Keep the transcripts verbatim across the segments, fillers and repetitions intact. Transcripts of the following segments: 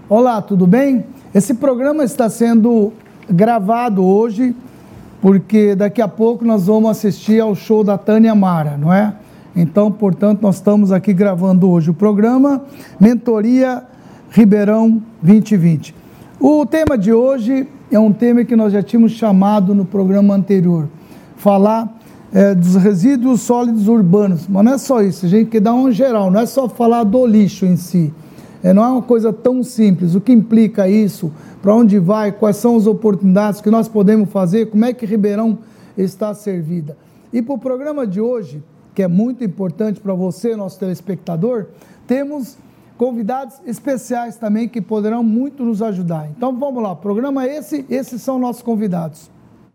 Olá, tudo bem? Esse programa está sendo gravado hoje, porque daqui a pouco nós vamos assistir ao show da Tânia Mara, não é? Então, portanto, nós estamos aqui gravando hoje o programa Mentoria Ribeirão vinte vinte. O tema de hoje é um tema que nós já tínhamos chamado no programa anterior, falar é, dos resíduos sólidos urbanos, mas não é só isso, a gente quer dar um geral, não é só falar do lixo em si, é, não é uma coisa tão simples, o que implica isso, para onde vai, quais são as oportunidades que nós podemos fazer, como é que Ribeirão está servida. E para o programa de hoje, que é muito importante para você, nosso telespectador, temos convidados especiais também que poderão muito nos ajudar. Então vamos lá, programa esse, esses são nossos convidados.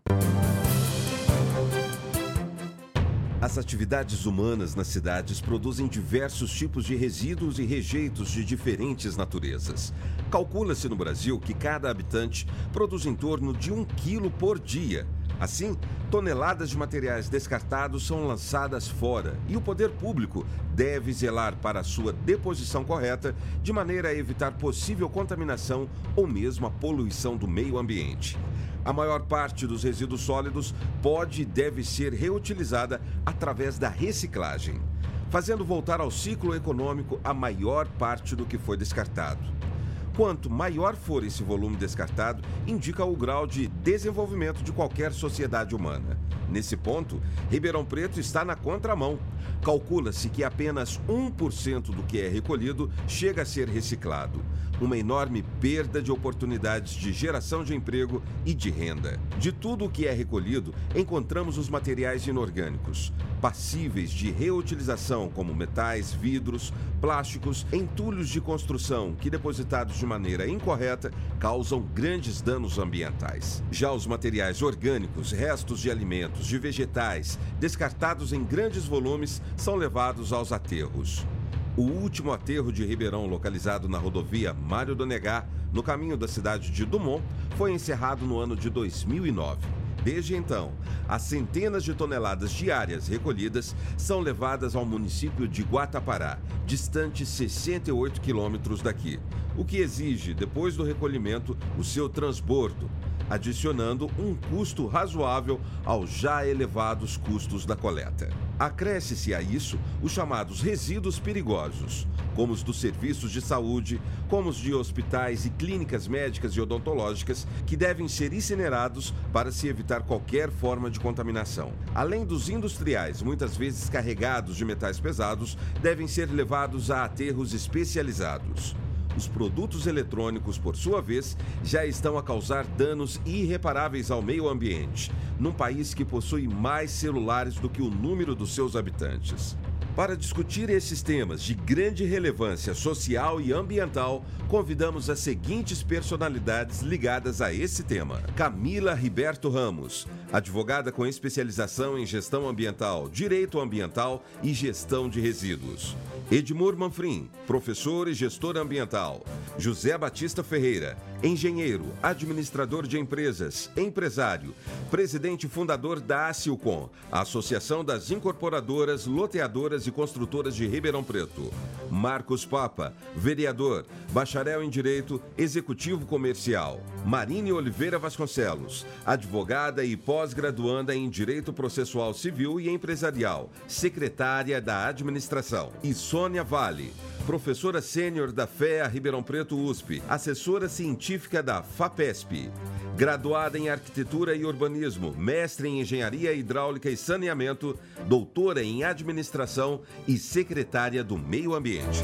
As atividades humanas nas cidades produzem diversos tipos de resíduos e rejeitos de diferentes naturezas. Calcula-se no Brasil que cada habitante produz em torno de um quilo por dia. Assim, toneladas de materiais descartados são lançadas fora e o poder público deve zelar para a sua deposição correta, de maneira a evitar possível contaminação ou mesmo a poluição do meio ambiente. A maior parte dos resíduos sólidos pode e deve ser reutilizada através da reciclagem, fazendo voltar ao ciclo econômico a maior parte do que foi descartado. Quanto maior for esse volume descartado, indica o grau de desenvolvimento de qualquer sociedade humana. Nesse ponto, Ribeirão Preto está na contramão. Calcula-se que apenas um por cento do que é recolhido chega a ser reciclado. Uma enorme perda de oportunidades de geração de emprego e de renda. De tudo o que é recolhido, encontramos os materiais inorgânicos, passíveis de reutilização, como metais, vidros, plásticos, entulhos de construção que, depositados de maneira incorreta, causam grandes danos ambientais. Já os materiais orgânicos, restos de alimentos, de vegetais, descartados em grandes volumes, são levados aos aterros. O último aterro de Ribeirão, localizado na rodovia Mário do Negá, no caminho da cidade de Dumont, foi encerrado no ano de dois mil e nove. Desde então, as centenas de toneladas diárias recolhidas são levadas ao município de Guatapará, distante sessenta e oito quilômetros daqui, o que exige, depois do recolhimento, o seu transbordo, adicionando um custo razoável aos já elevados custos da coleta. Acresce-se a isso os chamados resíduos perigosos, como os dos serviços de saúde, como os de hospitais e clínicas médicas e odontológicas, que devem ser incinerados para se evitar qualquer forma de contaminação. Além dos industriais, muitas vezes carregados de metais pesados, devem ser levados a aterros especializados. Os produtos eletrônicos, por sua vez, já estão a causar danos irreparáveis ao meio ambiente, num país que possui mais celulares do que o número dos seus habitantes. Para discutir esses temas de grande relevância social e ambiental, convidamos as seguintes personalidades ligadas a esse tema. Camila Riberto Ramos, advogada com especialização em gestão ambiental, direito ambiental e gestão de resíduos. Edmur Manfrim, professor e gestor ambiental. José Batista Ferreira, engenheiro, administrador de empresas, empresário, presidente fundador da ACILCOM, a Associação das Incorporadoras, Loteadoras e Construtoras de Ribeirão Preto. Marcos Papa, vereador, bacharel em Direito, executivo comercial. Marine Oliveira Vasconcelos, advogada e pós-graduanda em Direito Processual Civil e Empresarial, secretária da Administração. E Sônia Vale, professora sênior da F E A Ribeirão Preto U S P, assessora científica da FAPESP, graduada em Arquitetura e Urbanismo, mestre em Engenharia Hidráulica e Saneamento, doutora em Administração e secretária do Meio Ambiente.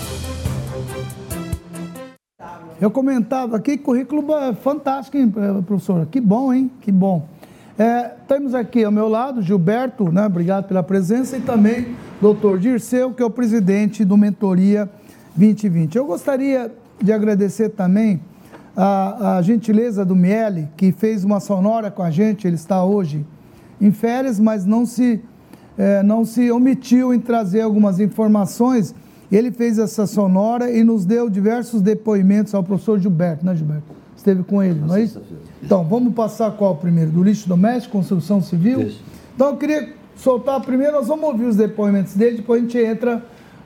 Eu comentava aqui, currículo fantástico, hein, professora? Que bom, hein? Que bom. É, temos aqui ao meu lado Gilberto, né? Obrigado pela presença, e também doutor Dirceu, que é o presidente do Mentoria vinte vinte. Eu gostaria de agradecer também a, a gentileza do Miele, que fez uma sonora com a gente. Ele está hoje em férias, mas não se, é, não se omitiu em trazer algumas informações. Ele fez essa sonora e nos deu diversos depoimentos ao professor Gilberto, né, Gilberto? Esteve com ele, não é isso? Então, vamos passar qual primeiro? Do lixo doméstico, construção civil? Isso. Então, eu queria soltar primeiro, nós vamos ouvir os depoimentos dele, depois a gente entra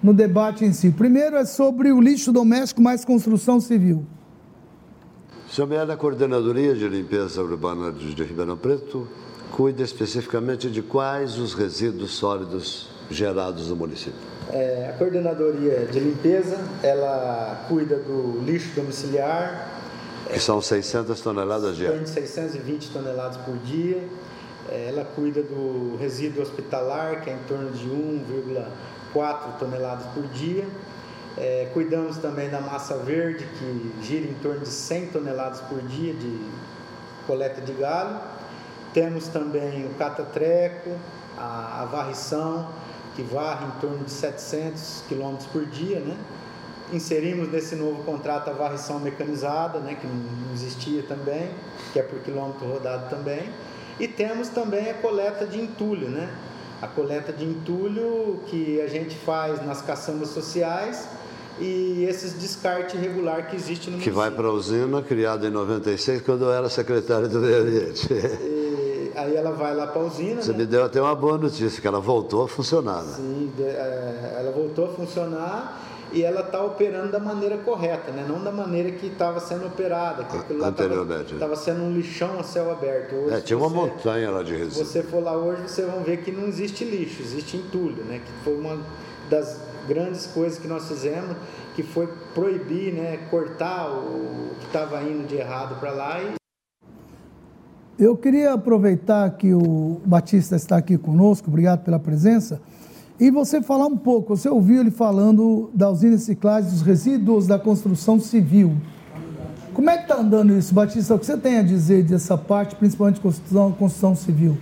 no debate em si. Primeiro é sobre o lixo doméstico mais construção civil. Senhor Miele, a Coordenadoria de Limpeza Urbana de Ribeirão Preto cuida especificamente de quais os resíduos sólidos gerados no município? É, a Coordenadoria de Limpeza, ela cuida do lixo domiciliar. Que são seiscentas toneladas diárias. De seiscentas e vinte toneladas por dia. Ela cuida do resíduo hospitalar, que é em torno de um vírgula quatro toneladas por dia. É, cuidamos também da massa verde, que gira em torno de cem toneladas por dia de coleta de galho. Temos também o catatreco, a, a varrição, que varre em torno de setecentos quilômetros por dia, né? Inserimos nesse novo contrato a varrição mecanizada, né, que não existia também, que é por quilômetro rodado também. E temos também a coleta de entulho, né? A coleta de entulho que a gente faz nas caçambas sociais e esses descarte irregular que existe no município. Que vai para a usina, criada em noventa e seis, quando eu era secretário do Meio Ambiente. E aí ela vai lá para a usina. Você, né, me deu até uma boa notícia, que ela voltou a funcionar. Né? Sim, ela voltou a funcionar. E ela está operando da maneira correta, né? Não da maneira que estava sendo operada, que aquilo lá estava sendo um lixão a céu aberto. Hoje, é, tinha uma você, montanha lá de resíduos. Se você for lá hoje, vocês vão ver que não existe lixo, existe entulho, né? Que foi uma das grandes coisas que nós fizemos, que foi proibir, né, cortar o que estava indo de errado para lá. E... Eu queria aproveitar que o Batista está aqui conosco, obrigado pela presença. E você falar um pouco, você ouviu ele falando da usina de reciclagem dos resíduos da construção civil. Como é que está andando isso, Batista? O que você tem a dizer dessa parte, principalmente construção, construção civil?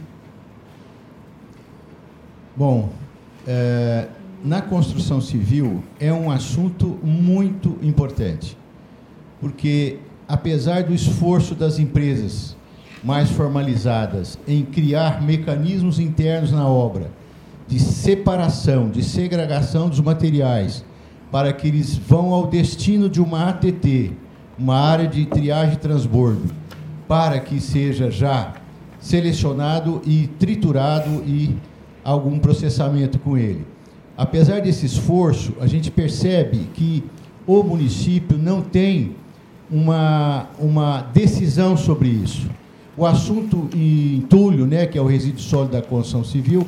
Bom, é, na construção civil é um assunto muito importante, porque apesar do esforço das empresas mais formalizadas em criar mecanismos internos na obra, de separação, de segregação dos materiais, para que eles vão ao destino de uma A T T, uma área de triagem e transbordo, para que seja já selecionado e triturado e algum processamento com ele. Apesar desse esforço, a gente percebe que o município não tem uma, uma decisão sobre isso. O assunto entulho, né, que é o resíduo sólido da construção civil,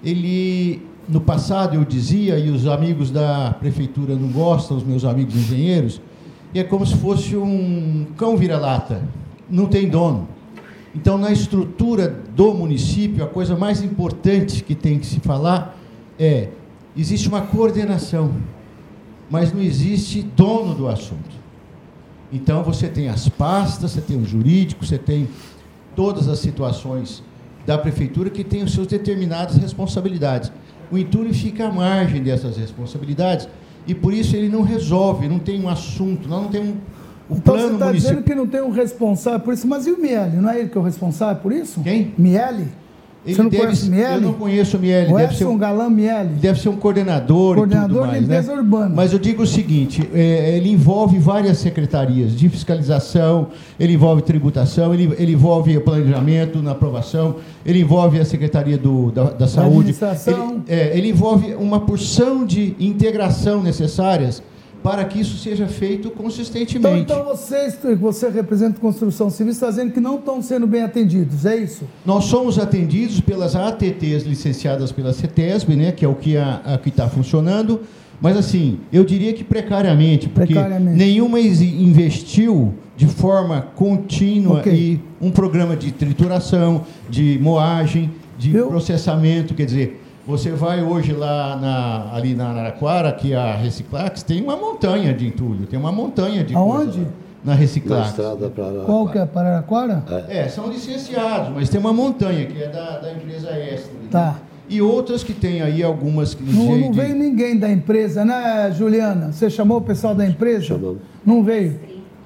ele, no passado eu dizia, e os amigos da prefeitura não gostam, os meus amigos engenheiros, é como se fosse um cão vira-lata, não tem dono. Então, na estrutura do município, a coisa mais importante que tem que se falar é, existe uma coordenação, mas não existe dono do assunto. Então, você tem as pastas, você tem o jurídico, você tem todas as situações da prefeitura que tem os seus determinadas responsabilidades. O entulho fica à margem dessas responsabilidades e, por isso, ele não resolve, não tem um assunto, nós não temos um, um então, plano municipal. Então, você está dizendo que não tem um responsável por isso, mas e o Miele? Não é ele que é o responsável por isso? Quem? Miele? Ele você não deve, conhece o Miele? Eu não conheço o Miele. O deve ser um Galã Miele. Deve ser um coordenador, coordenador e tudo mais, de limpeza, né, urbana. Mas eu digo o seguinte, é, ele envolve várias secretarias de fiscalização, ele envolve tributação, ele, ele envolve planejamento na aprovação, ele envolve a Secretaria do, da, da Saúde. Administração. Ele, é, ele envolve uma porção de integração necessárias para que isso seja feito consistentemente. Então, então vocês, você representa a construção civil, está dizendo que não estão sendo bem atendidos, é isso? Nós somos atendidos pelas A T Ts licenciadas pela CETESB, né, que é o que está funcionando, mas assim, eu diria que precariamente, porque precariamente. Nenhuma investiu de forma contínua okay. e um programa de trituração, de moagem, de eu... processamento, quer dizer... Você vai hoje lá na, ali na Araraquara, que a Reciclax tem uma montanha de entulho, tem uma montanha de Aonde? Coisa na Reciclax. Na estrada para Araraquara. Qual que é? Para Araraquara? É. é, são licenciados, mas tem uma montanha que é da, da empresa Extra. Tá. Né? E outras que tem aí algumas... Que não não de... veio ninguém da empresa, né, Juliana? Você chamou o pessoal da empresa? Chamou. Não veio?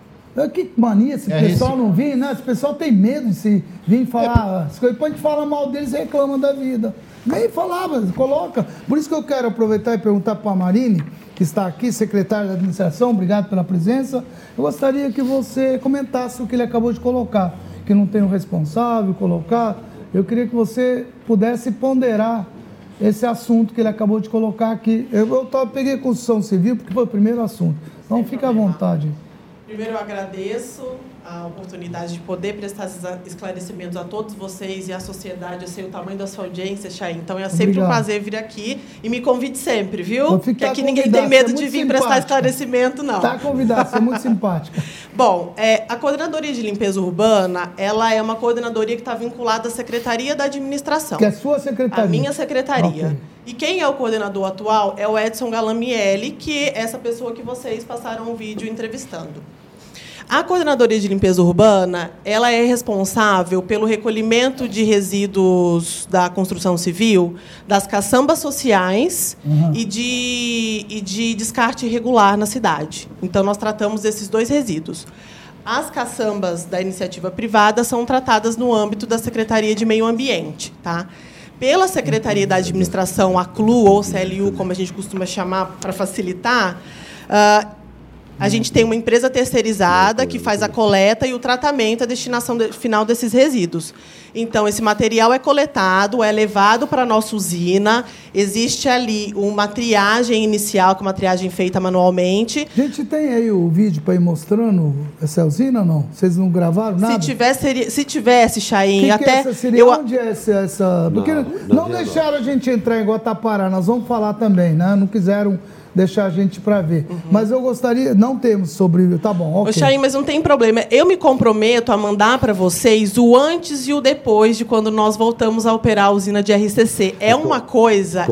Que mania, esse é, pessoal esse... não vem, né? Esse pessoal tem medo de se vir falar... É... Depois a gente fala mal deles e reclama da vida. Nem falava, coloca. Por isso que eu quero aproveitar e perguntar para a Marine, que está aqui, secretária da administração, obrigado pela presença. Eu gostaria que você comentasse o que ele acabou de colocar, que não tem um responsável, colocar. Eu queria que você pudesse ponderar esse assunto que ele acabou de colocar aqui. Eu, eu tô, peguei construção civil porque foi o primeiro assunto. Então, Sem fica problema. à vontade. Primeiro, eu agradeço a oportunidade de poder prestar esclarecimentos a todos vocês e à sociedade. Eu sei o tamanho da sua audiência, Chaim. Então, é sempre Obrigado. um prazer vir aqui e me convide sempre, viu? Porque aqui ninguém tem medo é de vir simpática. prestar esclarecimento, não. Está convidado, você é muito simpática. Bom, é, a Coordenadoria de Limpeza Urbana, ela é uma coordenadoria que está vinculada à Secretaria da Administração. Que é a sua secretaria? A minha secretaria. Okay. E quem é o coordenador atual é o Edson Galamiele, que é essa pessoa que vocês passaram o vídeo entrevistando. A Coordenadoria de Limpeza Urbana, ela é responsável pelo recolhimento de resíduos da construção civil, das caçambas sociais uhum. e, de, e de descarte irregular na cidade. Então, nós tratamos desses dois resíduos. As caçambas da iniciativa privada são tratadas no âmbito da Secretaria de Meio Ambiente, tá? Pela Secretaria da Administração, a C L U, ou C L U, como a gente costuma chamar, para facilitar, uh, a gente tem uma empresa terceirizada que faz a coleta e o tratamento, a destinação final desses resíduos. Então, esse material é coletado, é levado para a nossa usina, existe ali uma triagem inicial, que é uma triagem feita manualmente. A gente tem aí o vídeo para ir mostrando essa usina ou não? Vocês não gravaram nada? Se tivesse, se tivesse Chaim, que até... Que é essa, seria, eu... Onde é essa... essa... Porque não, não, não deixaram a gente entrar em Guatapará, nós vamos falar também, né? Não quiseram deixar a gente para ver. Uhum. Mas eu gostaria... Não temos sobre... Tá bom, ok. Ô, Chaim, mas não tem problema. Eu me comprometo a mandar para vocês o antes e o depois de quando nós voltamos a operar a usina de R C C. É uma coisa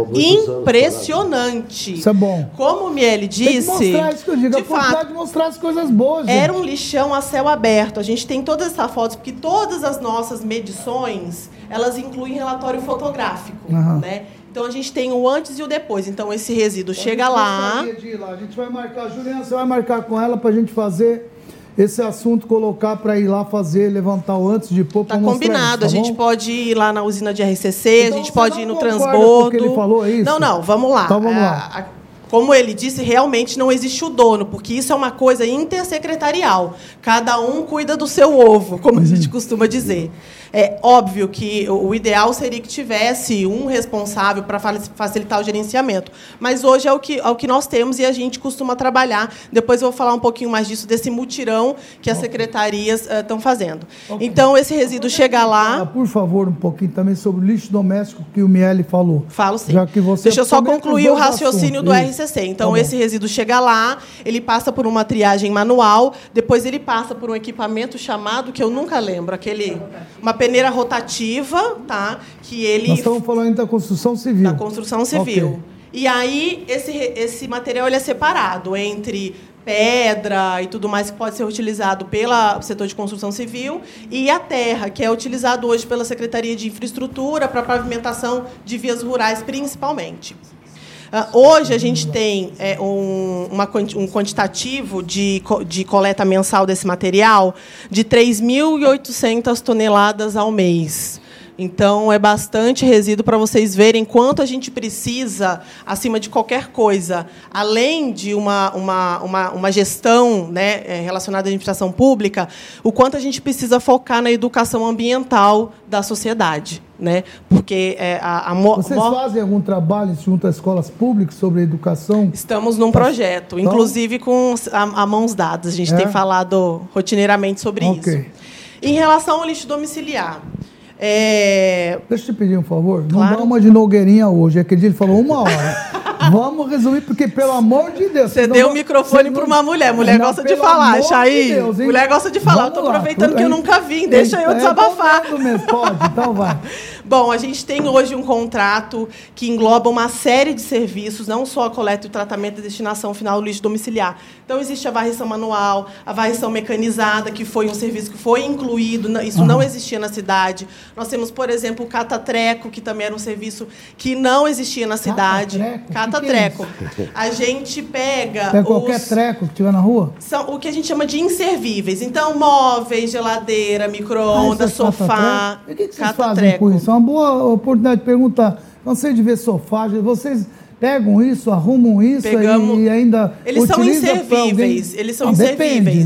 impressionante. Isso é bom. Como o Miele disse... Tem que mostrar isso que eu digo. De a fato, de mostrar as coisas boas. Gente. Era um lixão a céu aberto. A gente tem todas essas fotos, porque todas as nossas medições, elas incluem relatório fotográfico, uhum. né? Então, a gente tem o antes e o depois. Então, esse resíduo chega lá... De ir lá. A gente vai marcar... Juliana, você vai marcar com ela para a gente fazer esse assunto, colocar para ir lá fazer, levantar o antes de pôr. Está combinado. Isso, tá a gente bom? pode ir lá na usina de R C C, então, a gente pode ir no transbordo. Com o que ele falou, é isso? Não, não. Vamos lá. Então, vamos lá. A, a, como ele disse, realmente não existe o dono, porque isso é uma coisa intersecretarial. Cada um cuida do seu ovo, como a gente costuma dizer. É óbvio que o ideal seria que tivesse um responsável para facilitar o gerenciamento. Mas hoje é o que, é o que nós temos e a gente costuma trabalhar. Depois eu vou falar um pouquinho mais disso, desse mutirão que as secretarias uh, estão fazendo. Okay. Então, esse resíduo chega lá... Fala, por favor, um pouquinho também sobre o lixo doméstico que o Miele falou. Falo sim. Já que você Deixa eu só concluir o raciocínio do R C C. Então, tá esse resíduo chega lá, ele passa por uma triagem manual, depois ele passa por um equipamento chamado, que eu nunca lembro, aquele... Uma peneira rotativa, tá? Que ele... Nós estamos falando da construção civil. Da construção civil. Okay. E aí, esse, esse material ele é separado entre pedra e tudo mais que pode ser utilizado pelo setor de construção civil e a terra, que é utilizado hoje pela Secretaria de Infraestrutura para pavimentação de vias rurais, principalmente. Uh, hoje, a gente tem é, um, uma, um quantitativo de, de coleta mensal desse material de três mil e oitocentas toneladas ao mês. Então, é bastante resíduo para vocês verem quanto a gente precisa, acima de qualquer coisa, além de uma, uma, uma, uma gestão, né, relacionada à administração pública, o quanto a gente precisa focar na educação ambiental da sociedade. Né? Porque é, a, a Vocês mo... fazem algum trabalho junto às escolas públicas sobre a educação? Estamos num projeto, então... inclusive com a, a mãos dadas. A gente é? tem falado rotineiramente sobre okay. isso. Em relação ao lixo domiciliar... É... Deixa eu te pedir um favor. Claro. Não dá uma de Nogueirinha hoje. Aquele dia ele falou uma hora. Vamos resumir, porque, pelo amor de Deus... Você deu o microfone para uma mulher. Mulher não, gosta de falar, Chaim. De Deus, mulher gosta de falar. Estou aproveitando lá. que eu nunca vim. Deixa é, eu desabafar. É mesmo. Pode, então vai. Bom, a gente tem hoje um contrato que engloba uma série de serviços, não só a coleta e o tratamento e destinação final do lixo domiciliar. Então, existe a varrição manual, a varrição mecanizada, que foi um serviço que foi incluído, isso uhum. não existia na cidade. Nós temos, por exemplo, o catatreco, que também era um serviço que não existia na cidade. Catatreco? Catatreco. Que que é a gente pega... Pega qualquer os... treco que tiver na rua? São o que a gente chama de inservíveis. Então, móveis, geladeira, micro-ondas, ah, sofá... E o que, que vocês fazem com isso? É uma boa oportunidade de perguntar. Cansei de ver sofá. Vocês pegam isso, arrumam isso Pegamos... e ainda Eles são inservíveis. Eles são ah, inservíveis. Depende, né?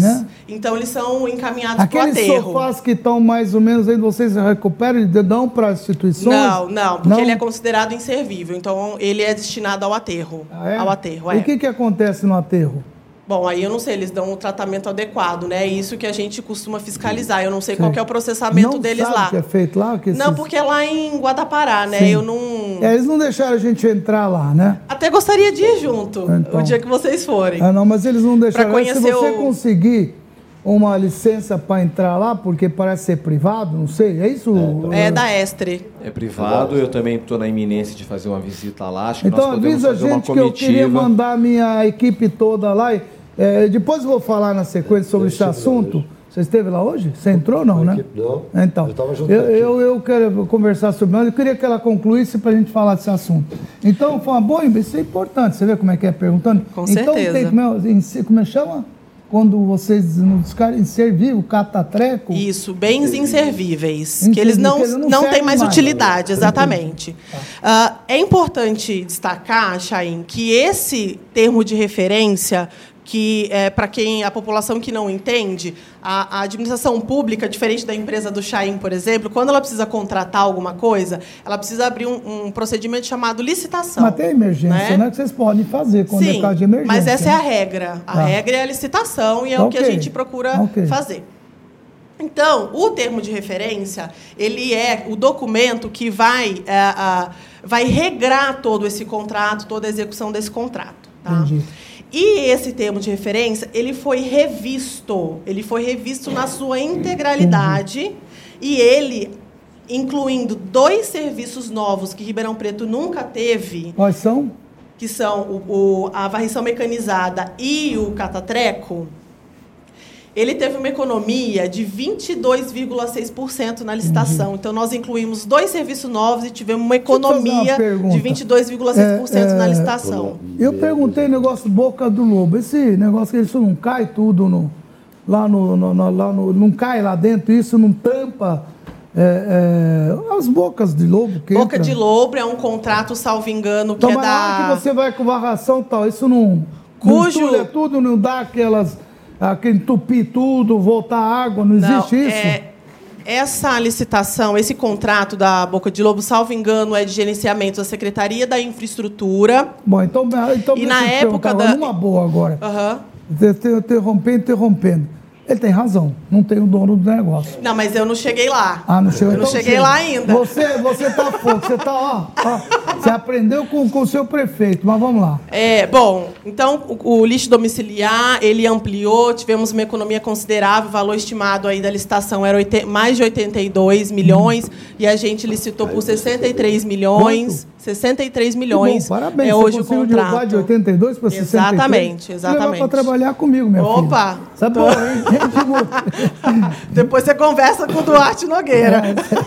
Então, eles são encaminhados para o Aqueles aterro. sofás que estão mais ou menos aí, vocês recuperam e dão para as instituições? Não, não, porque não? ele é considerado inservível. Então, ele é destinado ao aterro. Ah, é? Ao aterro, E é. o que, que acontece no aterro? Bom, aí eu não sei, eles dão o tratamento adequado, né? É isso que a gente costuma fiscalizar. Eu não sei qual que é o processamento não deles sabe lá. O que é feito lá? Que Não, esses... porque é lá em Guadapará, né? Sim. Eu não... É, eles não deixaram a gente entrar lá, né? Até gostaria de ir junto, Então. o dia que vocês forem. Ah, não, mas eles não deixaram. Pra Se conhecer você o- conseguir uma licença para entrar lá, porque parece ser privado, não sei, é isso? É da Estre. É privado, eu também estou na iminência de fazer uma visita lá. Acho que Então nós podemos avisa a fazer uma gente que eu queria comitiva. mandar a minha equipe toda lá. E, é, depois eu vou falar na sequência sobre esse assunto. Você esteve lá hoje? Você entrou não, né? Não. Então, Eu estava junto eu, contigo. eu, eu quero conversar sobre isso. Eu queria que ela concluísse para a gente falar desse assunto. Então, foi uma boa, isso é importante. Você vê como é que é perguntando? Com então, certeza. Tem, como, é, em- como é que chama? Quando vocês nos caras inservível, catatreco. Isso, bens inservíveis, Inservível, que eles não, que eles não não têm servem mais mais. utilidade, exatamente. Ah, é importante destacar, Chaim, que esse termo de referência, que é, para quem a população que não entende, a, a administração pública, diferente da empresa do Chaim, por exemplo, quando ela precisa contratar alguma coisa, ela precisa abrir um, um procedimento chamado licitação. Mas tem emergência, né? Que vocês podem fazer quando Sim, é caso de emergência. mas essa é a né? regra. A Tá. regra é a licitação e é Tá o que a ok. gente procura Ok. fazer. Então, o termo de referência, ele é o documento que vai, é, a- vai regrar todo esse contrato, toda a execução desse contrato. Tá? Entendi. E esse termo de referência, ele foi revisto, ele foi revisto na sua integralidade e ele, incluindo dois serviços novos que Ribeirão Preto nunca teve, Quais são? que são o, o- a varrição mecanizada e o catatreco, ele teve uma economia de vinte e dois vírgula seis por cento na licitação. Então, nós incluímos dois serviços novos e tivemos uma Deixa eu te fazer uma economia pergunta. de vinte e dois vírgula seis por cento É, na é, licitação. Eu perguntei o negócio Boca do Lobo. Esse negócio que isso não cai tudo no, lá no, no- no- lá no. Não cai lá dentro, isso não tampa é, é, as bocas de lobo que Boca entra. de Lobo é um contrato, salvo engano, que Então, é mas na hora da... que você vai com varração e tal, isso não. Cujo- Não entulha tudo, não dá aquelas. Aquele entupir tudo, voltar água, não, Não, existe isso? é- essa licitação, esse contrato da Boca de Lobo, salvo engano, é de gerenciamento da Secretaria da Infraestrutura. Bom, então, então E deixa na eu te época perguntar agora, da- numa boa agora. Aham. Interrompendo, interrompendo. Ele tem razão, não tem o dono do negócio. Não, mas eu não cheguei lá. Ah, não chegou. Eu não Então, cheguei você- lá ainda. Você, você tá fogo, você tá, ó, ó, você aprendeu com, com o seu prefeito, mas vamos lá. É, bom, então o, o lixo domiciliar, ele ampliou, tivemos uma economia considerável, o valor estimado aí da licitação era oitenta mais de oitenta e dois milhões, e a gente licitou por sessenta e três milhões. sessenta e três milhões. Que bom, parabéns, é você hoje o conseguiu contrato. derrubar de oitenta e dois para sessenta e três. Exatamente, exatamente. Levar para trabalhar comigo, minha filha. Opa! Isso é bom, hein? Gente boa. Depois você conversa com o Duarte Nogueira.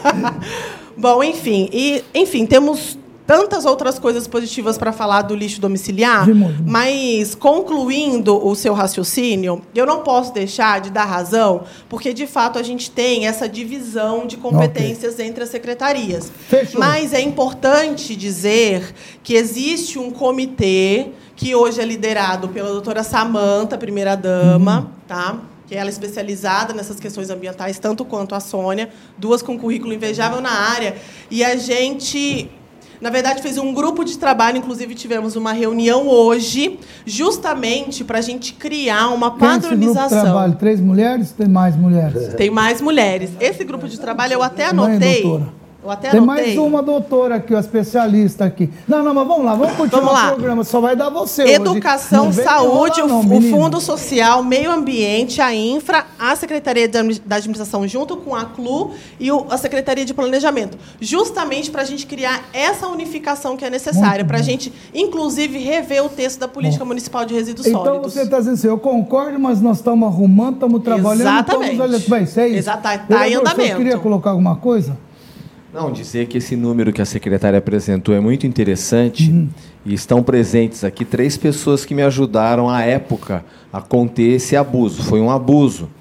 Bom, enfim, e, enfim, temos tantas outras coisas positivas para falar do lixo domiciliar, Demais, demais. mas concluindo o seu raciocínio, eu não posso deixar de dar razão, porque de fato a gente tem essa divisão de competências entre as secretarias. Fechou. Mas é importante dizer que existe um comitê que hoje é liderado pela doutora Samanta, primeira-dama, Uhum. tá? Que ela é especializada nessas questões ambientais, tanto quanto a Sônia, duas com currículo invejável na área. E a gente, na verdade, fez um grupo de trabalho, inclusive tivemos uma reunião hoje, justamente para a gente criar uma Quem é esse grupo de padronização. trabalho? Três mulheres? Tem mais mulheres? Tem mais mulheres. Esse grupo de trabalho eu até Não é, anotei. doutora? Eu até Tem anotei. mais uma doutora aqui, uma especialista aqui. Não, não, mas vamos lá, vamos continuar Vamos lá. o programa. Só vai dar você hoje. Educação, Não vem saúde, enrolar, não, o, o menina. Fundo Social, Meio Ambiente, a Infra, a Secretaria de Admi- da Administração, junto com a C L U e o- a Secretaria de Planejamento. Justamente para a gente criar essa unificação que é necessária, para a gente, inclusive, rever o texto da Política Municipal de Resíduos Então Sólidos. você está dizendo assim, eu concordo, mas nós estamos arrumando, estamos trabalhando, Exatamente. estamos olhando. Bem, isso é isso. Exato, tá- tá Vereador, em o senhor andamento. queria colocar alguma coisa? Não, dizer que esse número que a secretária apresentou é muito interessante Uhum. e estão presentes aqui três pessoas que me ajudaram à época a conter esse abuso. Foi um abuso.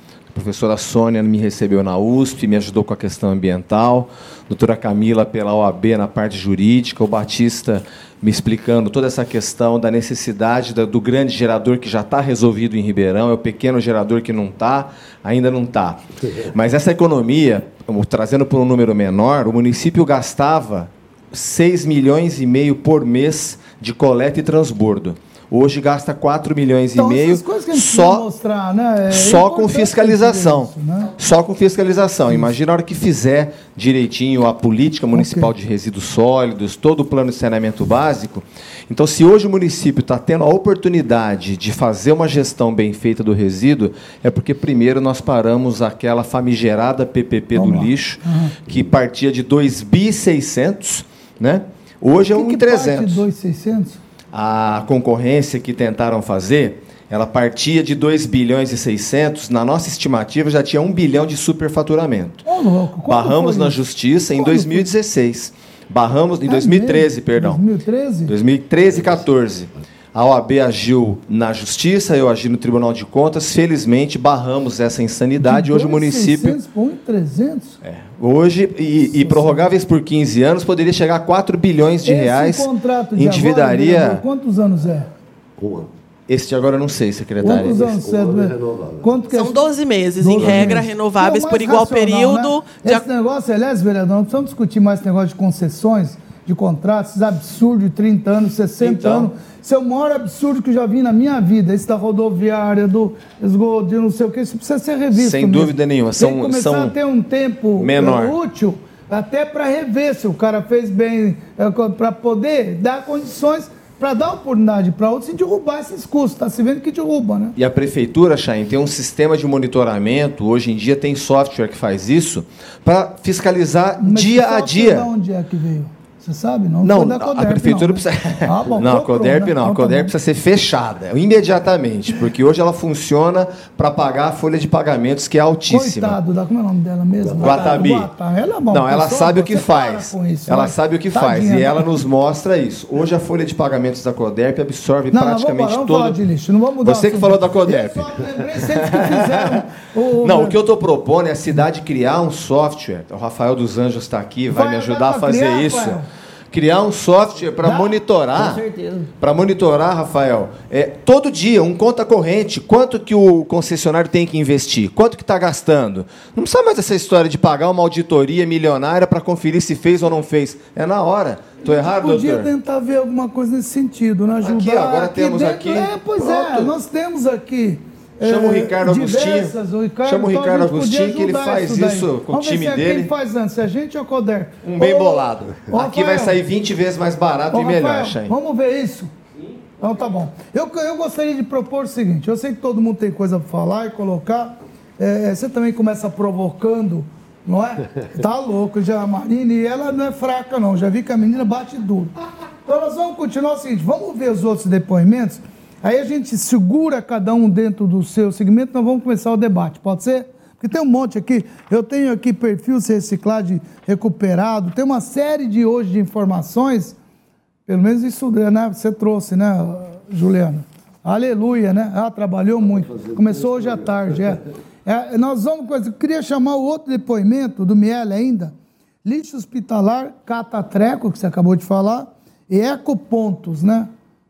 professora Sônia me recebeu na U S P, me ajudou com a questão ambiental, doutora Camila pela O A B na parte jurídica, o Batista me explicando toda essa questão da necessidade do grande gerador que já está resolvido em Ribeirão, é o pequeno gerador que não está, ainda não está. Mas essa economia, trazendo por um número menor, o município gastava seis milhões e meio por mês de coleta e transbordo. Hoje gasta quatro milhões então, e meio só, mostrar, né? É só com fiscalização. Isso, né? Só com fiscalização. Imagina a hora que fizer direitinho a política municipal okay. de resíduos sólidos, todo o plano de saneamento básico. Então, se hoje o município está tendo a oportunidade de fazer uma gestão bem feita do resíduo, é porque primeiro nós paramos aquela famigerada P P P Vamos do lá. lixo, uhum. que partia de dois bilhões e seiscentos, né? Hoje é um e trezentos. dois milhões e seiscentos? A concorrência que tentaram fazer, ela partia de dois bilhões e seiscentos, na nossa estimativa já tinha um bilhão de superfaturamento. Oh, louco. Barramos na justiça em dois mil e dezesseis. Barramos em é dois mil e treze, mesmo? perdão. dois mil e treze? dois mil e treze e quatorze. A O A B agiu na justiça, eu agi no Tribunal de Contas. Felizmente, barramos essa insanidade. Hoje o município... seiscentos por trezentos? É. Hoje, e, e prorrogáveis por quinze anos, poderia chegar a quatro bilhões de Esse reais. Contrato de endividaria... Agora, quantos anos é? Um ano. Este agora eu não sei, secretária. Quantos anos é? Quanto que São é? doze meses, doze em regra, meses. renováveis por igual racional, período. Né? Esse de... negócio, aliás, vereador, não precisamos discutir mais esse negócio de concessões, de contratos, esses absurdos de trinta anos, sessenta então, anos. Esse é o maior absurdo que eu já vi na minha vida. Esse da rodoviária, do esgoto, de não sei o que, isso precisa ser revisto. Sem mesmo. dúvida nenhuma. São, Tem que começar são a ter um tempo menor. útil, até para rever se o cara fez bem, para poder dar condições para dar oportunidade para outros e derrubar esses custos. Está se vendo que derruba, né? E a prefeitura, Chain, tem um sistema de monitoramento, hoje em dia tem software que faz isso, para fiscalizar Mas dia a dia. De onde é que veio? Você sabe? Não, não da Coderp, a prefeitura não, precisa... Né? Ah, bom, não, a comprou, Coderp né? não. A Coderp precisa ser fechada imediatamente, porque hoje ela funciona para pagar a folha de pagamentos, que é altíssima. Coitado, da, como é o nome dela mesmo? Guatabi. Guata. Ela é bom, não, ela pessoa, sabe o que faz. Isso, ela olha. sabe o que Tadinha, faz. E né? ela nos mostra isso. Hoje a folha de pagamentos da Coderp absorve não, praticamente não, vamos todo... falar de lixo, não vamos mudar. Você que falou da Coderp. Eu só lembrei sempre que fizeram... O... Não, o que eu estou propondo é a cidade criar um software. O Rafael dos Anjos está aqui, vai, vai me ajudar a fazer criar, isso. Rafael. Criar um software para monitorar, com certeza. para monitorar, Rafael, é, todo dia, um conta corrente, quanto que o concessionário tem que investir, quanto que está gastando. Não precisa mais essa história de pagar uma auditoria milionária para conferir se fez ou não fez. É na hora. Estou errado, doutor? Podia tentar ver alguma coisa nesse sentido, né? Ajudar. Aqui, agora aqui temos dentro, aqui. É, pois Pronto. é, nós temos aqui. Chama é, o Ricardo diversas, Agostinho. O Ricardo, Chama o então Ricardo Agostinho, que ele faz isso, isso com Vamos o time ver se dele. Quem faz antes, a gente ou a Coderp? Um bem ô, bolado. Ô, aqui Rafael, vai sair vinte vezes mais barato ô, e melhor, Rafael, Chain. Vamos ver isso? Sim. Então tá bom. Eu, eu gostaria de propor o seguinte: eu sei que todo mundo tem coisa para falar e colocar. É, você também começa provocando, não é? Tá louco já, a Marina, e ela não é fraca, não. Já vi que a menina bate duro. Então nós vamos continuar o seguinte: vamos ver os outros depoimentos. Aí a gente segura cada um dentro do seu segmento, nós vamos começar o debate, pode ser? Porque tem um monte aqui, eu tenho aqui perfil reciclagem recuperado, tem uma série de hoje de informações, pelo menos isso, né, você trouxe, né, Juliana? Aleluia, né? Ah, trabalhou muito, começou hoje à tarde, é. é nós vamos, eu queria chamar o outro depoimento do Miele ainda, lixo hospitalar, catatreco, que você acabou de falar, e ecopontos, né?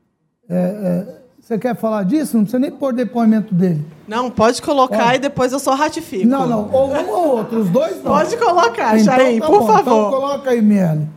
É... é Você quer falar disso? Não precisa nem pôr depoimento dele. Não, pode colocar pode. E depois eu só ratifico. Não, não. Ou um ou outro. Os dois não. Pode colocar, então, Chain, tá por bom. favor. Então coloca aí, Miele.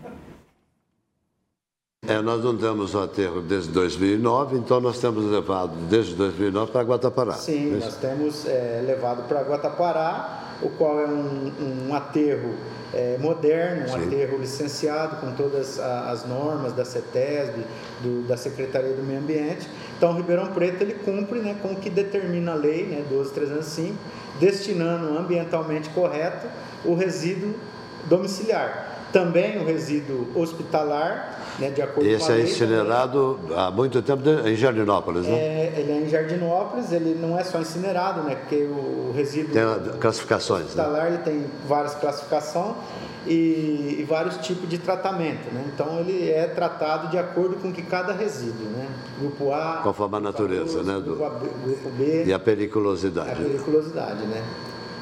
É, nós não temos o aterro desde dois mil e nove, então nós temos levado desde dois mil e nove para Guatapará. Sim, nós temos é, levado para Guatapará, o qual é um, um aterro é, moderno, um Sim. aterro licenciado com todas as normas da CETESB, do, da Secretaria do Meio Ambiente. Então, o Ribeirão Preto ele cumpre, né, com o que determina a lei, né, doze mil trezentos e cinco, destinando ambientalmente correto o resíduo domiciliar. Também o resíduo hospitalar, né, de acordo Esse com a lei. Esse é incinerado também. Há muito tempo em Jardinópolis, né? É, ele é em Jardinópolis, ele não é só incinerado, né? Porque o resíduo tem classificações, hospitalar, né? Ele tem várias classificações e, e vários tipos de tratamento, né? Então ele é tratado de acordo com que cada resíduo, né? Grupo A, conforme a natureza, né? Do, grupo, A, grupo B e a periculosidade. A periculosidade, né?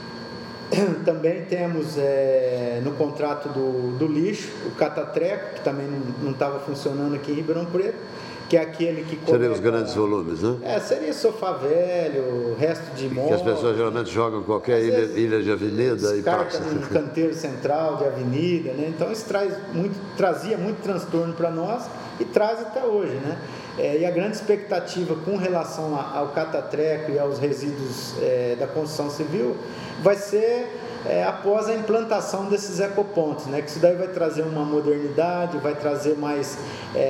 Também temos é, no contrato do, do lixo o catatreco, que também não estava funcionando aqui em Ribeirão Preto, que é aquele que... Seria os grandes volumes, né? É, seria sofá velho, resto de imóvel. Que as pessoas geralmente jogam em qualquer ilha, ilha de avenida e passa. Num canteiro central de avenida, né? Então isso traz muito, trazia muito transtorno para nós e traz até hoje, né? É, e a grande expectativa com relação ao catatreco e aos resíduos é, da construção civil vai ser é, após a implantação desses ecopontos, né? Que isso daí vai trazer uma modernidade, vai trazer mais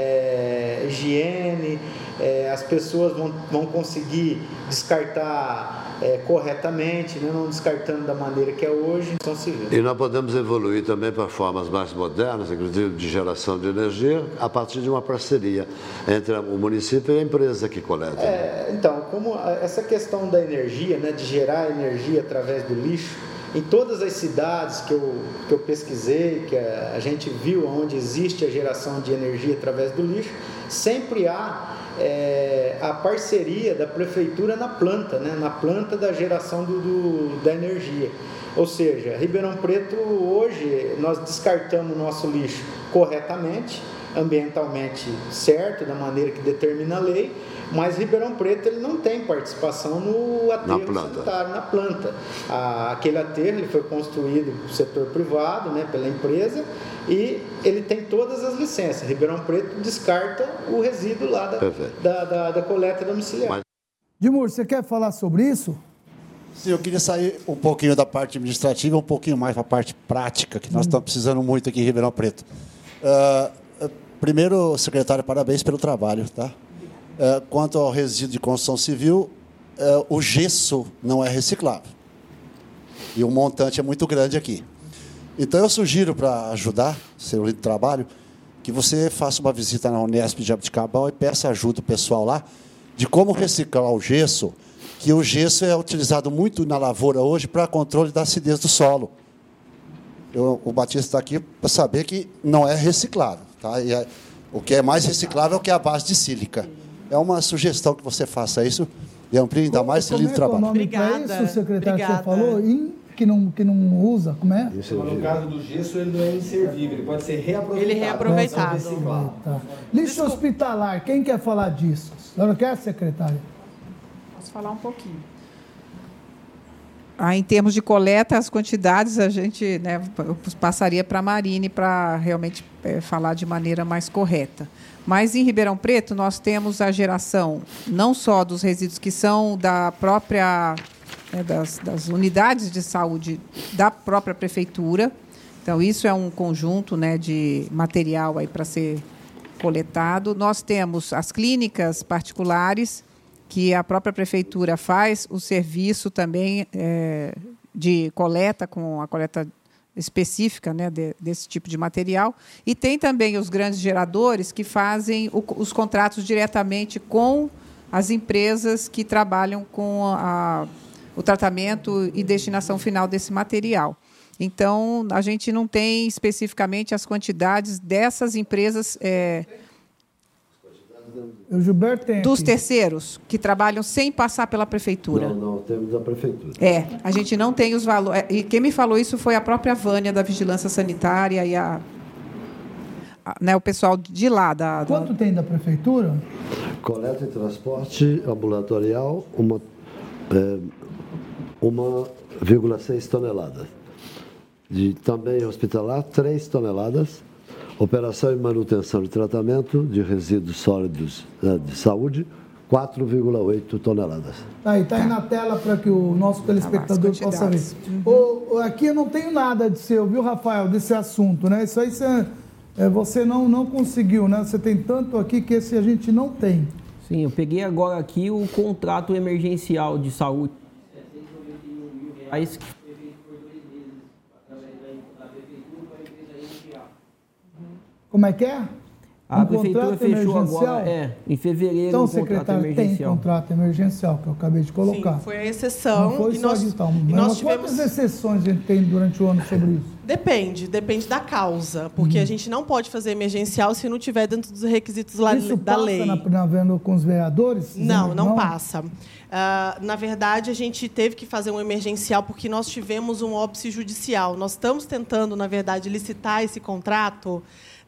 é, higiene, é, as pessoas vão, vão conseguir descartar é, corretamente, né? Não descartando da maneira que é hoje. Então, civil. E nós podemos evoluir também para formas mais modernas, inclusive de geração de energia, a partir de uma parceria entre o município e a empresa que coleta. É, então, como essa questão da energia, né, de gerar energia através do lixo, em todas as cidades que eu, que eu pesquisei, que a, a gente viu onde existe a geração de energia através do lixo, sempre há é, a parceria da prefeitura na planta, né, na planta da geração do, do, da energia. Ou seja, Ribeirão Preto hoje nós descartamos o nosso lixo corretamente, ambientalmente certo, da maneira que determina a lei, mas Ribeirão Preto ele não tem participação no aterro sanitário, na planta. Ah, aquele aterro ele foi construído no setor privado, né, pela empresa, e ele tem todas as licenças. Ribeirão Preto descarta o resíduo lá da, da, da, da coleta domiciliar. Mas... Dimur, você quer falar sobre isso? Sim, eu queria sair um pouquinho da parte administrativa, um pouquinho mais para a parte prática, que nós hum. estamos precisando muito aqui em Ribeirão Preto. Uh, primeiro, secretário, parabéns pelo trabalho, tá? Uh, quanto ao resíduo de construção civil, uh, o gesso não é reciclável. E o montante é muito grande aqui. Então, eu sugiro, para ajudar o seu líder de trabalho, que você faça uma visita na Unesp de Jabuticabal e peça ajuda do pessoal lá de como reciclar o gesso, que o gesso é utilizado muito na lavoura hoje para controle da acidez do solo. Eu, o Batista está aqui para saber que não é reciclável. Tá? E é, o que é mais reciclável é o que é a base de sílica. É uma sugestão que você faça isso e amplie ainda mais esse livro de trabalho. Como é que é o nome para isso, secretário, que você falou? In, que, não, que não usa, como é? No caso do gesso, ele não é inservível, ele pode ser reaproveitado. Ele é reaproveitado. Tá. Lixo Desculpa. hospitalar, quem quer falar disso? A senhora quer, secretária? Posso falar um pouquinho. Ah, em termos de coleta, as quantidades, a gente, né, passaria para a Marine para realmente é, falar de maneira mais correta. Mas em Ribeirão Preto nós temos a geração não só dos resíduos que são da própria, né, das, das unidades de saúde da própria prefeitura. Então isso é um conjunto, né, de material aí para ser coletado. Nós temos as clínicas particulares que a própria prefeitura faz o serviço também é, de coleta, com a coleta específica, né, de, desse tipo de material. E tem também os grandes geradores que fazem o, os contratos diretamente com as empresas que trabalham com a, o tratamento e destinação final desse material. Então, a gente não tem especificamente as quantidades dessas empresas... É, O Gilberto tem dos aqui. terceiros, que trabalham sem passar pela prefeitura. Não, não, temos da prefeitura. É, a gente não tem os valores. E quem me falou isso foi a própria Vânia, da Vigilância Sanitária, e a, a, né, o pessoal de lá. Da, Quanto da... tem da prefeitura? Coleta e transporte ambulatorial, uma, é, uma vírgula seis toneladas. De, também hospitalar, três toneladas. Operação e manutenção de tratamento de resíduos sólidos de saúde, quatro vírgula oito toneladas. Aí, está aí na tela para que o nosso telespectador ah, possa ver. Uhum. O, aqui eu não tenho nada de seu, viu, Rafael, desse assunto, né? Isso aí você, é, você não, não conseguiu, né? Você tem tanto aqui que esse a gente não tem. Sim, eu peguei agora aqui o contrato emergencial de saúde. Aí, Como é que é? A um prefeitura contrato fechou emergencial? agora, é, em fevereiro, Então, um contrato secretário, tem emergencial. contrato emergencial, que eu acabei de colocar. Sim, foi a exceção. Não foi e só nós, de tal. e Mas nós quantas tivemos... exceções a gente tem durante o ano sobre isso? Depende, depende da causa, porque Uhum. a gente não pode fazer emergencial se não tiver dentro dos requisitos la- Isso da passa lei. na, na venda com os vereadores? Não, não, não passa. Ah, na verdade, a gente teve que fazer um emergencial porque nós tivemos um óbice judicial. Nós estamos tentando, na verdade, licitar esse contrato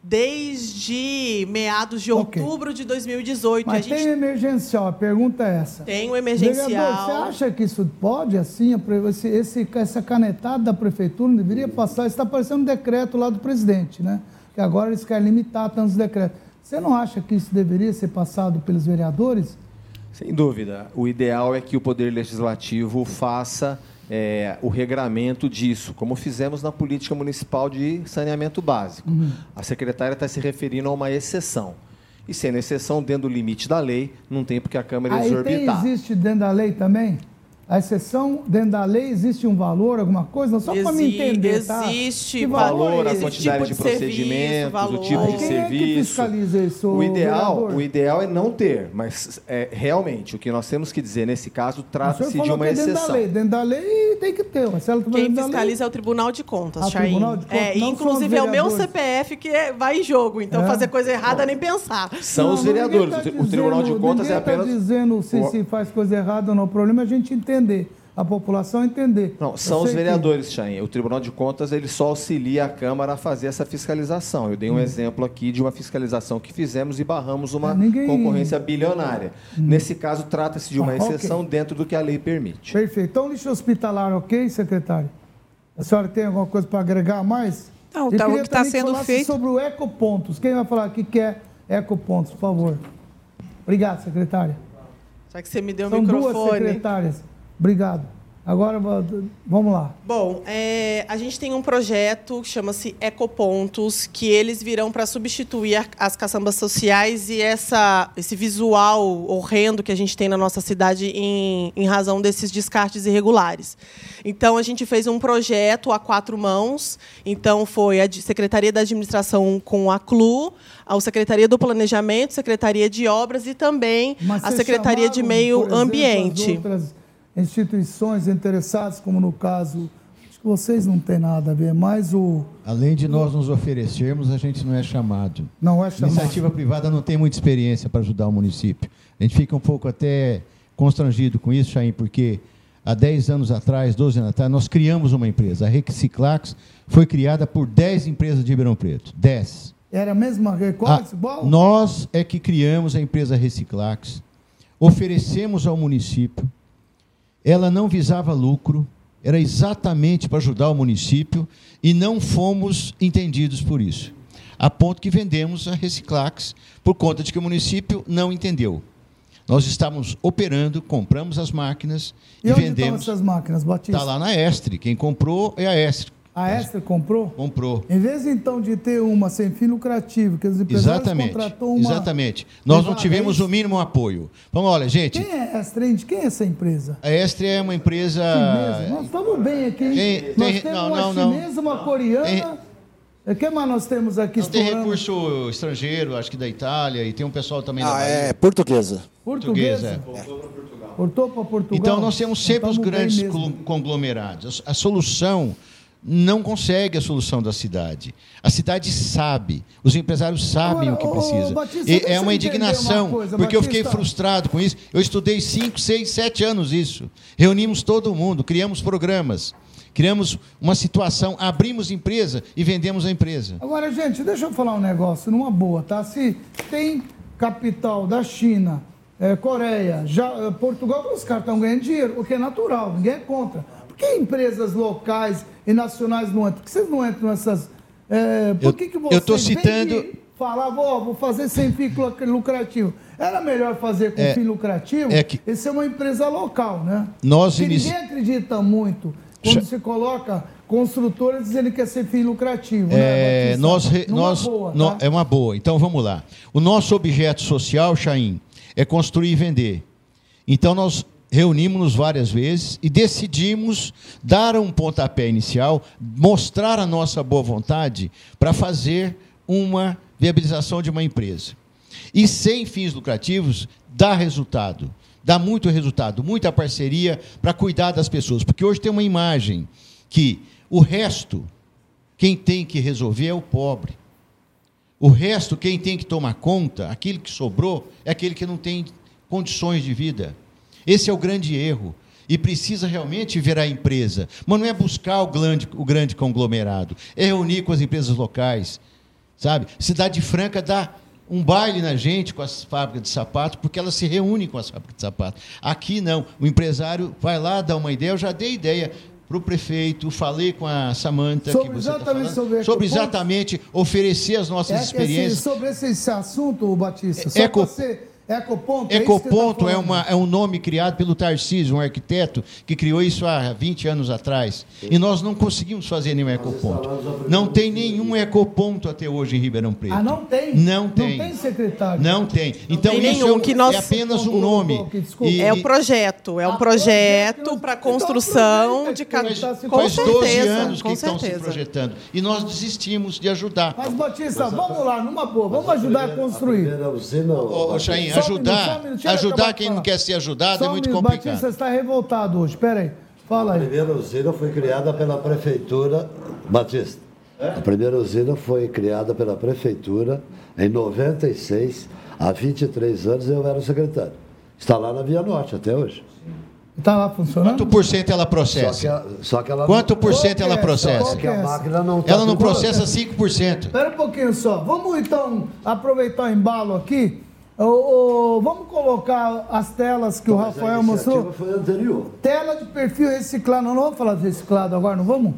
desde meados de Ok. outubro de dois mil e dezoito. Mas a gente tem emergencial, a pergunta é essa. tem um emergencial. Vereador, você acha que isso pode, assim, a pre- esse, esse, essa canetada da prefeitura não deveria passar? Está aparecendo um decreto lá do presidente, né? Que agora eles querem limitar tantos decretos. Você não acha que isso deveria ser passado pelos vereadores? Sem dúvida. O ideal é que o Poder Legislativo faça é, o regramento disso, como fizemos na política municipal de saneamento básico. Uhum. A secretária está se referindo a uma exceção. E sendo exceção, dentro do limite da lei, não tem porque a Câmara Aí tem, exorbitar. existe dentro da lei também? A exceção, dentro da lei, existe um valor, alguma coisa? Só para me Exi- entender, tá? existe Que Valor, a Existe quantidade tipo de de serviço, procedimentos, valor. o tipo Aí de quem é que serviço. fiscaliza isso, O ideal, vereador? o ideal é não ter, mas é, realmente o que nós temos que dizer nesse caso O senhor trata-se de falou uma que é dentro da exceção. lei. Dentro da lei tem que ter. Mas se ela tá Quem dentro da lei- fiscaliza é o Tribunal de Contas, Ah, Chaim. Tribunal de Contas, É, não inclusive são é os o meu vereadores. C P F que é- vai em jogo, então É? fazer coisa errada nem pensar. São Não, os mas vereadores. ninguém tá o Tribunal de dizendo- Contas é ninguém tá apenas. dizendo se, o- se faz coisa errada ou não. O problema é a gente entender. A população entender. Não, Eu são os sei que- vereadores, Chain. O Tribunal de Contas ele só auxilia a Câmara a fazer essa fiscalização. Eu dei um Hum. exemplo aqui de uma fiscalização que fizemos e barramos uma É, ninguém- concorrência bilionária. Nesse caso, trata-se de uma Ah, ok. exceção dentro do que a lei permite. Perfeito. Então, lixo hospitalar, ok, secretário? A senhora tem alguma coisa para agregar mais? Não, Eu tá, o queria que está também sendo falasse feito. sobre o ecopontos. Quem vai falar aqui que é ecopontos, por favor? Obrigado, secretária. Já que você me deu o São duas microfone. secretárias. Obrigado. Agora, va- vamos lá. Bom, é, a gente tem um projeto que chama-se Ecopontos, que eles virão para substituir a- as caçambas sociais e essa, esse visual horrendo que a gente tem na nossa cidade em, em razão desses descartes irregulares. Então, a gente fez um projeto a quatro mãos. Então, foi a de- Secretaria da Administração com a C L U, a Secretaria do Planejamento, Secretaria de Obras e também Mas a vocês Secretaria de chamaram, Meio por exemplo, Ambiente. as outras instituições interessadas, como no caso, acho que vocês não têm nada a ver, mas o... Além de nós nos oferecermos, a gente não é chamado. Não é A chamado. iniciativa privada não tem muita experiência para ajudar o município. A gente fica um pouco até constrangido com isso, Chaim, porque há dez anos atrás, doze anos atrás, nós criamos uma empresa. A Reciclax foi criada por dez empresas de Ribeirão Preto. dez. Era a mesma, Ah, quase igual? nós é que criamos a empresa Reciclax, oferecemos ao município, ela não visava lucro, era exatamente para ajudar o município e não fomos entendidos por isso. A ponto que vendemos a Reciclax por conta de que o município não entendeu. Nós estávamos operando, compramos as máquinas E e, onde vendemos. estão essas máquinas, Batista? Está lá na Estre. Quem comprou é a Estre. A Extra comprou? Comprou. Em vez, então, de ter uma sem fim lucrativo, que os empresários Exatamente. contratou uma... Exatamente. Nós não privada, tivemos é o mínimo apoio. Então, olha, gente, Quem é Extra? Gente? Quem é essa empresa? a Estre é uma empresa. Chinesa. Nós estamos bem aqui, hein? Tem- nós tem- temos não, uma não, não. chinesa, uma coreana... O que mais nós temos aqui Não tem explorando? recurso estrangeiro, acho que da Itália, e tem um pessoal também da Ah, Bahia. é portuguesa. Portuguesa? Portuguesa, Portou para Portugal? Então, nós temos sempre os Estamos bem grandes mesmo. clu- conglomerados. A, a solução não consegue a solução da cidade. A cidade sabe, os empresários sabem Agora, o que ô, precisa. Batista, E deixa é eu uma entender indignação, uma coisa, porque eu fiquei Batista. frustrado com isso. Eu estudei cinco, seis, sete anos isso. Reunimos todo mundo, criamos programas, criamos uma situação, abrimos empresa e vendemos a empresa. Agora, gente, deixa eu falar um negócio numa boa, tá? Se tem capital da China, eh, Coreia, já, eh, Portugal, os caras estão ganhando dinheiro, o que é natural, ninguém é contra. Por que empresas locais e nacionais não entram? Por que vocês não entram nessas... eh, por Eu- que, que eu vocês tô vêm citando- de falar, vou, vou fazer sem fim lucrativo? Era melhor fazer com É, fim lucrativo é que- e ser uma empresa local, né? Nós Porque inici- ninguém acredita muito quando Já- você coloca construtoras dizendo que é sem fim lucrativo, É, né, Batista? nós, re- Numa nós, boa, nó- tá? É uma boa. Então vamos lá. O nosso objeto social, Chaim, é construir e vender. Então nós reunimos-nos várias vezes e decidimos dar um pontapé inicial, mostrar a nossa boa vontade para fazer uma viabilização de uma empresa. E sem fins lucrativos, dá resultado. Dá muito resultado, muita parceria para cuidar das pessoas. Porque hoje tem uma imagem que o resto, quem tem que resolver é o pobre. O resto, quem tem que tomar conta, aquilo que sobrou, é aquele que não tem condições de vida. Esse é o grande erro. E precisa realmente ver a empresa. Mas não é buscar o grande, o grande conglomerado. É reunir com as empresas locais. Sabe? Cidade Franca dá um baile na gente com as fábricas de sapatos, porque elas se reúnem com as fábricas de sapatos. Aqui não. O empresário vai lá, dá uma ideia. Eu já dei ideia para o prefeito, falei com a Samanta, que você está falando, sobre, sobre exatamente oferecer as nossas é experiências. Esse, sobre esse, esse assunto, Batista, só Eco, você... Ecoponto, Ecoponto é, é, uma, é um nome criado pelo Tarcísio, um arquiteto, que criou isso há vinte anos atrás. E nós não conseguimos fazer nenhum ecoponto. Não tem nenhum ecoponto até hoje em Ribeirão Preto. Ah, não tem? Não tem. Não tem, secretário? Não tem. Então, não tem isso nenhum, é, que nós... é apenas um nome. E, é o projeto. É um projeto para construção de... Faz, com faz certeza, doze anos que certeza. estão se projetando. E nós desistimos de ajudar. Mas, Batista, Mas, vamos lá, numa boa. Vamos ajudar a, primeira, a construir. A usina, ô, ô, Chaim, ajudar... Um ajudar quem não quer ser ajudado Só é muito um complicado. Batista está revoltado hoje. Espera aí. Fala aí. A primeira usina foi criada pela prefeitura... Batista. É? A primeira usina foi criada pela prefeitura em noventa e seis. Há vinte e três anos eu era o secretário. Está lá na Via Norte até hoje. Está lá funcionando? Quanto por cento ela processa? Só que, a, só que ela Quanto por cento ela é processa? Só que a máquina não tá ela não processa cinco por cento. Espera um pouquinho só. Vamos, então, aproveitar o embalo aqui. Oh, oh, vamos colocar as telas que então, o Rafael mostrou. Foi anterior. Tela de perfil reciclado. Não, não vamos falar de reciclado agora, não vamos?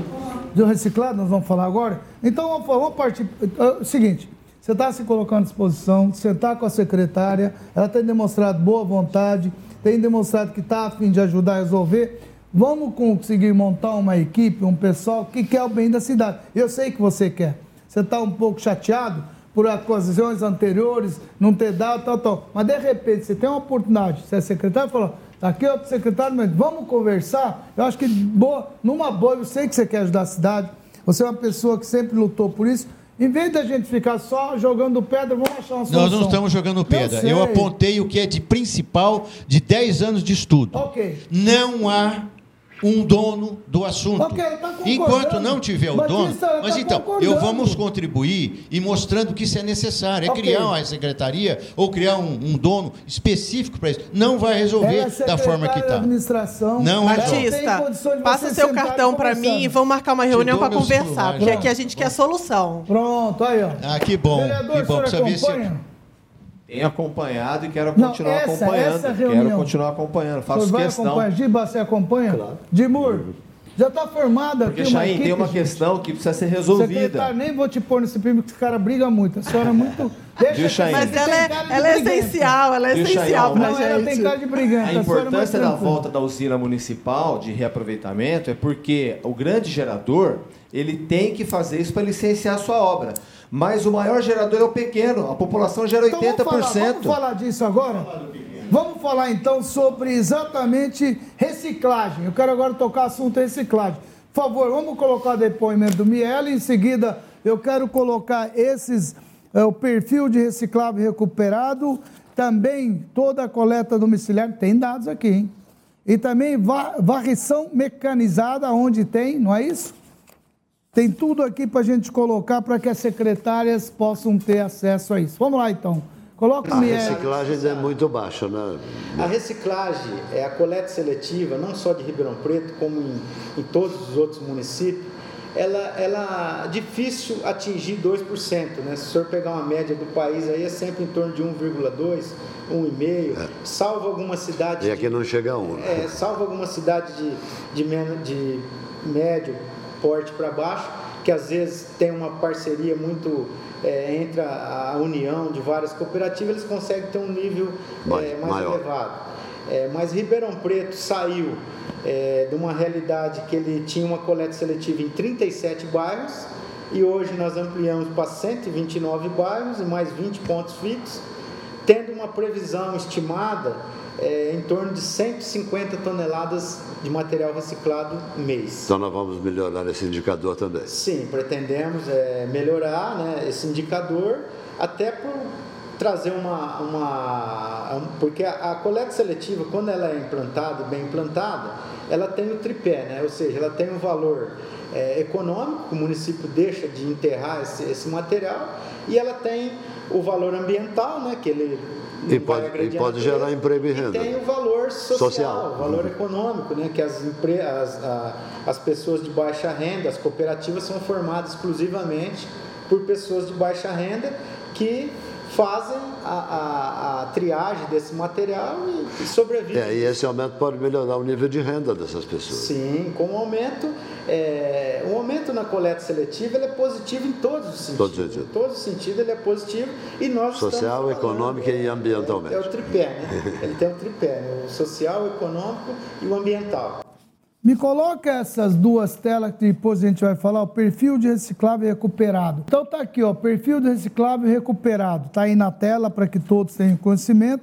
De reciclado nós vamos falar agora? Então vamos, vamos partir. É o seguinte, você está se colocando à disposição, você está com a secretária, ela tem demonstrado boa vontade, tem demonstrado que está a fim de ajudar a resolver. Vamos conseguir montar uma equipe, um pessoal que quer o bem da cidade. Eu sei que você quer. Você está um pouco chateado por ocasiões anteriores, não ter dado, tal, tal. Mas, de repente, você tem uma oportunidade, você é secretário, falou, tá aqui outro secretário, mas vamos conversar. Eu acho que, boa, numa boa, eu sei que você quer ajudar a cidade, você é uma pessoa que sempre lutou por isso. Em vez da gente ficar só jogando pedra, vamos achar uma solução. Nós não estamos jogando pedra. Eu, eu apontei o que é de principal de dez anos de estudo. Ok. Não há um dono do assunto. Okay, tá enquanto não tiver o Batista, dono, mas tá então, eu vamos contribuir e mostrando que isso é necessário. É okay. criar uma secretaria ou criar um, um dono específico para isso. Não vai resolver é da forma que está. Administração. Não Batista, passa o seu cartão para mim e vamos marcar uma reunião para conversar, celular, porque aqui a gente Pronto. quer solução. Pronto, aí, ó. Ah, que bom. Vereador, que bom. Precisa ver se... Tenho acompanhado e quero continuar não, essa, acompanhando. Essa quero continuar acompanhando. Faço vai questão. Acompanha. Giba, você acompanha? Claro. Dimur, já está formada porque, aqui Chaim, uma equipe, tem uma gente. questão que precisa ser resolvida. Secretário, nem vou te pôr nesse primo, porque esse cara briga muito. A senhora é muito... Deixa, mas ela é, ela é essencial, ela é Viu, essencial para a gente. Ela tem cara de brigante. A importância da volta da usina municipal de reaproveitamento é porque o grande gerador, ele tem que fazer isso para licenciar a sua obra. Mas o maior gerador é o pequeno, a população gera então, oitenta por cento. Vamos falar, vamos falar disso agora? Vamos falar então sobre exatamente reciclagem. Eu quero agora tocar o assunto reciclagem. Por favor, vamos colocar o depoimento do Miele. Em seguida, eu quero colocar esses, é, o perfil de reciclável recuperado, também toda a coleta domiciliar, tem dados aqui, hein? E também varrição mecanizada, onde tem, não é isso? Tem tudo aqui para a gente colocar para que as secretárias possam ter acesso a isso. Vamos lá, então. Coloca o Miele. A reciclagem é muito baixa, né? A reciclagem é a coleta seletiva, não só de Ribeirão Preto, como em, em todos os outros municípios. Ela, ela é difícil atingir dois por cento, né? Se o senhor pegar uma média do país, aí é sempre em torno de um vírgula dois, um vírgula cinco, é. salvo alguma cidade... E aqui não chega a um. É, salvo alguma cidade de, de, men- de médio porte para baixo, que às vezes tem uma parceria muito é, entre a, a união de várias cooperativas, eles conseguem ter um nível é, mais maior. elevado. É, mas Ribeirão Preto saiu é, de uma realidade que ele tinha uma coleta seletiva em trinta e sete bairros e hoje nós ampliamos para cento e vinte e nove bairros e mais vinte pontos fixos, tendo uma previsão estimada é, em torno de cento e cinquenta toneladas de material reciclado mês. Então nós vamos melhorar esse indicador também. Sim, pretendemos é, melhorar, né, esse indicador, até por trazer uma... uma porque a, a coleta seletiva, quando ela é implantada, bem implantada, ela tem o tripé, né, ou seja, ela tem um valor é, econômico, o município deixa de enterrar esse, esse material, e ela tem o valor ambiental, né, que ele não e pode, vai e pode gerar emprego e renda. E tem o valor social, social. o valor uhum. econômico, né, que as, empre... as, a, as pessoas de baixa renda, as cooperativas são formadas exclusivamente por pessoas de baixa renda que fazem a, a, a triagem desse material e, e sobrevivem. É, e esse aumento pode melhorar o nível de renda dessas pessoas. Sim, com o aumento, é, o aumento na coleta seletiva ele é positivo em todos os sentidos. Todos os sentidos. Em todos os sentidos ele é positivo e nós social, econômica e ambientalmente. É, é o tripé, né? Ele tem o tripé, né? O social, o econômico e o ambiental. Me coloca essas duas telas que depois a gente vai falar, o perfil de reciclável e recuperado. Então tá aqui, ó, perfil de reciclável e recuperado. Tá aí na tela para que todos tenham conhecimento.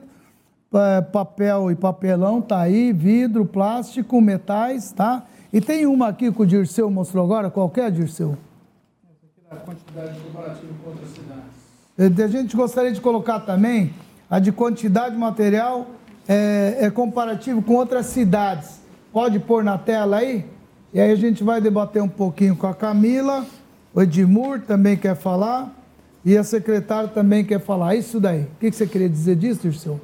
É, papel e papelão, tá aí, vidro, plástico, metais, tá? E tem uma aqui que o Dirceu mostrou agora, qual que é, Dirceu? Essa aqui da quantidade comparativa com outras cidades. A gente gostaria de colocar também a de quantidade de material é, é comparativo com outras cidades. Pode pôr na tela aí? E aí a gente vai debater um pouquinho com a Camila, o Edmur também quer falar, e a secretária também quer falar. Isso daí. O que você queria dizer disso, Dirceu?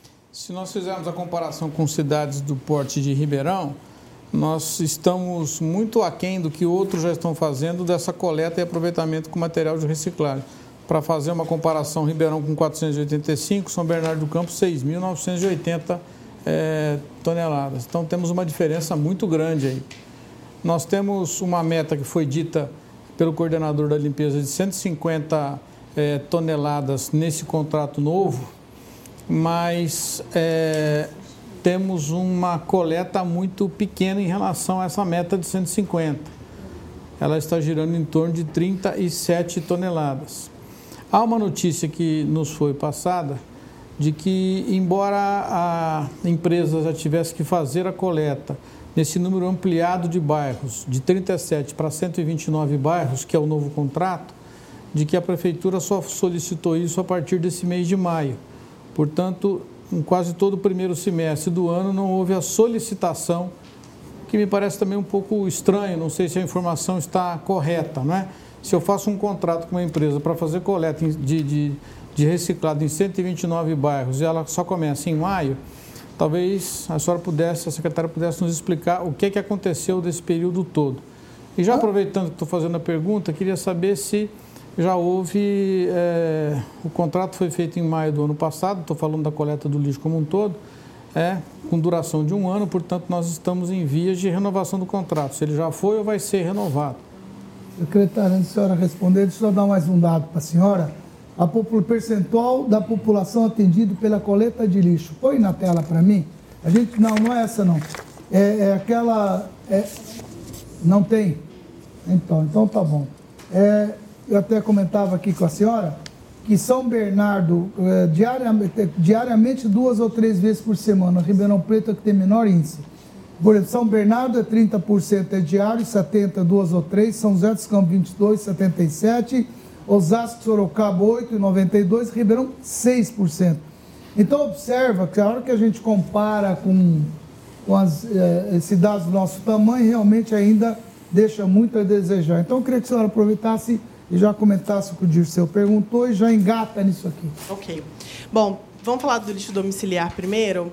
Se nós fizermos a comparação com cidades do porte de Ribeirão, nós estamos muito aquém do que outros já estão fazendo dessa coleta e aproveitamento com material de reciclagem. Para fazer uma comparação, Ribeirão com quatrocentos e oitenta e cinco, São Bernardo do Campo seis mil novecentos e oitenta É, toneladas. Então temos uma diferença muito grande aí. Nós temos uma meta que foi dita pelo coordenador da limpeza de cento e cinquenta é, toneladas nesse contrato novo, mas é, temos uma coleta muito pequena em relação a essa meta de cento e cinquenta. Ela está girando em torno de trinta e sete toneladas. Há uma notícia que nos foi passada de que, embora a empresa já tivesse que fazer a coleta nesse número ampliado de bairros, de trinta e sete para cento e vinte e nove bairros, que é o novo contrato, de que a prefeitura só solicitou isso a partir desse mês de maio. Portanto, em quase todo o primeiro semestre do ano não houve a solicitação, que me parece também um pouco estranho, não sei se a informação está correta, não é? Se eu faço um contrato com uma empresa para fazer coleta de... de de reciclado em cento e vinte e nove bairros e ela só começa em maio, talvez a senhora pudesse, a secretária pudesse nos explicar o que é que aconteceu desse período todo. E já aproveitando que estou fazendo a pergunta, queria saber se já houve, é, o contrato foi feito em maio do ano passado, estou falando da coleta do lixo como um todo, é, com duração de um ano, portanto nós estamos em vias de renovação do contrato, se ele já foi ou vai ser renovado. Secretária, antes da senhora responder, deixa eu dar mais um dado para a senhora. A percentual da população atendida pela coleta de lixo. Põe na tela para mim. A gente, não, não é essa não. É, é aquela... É, não tem? Então, então tá bom. É, eu até comentava aqui com a senhora que São Bernardo, é, diariamente, diariamente, duas ou três vezes por semana. Ribeirão Preto é que tem menor índice. Por exemplo, São Bernardo é trinta por cento é diário, setenta por cento duas ou três. São José dos Campos vinte e dois, setenta e sete por cento. Osasco, Sorocaba, oito vírgula noventa e dois por cento, Ribeirão, seis por cento. Então, observa que a hora que a gente compara com, com as eh, cidades do nosso tamanho, realmente ainda deixa muito a desejar. Então, eu queria que a senhora aproveitasse e já comentasse o que o Dirceu perguntou e já engata nisso aqui. Ok. Bom, vamos falar do lixo domiciliar primeiro.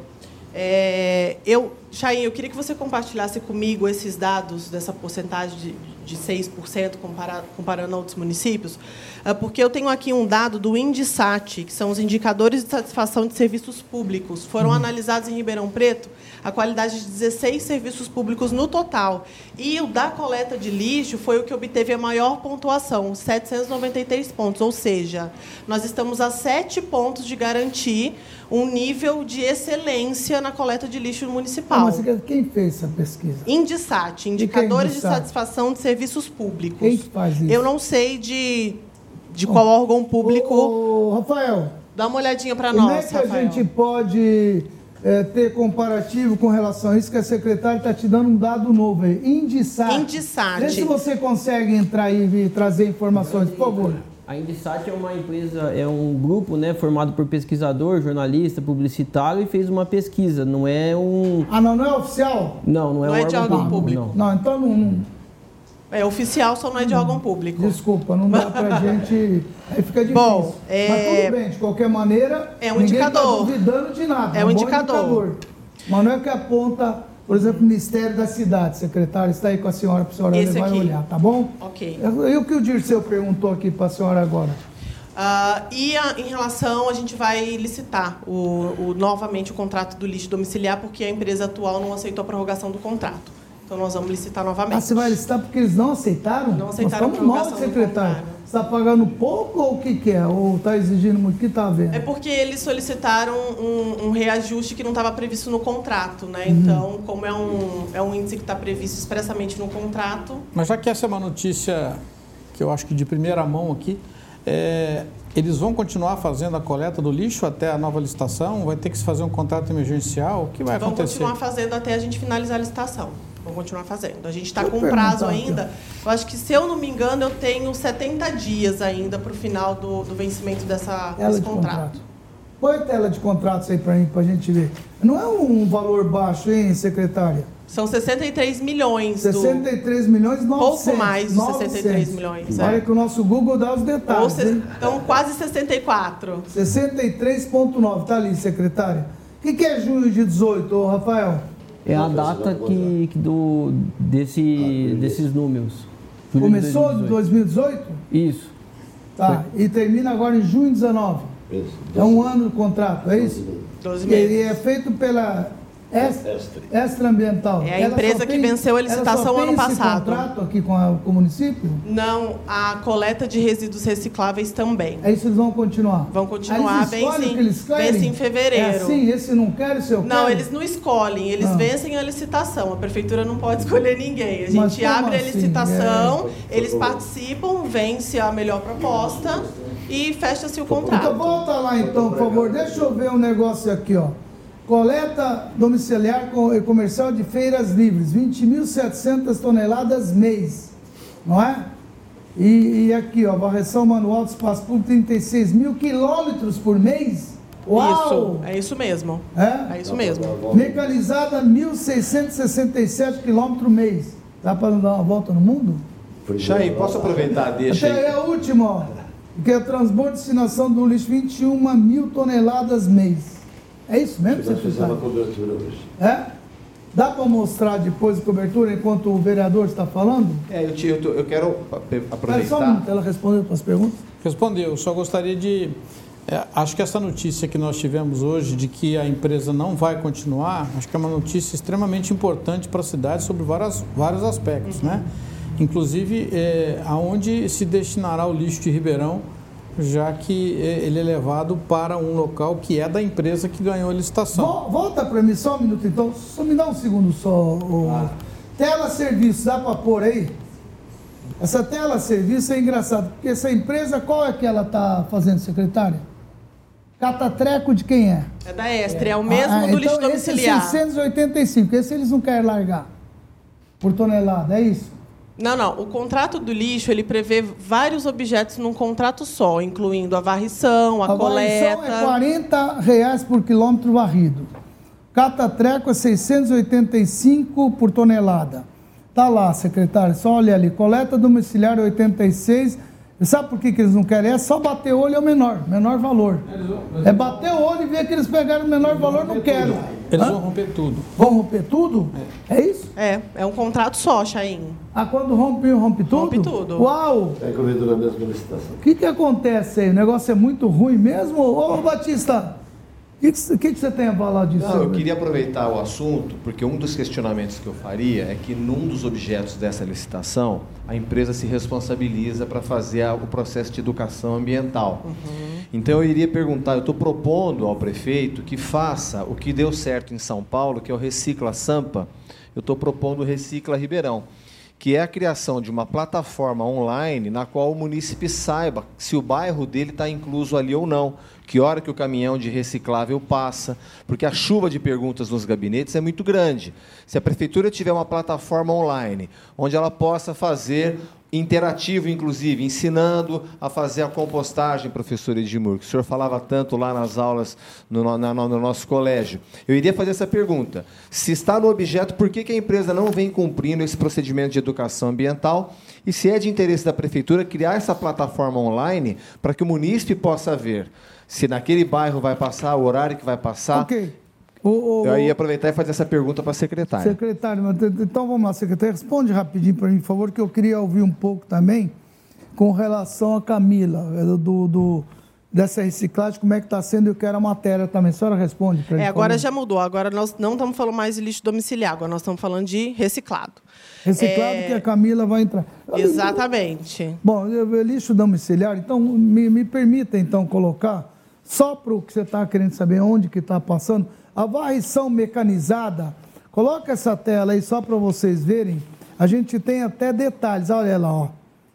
É, eu, Chain, eu queria que você compartilhasse comigo esses dados dessa porcentagem de, de seis por cento comparado, comparando a outros municípios, porque eu tenho aqui um dado do INDISAT, que são os indicadores de satisfação de serviços públicos. Foram uhum. analisados em Ribeirão Preto a qualidade de dezesseis serviços públicos no total. E o da coleta de lixo foi o que obteve a maior pontuação, setecentos e noventa e três pontos. Ou seja, nós estamos a sete pontos de garantir um nível de excelência na coleta de lixo municipal. Ah, mas quem fez essa pesquisa? INDISAT, Indicadores de Satisfação de Serviços Públicos. Quem faz isso? Eu não sei de, de qual oh, órgão público... Ô, Rafael... Dá uma olhadinha para nós, Rafael. Como é que a gente pode é, ter comparativo com relação a isso, que a secretária está te dando um dado novo aí. Indisat. Indisat. Vê se você consegue entrar aí e trazer informações, por favor. A Indisat é uma empresa, é um grupo, né, formado por pesquisador, jornalista, publicitário, e fez uma pesquisa. Não é um... Ah, não, não é oficial? Não, não é Não um é de órgão órgão público. Não. Não, então não... não... É oficial, só não é de órgão público. Desculpa, não dá pra gente... Aí fica difícil. Bom, é... Mas tudo bem, de qualquer maneira, é um ninguém indicador. Tá duvidando de nada. É um bom indicador. indicador. Mas não é que aponta, por exemplo, o Ministério da Cidade, secretário, está aí com a senhora, para a senhora Esse vai aqui. olhar, tá bom? Ok. E o que o Dirceu perguntou aqui para a senhora agora? Uh, e a, em relação, a gente vai licitar o, o, novamente o contrato do lixo domiciliar, porque a empresa atual não aceitou a prorrogação do contrato. Então, nós vamos licitar novamente. Ah, você vai licitar porque eles não aceitaram? Não aceitaram nós estamos mal, a prorrogação secretário. do contrato. Você está pagando pouco ou o que, que é? Ou está exigindo muito? O que está vendo? É porque eles solicitaram um, um reajuste que não estava previsto no contrato, né? Uhum. Então, como é um, é um índice que está previsto expressamente no contrato... Mas já que essa é uma notícia que eu acho que de primeira mão aqui, é, eles vão continuar fazendo a coleta do lixo até a nova licitação? Vai ter que se fazer um contrato emergencial? O que vai Vão acontecer? continuar fazendo até a gente finalizar a licitação. Vamos continuar fazendo. A gente está Deixa com eu prazo perguntar ainda. aqui. Eu acho que, se eu não me engano, eu tenho setenta dias ainda para o final do, do vencimento dessa, Tela desse de contrato. contrato. Põe a tela de contratos aí para mim, para a gente ver. Não é um valor baixo, hein, secretária? São sessenta e três milhões. sessenta e três milhões e novecentos. Pouco mais de novecentos. sessenta e três milhões. Olha É. que o nosso Google dá os Ou detalhes, se, hein? então, quase sessenta e quatro. sessenta e três vírgula nove, tá ali, secretária. O que, que é junho de dezoito, ô, Rafael? É a data que, que do, desse, desses números. Julho Começou de dois mil e dezoito? Isso. Tá, e termina agora em junho de dezenove. Isso. É um ano de contrato, é isso? doze E meses. ele é feito pela Extra, Extra. extra Ambiental. É a Ela empresa só que tem- venceu a ela só licitação tem ano esse passado. contrato aqui com, a, com o município? Não, a coleta de resíduos recicláveis também. É isso, eles vão continuar? Vão continuar, Aí eles escolhem vence- o que eles querem? vence em fevereiro. É assim, esse não quer, esse eu quero? Não, eles não escolhem, eles Ah. vencem a licitação. A prefeitura não pode escolher ninguém. A Mas gente como abre a assim? licitação, eles participam, vence a melhor proposta e fecha-se o Então contrato. volta lá então, por favor. Deixa eu ver um negócio aqui, ó. Coleta domiciliar co- e comercial de feiras livres, vinte mil e setecentas toneladas mês, não é? E, e aqui, ó, varreção manual do espaço público, trinta e seis mil quilômetros por mês. Uau! Isso, é isso mesmo. É? É isso mesmo. Mecanizada, mil seiscentos e sessenta e sete quilômetros mês. Dá para dar uma volta no mundo? Chay, posso aproveitar, deixa Até aí. é a última, ó. Que é transbordo e destinação do lixo, vinte e uma mil toneladas mês. É isso mesmo, Nós fizemos secretário? uma cobertura hoje. É? Dá para mostrar depois a cobertura enquanto o vereador está falando? É, eu, te- eu, tô- eu quero Espera só um aproveitar. minuto, ela respondeu para as perguntas. Respondeu. Eu só gostaria de... é, acho que essa notícia que nós tivemos hoje de que a empresa não vai continuar, acho que é uma notícia extremamente importante para a cidade sobre várias, vários aspectos, né? Inclusive, é, aonde se destinará o lixo de Ribeirão, já que é, ele é levado para um local que é da empresa que ganhou a licitação. Vol- Volta para mim só um minuto, então. Só me dá um segundo só. o- Tela serviço, dá para pôr aí? Essa tela serviço é engraçado, porque essa empresa, qual é que ela está fazendo, secretária? Catatreco de quem é? É da Estre, é o mesmo Ah, do lixo então esse é domiciliar. seiscentos e oitenta e cinco, esse eles não querem largar por tonelada, é isso? Não, não. O contrato do lixo, ele prevê vários objetos num contrato só, incluindo a varrição, a, A coleta. varrição é quarenta reais por quilômetro varrido. Catatreco é seiscentos e oitenta e cinco por tonelada. Tá lá, secretário, só olha ali. Coleta domiciliar oitenta e seis. E sabe por que, que eles não querem? É só bater o olho, é o menor, menor valor. É bater o olho e ver que eles pegaram o menor valor, não quero. Eles Hã? vão romper tudo. Vão romper tudo? É, isso? É, é um contrato só, Chaim. Ah, quando rompe, rompe tudo? Rompe tudo. Uau! É incluído na mesma licitação. O que, que acontece aí? O negócio é muito ruim mesmo? Ô, Batista, o que, que, que, que você tem a falar disso? Não, eu queria aproveitar o assunto, porque um dos questionamentos que eu faria é que num dos objetos dessa licitação, a empresa se responsabiliza para fazer a- o processo de educação ambiental. Então eu iria perguntar, eu estou propondo ao prefeito que faça o que deu certo em São Paulo, que é o Recicla Sampa, eu estou propondo o Recicla Ribeirão, que é a criação de uma plataforma online na qual o munícipe saiba se o bairro dele está incluso ali ou não, que hora que o caminhão de reciclável passa, porque a chuva de perguntas nos gabinetes é muito grande. Se a prefeitura tiver uma plataforma online, onde ela possa fazer interativo, inclusive, ensinando a fazer a compostagem, professor Edmur, que o senhor falava tanto lá nas aulas no, na, no nosso colégio. Eu iria fazer essa pergunta. Se está no objeto, por que, que a empresa não vem cumprindo esse procedimento de educação ambiental? E se é de interesse da prefeitura criar essa plataforma online para que o munícipe possa ver se naquele bairro vai passar, o horário que vai passar. Ok. O, o, Eu ia aproveitar e fazer essa pergunta para a secretária. Secretário, então vamos lá, secretária, responde rapidinho para mim, por favor, que eu queria ouvir um pouco também com relação a Camila, do, do, dessa reciclagem, como é que está sendo, eu quero a matéria também. A senhora responde para mim. É, agora favor. já mudou, agora nós não estamos falando mais de lixo domiciliar, agora nós estamos falando de reciclado. Reciclado é... que a Camila vai entrar. Exatamente. Bom, lixo domiciliar, então, me, me permita, então, colocar, só para o que você está querendo saber, onde que está passando, a varrição mecanizada, coloca essa tela aí só para vocês verem, a gente tem até detalhes, olha lá, ó.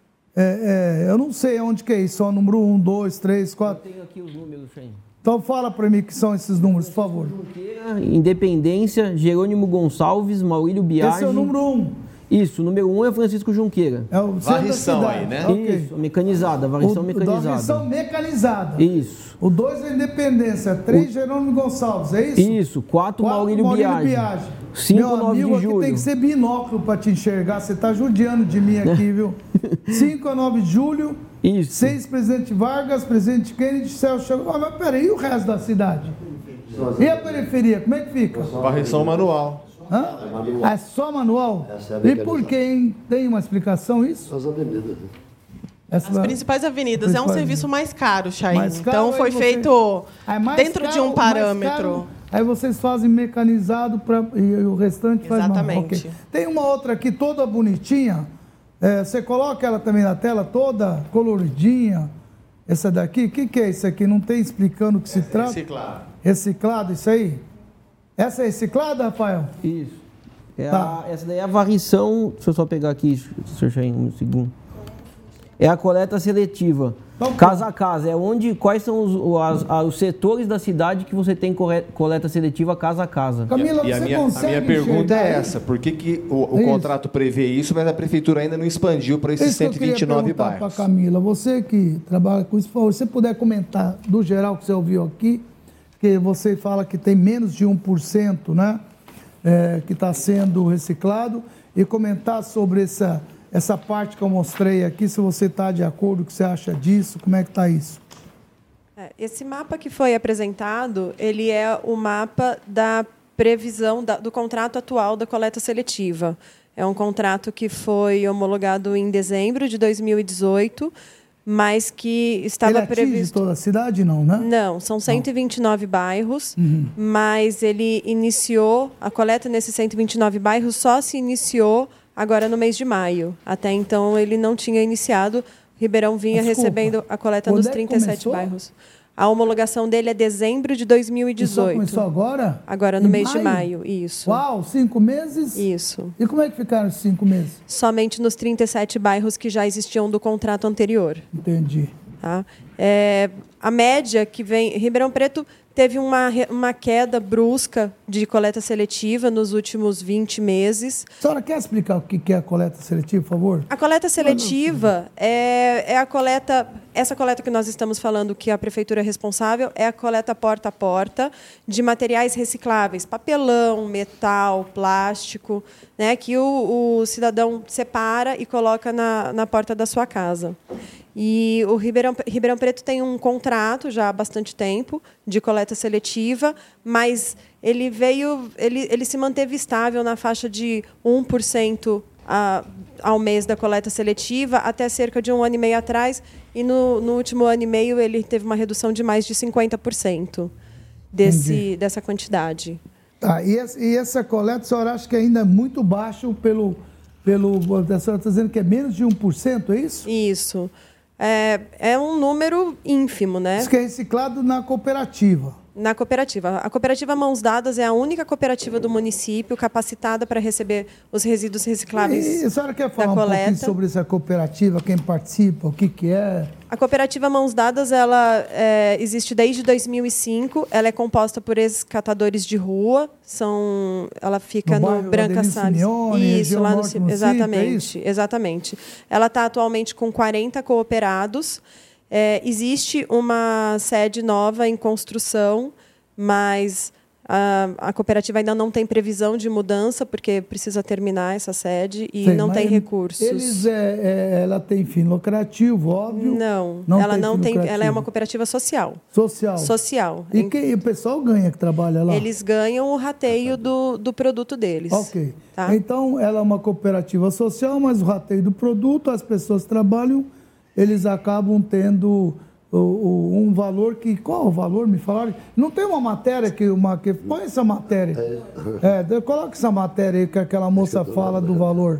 É, é, eu não sei onde que é isso, ó, número um, dois, três, quatro... Eu tenho aqui os números, Chain. Então fala para mim que são esses números, por favor. Junqueira, Independência, Jerônimo Gonçalves, Maurílio Biagi... Esse é o número um. Isso, o número um é Francisco Junqueira. É o varrição aí, né? Okay. Isso, mecanizada, varrição o, mecanizada. Varrição mecanizada. Isso. O dois é Independência, três o... Jerônimo Gonçalves, é isso? Isso, quatro, quatro Maurílio, Maurílio Biagi. Biagi. cinco, Meu nove amigo, de julho. aqui tem que ser binóculo para te enxergar, você está judiando de mim aqui, viu? cinco a nove de julho, isso. seis, Presidente Vargas, Presidente Kennedy, Celso... Ah, mas peraí, e o resto da cidade? E a periferia, como é que fica? Varrição manual. Hã? É só manual? É e por que, hein? Tem uma explicação isso? As avenidas. As principais avenidas. Principais... É um serviço mais caro, Chain. Mais caro, então foi você... feito é dentro caro, de um parâmetro. Caro, aí vocês fazem mecanizado pra... e o restante faz manual. Exatamente. Okay. Tem uma outra aqui toda bonitinha. É, você coloca ela também na tela, toda coloridinha. Essa daqui, o que, que é isso aqui? Não tem explicando o que se Essa trata? É reciclado. Reciclado, isso aí? Essa é reciclada, Rafael? Isso. É tá. a, essa daí é a varrição. Deixa eu só pegar aqui, senhor Chain, um segundo. É a coleta seletiva. Então, casa a casa. É onde, quais são os, as, os setores da cidade que você tem coleta seletiva casa a casa. Camila, e a, você minha, consegue a minha pergunta é aí? essa. Por que, que o, o contrato prevê isso, mas a prefeitura ainda não expandiu para esses isso cento e vinte e nove bairros? Para Camila, você que trabalha com isso, por favor, se você puder comentar do geral que você ouviu aqui, que você fala que tem menos de um por cento, né, é, que está sendo reciclado, e comentar sobre essa, essa parte que eu mostrei aqui, se você está de acordo, o que você acha disso, como é que está isso? Esse mapa que foi apresentado, ele é o mapa da previsão da, do contrato atual da coleta seletiva. É um contrato que foi homologado em dezembro de dois mil e dezoito, mas que estava ele atinge previsto... toda a cidade, não, né? Não, são cento e vinte e nove não. bairros, uhum. mas ele iniciou, a coleta nesses cento e vinte e nove bairros só se iniciou agora no mês de maio. Até então ele não tinha iniciado, Ribeirão vinha Desculpa. recebendo a coleta Quando nos é trinta e sete bairros. A homologação dele é dezembro de dois mil e dezoito. E só começou agora? Agora, no em mês maio? de maio, isso. Uau, cinco meses? Isso. E como é que ficaram esses cinco meses? Somente nos trinta e sete bairros que já existiam do contrato anterior. Entendi. Tá? É, a média que vem... Ribeirão Preto teve uma, uma queda brusca de coleta seletiva nos últimos vinte meses. A senhora quer explicar o que é a coleta seletiva, por favor? A coleta seletiva é, é a coleta... Essa coleta que nós estamos falando, que a prefeitura é responsável, é a coleta porta a porta de materiais recicláveis, papelão, metal, plástico, né, que o, o cidadão separa e coloca na, na porta da sua casa. E o Ribeirão, Ribeirão Preto tem um contrato já há bastante tempo de coleta seletiva, mas ele veio, ele, ele se manteve estável na faixa de um por cento a, ao mês da coleta seletiva até cerca de um ano e meio atrás, e no, no último ano e meio ele teve uma redução de mais de cinquenta por cento desse, dessa quantidade. Tá, e, essa, e essa coleta, a senhora acha que ainda é muito baixo pelo... pelo a senhora está dizendo que é menos de um por cento, é isso? Isso. É, é um número ínfimo, né? Isso que é reciclado na cooperativa. Na cooperativa. A cooperativa Mãos Dadas é a única cooperativa do município capacitada para receber os resíduos recicláveis. E a senhora quer falar da um coleta. pouquinho sobre essa cooperativa, quem participa, o que, que é? A cooperativa Mãos Dadas ela, é, existe desde dois mil e cinco. Ela é composta por ex-catadores de rua. São, ela fica no, no Branca Salles. Isso, lá no, no exatamente, é exatamente. Ela está atualmente com quarenta cooperados. É, existe uma sede nova em construção, mas a, a cooperativa ainda não tem previsão de mudança, porque precisa terminar essa sede e Sei, não tem recursos. Eles, é, é, ela tem fim lucrativo, óbvio? Não, não ela tem não tem. Ela é uma cooperativa social. Social. Social. E quem, o pessoal ganha que trabalha lá? Eles ganham o rateio do, do produto deles. Ok. Tá? Então, ela é uma cooperativa social, mas o rateio do produto, as pessoas trabalham, eles acabam tendo o, o, um valor que... Qual o valor? Me falaram? Não tem uma matéria que... Uma, que põe essa matéria. É, coloca essa matéria aí que aquela moça fala do valor.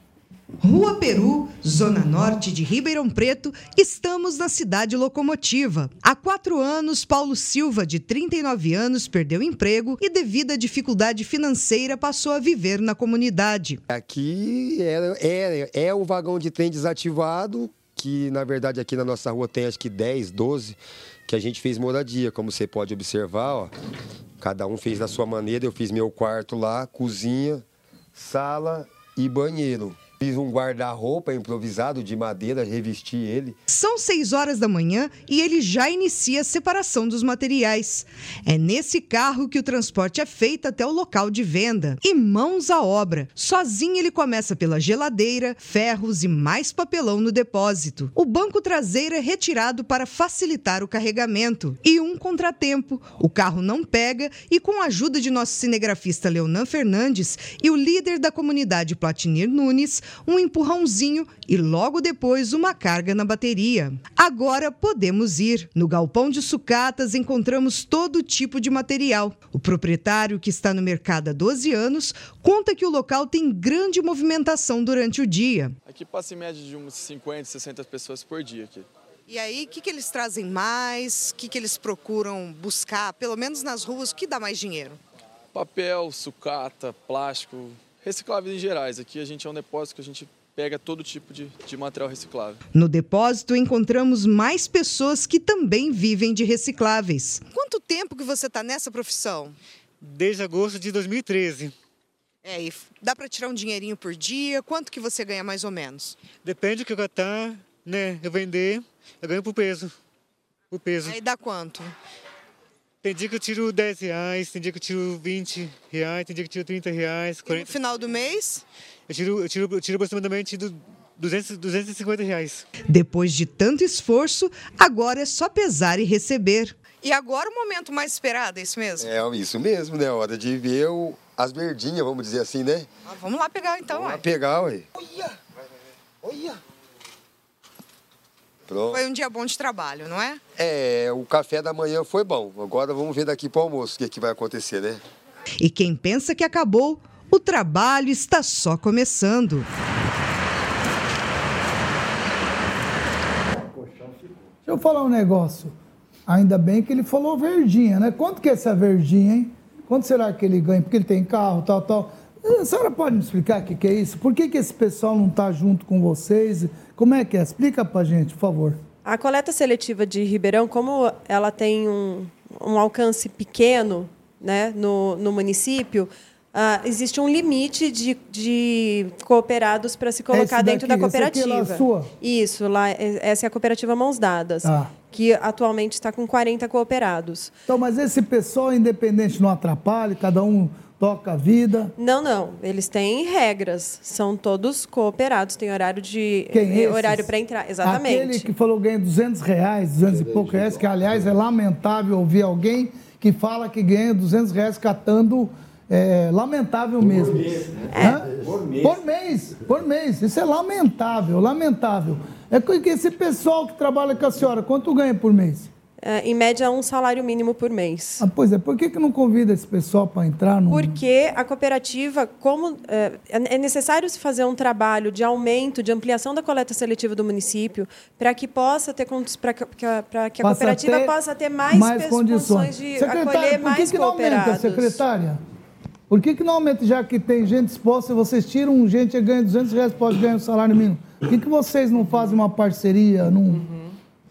Rua Peru, Zona Norte de Ribeirão Preto, estamos na cidade locomotiva. Há quatro anos, Paulo Silva, de trinta e nove anos, perdeu emprego e, devido à dificuldade financeira, passou a viver na comunidade. Aqui é, é, é o vagão de trem desativado, que na verdade aqui na nossa rua tem acho que dez, doze, que a gente fez moradia, como você pode observar, ó. Cada um fez da sua maneira, eu fiz meu quarto lá, cozinha, sala e banheiro. Fiz um guarda-roupa improvisado de madeira, revesti ele. São seis horas da manhã e ele já inicia a separação dos materiais. É nesse carro que o transporte é feito até o local de venda. E mãos à obra. Sozinho ele começa pela geladeira, ferros e mais papelão no depósito. O banco traseiro é retirado para facilitar o carregamento. E um contratempo. O carro não pega e, com a ajuda de nosso cinegrafista Leonan Fernandes e o líder da comunidade Platinir Nunes, um empurrãozinho e logo depois uma carga na bateria. Agora podemos ir. No galpão de sucatas encontramos todo tipo de material. O proprietário, que está no mercado há doze anos, conta que o local tem grande movimentação durante o dia. Aqui passa em média de uns cinquenta, sessenta pessoas por dia aqui. E aí, o que, que eles trazem mais? O que, que eles procuram buscar, pelo menos nas ruas, o que dá mais dinheiro? Papel, sucata, plástico, recicláveis em gerais. Aqui a gente é um depósito que a gente pega todo tipo de, de material reciclável. No depósito encontramos mais pessoas que também vivem de recicláveis. Quanto tempo que você está nessa profissão? Desde agosto de dois mil e treze. É, e dá para tirar um dinheirinho por dia? Quanto que você ganha mais ou menos? Depende do que eu gastar, né? Eu vender, eu ganho por peso. Por peso. Aí dá quanto? Tem dia que eu tiro dez reais, tem dia que eu tiro vinte reais, tem dia que eu tiro trinta reais. quarenta... E no final do mês? Eu tiro, eu tiro, eu tiro aproximadamente duzentos, duzentos e cinquenta reais. Depois de tanto esforço, agora é só pesar e receber. E agora o momento mais esperado, é isso mesmo? É isso mesmo, né? Hora de ver o, as verdinhas, vamos dizer assim, né? Ah, vamos lá pegar então, vamos ué. Lá pegar, ué. Olha! Olha! Pronto. Foi um dia bom de trabalho, não é? É, o café da manhã foi bom. Agora vamos ver daqui para o almoço o que, que vai acontecer, né? E quem pensa que acabou, o trabalho está só começando. Deixa eu falar um negócio. Ainda bem que ele falou verdinha, né? Quanto que é essa verdinha, hein? Quanto será que ele ganha? Porque ele tem carro, tal, tal. A senhora pode me explicar o que, que é isso? Por que, que esse pessoal não está junto com vocês? Como é que é? Explica para a gente, por favor. A coleta seletiva de Ribeirão, como ela tem um, um alcance pequeno, né, no, no município, uh, existe um limite de, de cooperados para se colocar dentro da cooperativa. Essa aqui é a sua? Isso, lá, essa é a cooperativa Mãos Dadas, ah. que atualmente está com quarenta cooperados. Então, mas esse pessoal independente não atrapalha, cada um toca a vida? Não, não. Eles têm regras. São todos cooperados. Tem horário de Quem horário para entrar. Exatamente. Aquele que falou ganha duzentos reais, duzentos e poucos reais, que, aliás, é lamentável ouvir alguém que fala que ganha duzentos reais catando. É lamentável por mesmo. Mês, né? é. Por mês. Por mês. Por mês. Isso é lamentável, lamentável. É que esse pessoal que trabalha com a senhora, quanto ganha por mês? em média, um salário mínimo por mês. Ah, pois é, por que, que não convida esse pessoal para entrar no... Porque a cooperativa, como é, é necessário se fazer um trabalho de aumento, de ampliação da coleta seletiva do município, para que possa ter para que, para que a Passa cooperativa ter possa ter mais, mais condições de secretária, acolher por que mais que não cooperados. aumenta, secretária? Por que, que não aumenta, já que tem gente exposta, e vocês tiram um gente e ganha duzentos reais, pode ganhar um salário mínimo? Por que, que vocês não fazem uma parceria? Num... Uhum.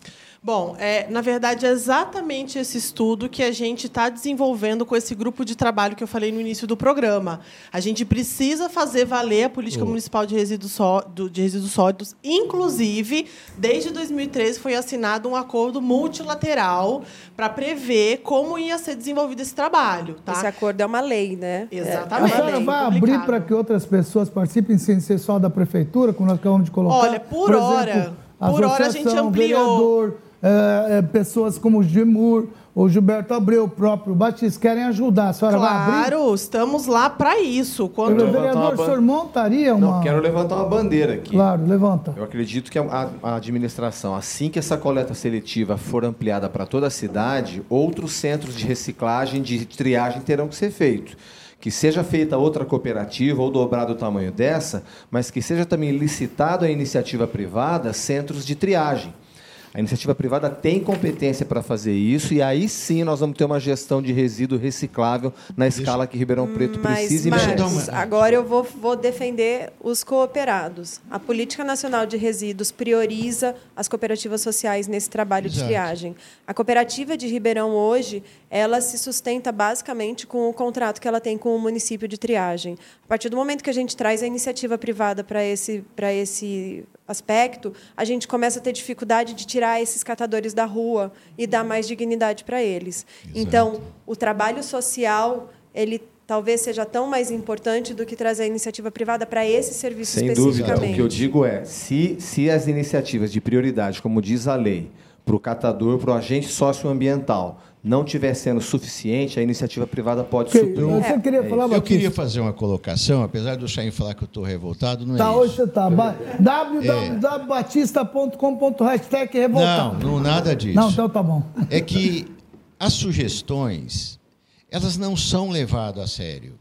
Bom, é, na verdade, é exatamente esse estudo que a gente está desenvolvendo com esse grupo de trabalho que eu falei no início do programa. A gente precisa fazer valer a política oh. municipal de resíduos, sólidos, de resíduos sólidos. Inclusive, desde dois mil e treze, foi assinado um acordo multilateral para prever como ia ser desenvolvido esse trabalho. Tá? Esse acordo é uma lei, né? Exatamente. A senhora vai abrir para que outras pessoas participem sem ser só da prefeitura, como nós acabamos de colocar? Olha, por, por hora, exemplo, por hora a gente ampliou. Vereador, É, é, pessoas como o Gimur, o Gilberto Abreu, o próprio Batista, querem ajudar. A senhora claro, vai abrir? Claro, estamos lá para isso. Quando... O vereador, o senhor montaria uma... Não, quero levantar uma bandeira aqui. Claro, levanta. Eu acredito que a, a administração, assim que essa coleta seletiva for ampliada para toda a cidade, outros centros de reciclagem, de triagem terão que ser feitos. Que seja feita outra cooperativa ou dobrado o tamanho dessa, mas que seja também licitado a iniciativa privada centros de triagem. A iniciativa privada tem competência para fazer isso e aí sim nós vamos ter uma gestão de resíduo reciclável na escala que Ribeirão Preto mas, precisa e merece. Agora eu vou, vou defender os cooperados. A Política Nacional de Resíduos prioriza as cooperativas sociais nesse trabalho Exato. de triagem. A cooperativa de Ribeirão hoje, ela se sustenta basicamente com o contrato que ela tem com o município de triagem. A partir do momento que a gente traz a iniciativa privada para esse, para esse aspecto, a gente começa a ter dificuldade de tirar esses catadores da rua e dar mais dignidade para eles. Exato. Então, o trabalho social, ele talvez seja tão mais importante do que trazer a iniciativa privada para esse serviço Sem especificamente. Sem dúvida. O que eu digo é, se, se as iniciativas de prioridade, como diz a lei, para o catador, para o agente socioambiental, não estiver sendo suficiente, a iniciativa privada pode okay. suprir. Você queria é falar, Eu queria fazer uma colocação, apesar do Chaim falar que eu estou revoltado, não é tá, isso. Hoje você está. w w w ponto batista ponto com ponto hashtag revoltado. Não, não, nada disso. Não, então tá bom. É que as sugestões, elas não são levadas a sério.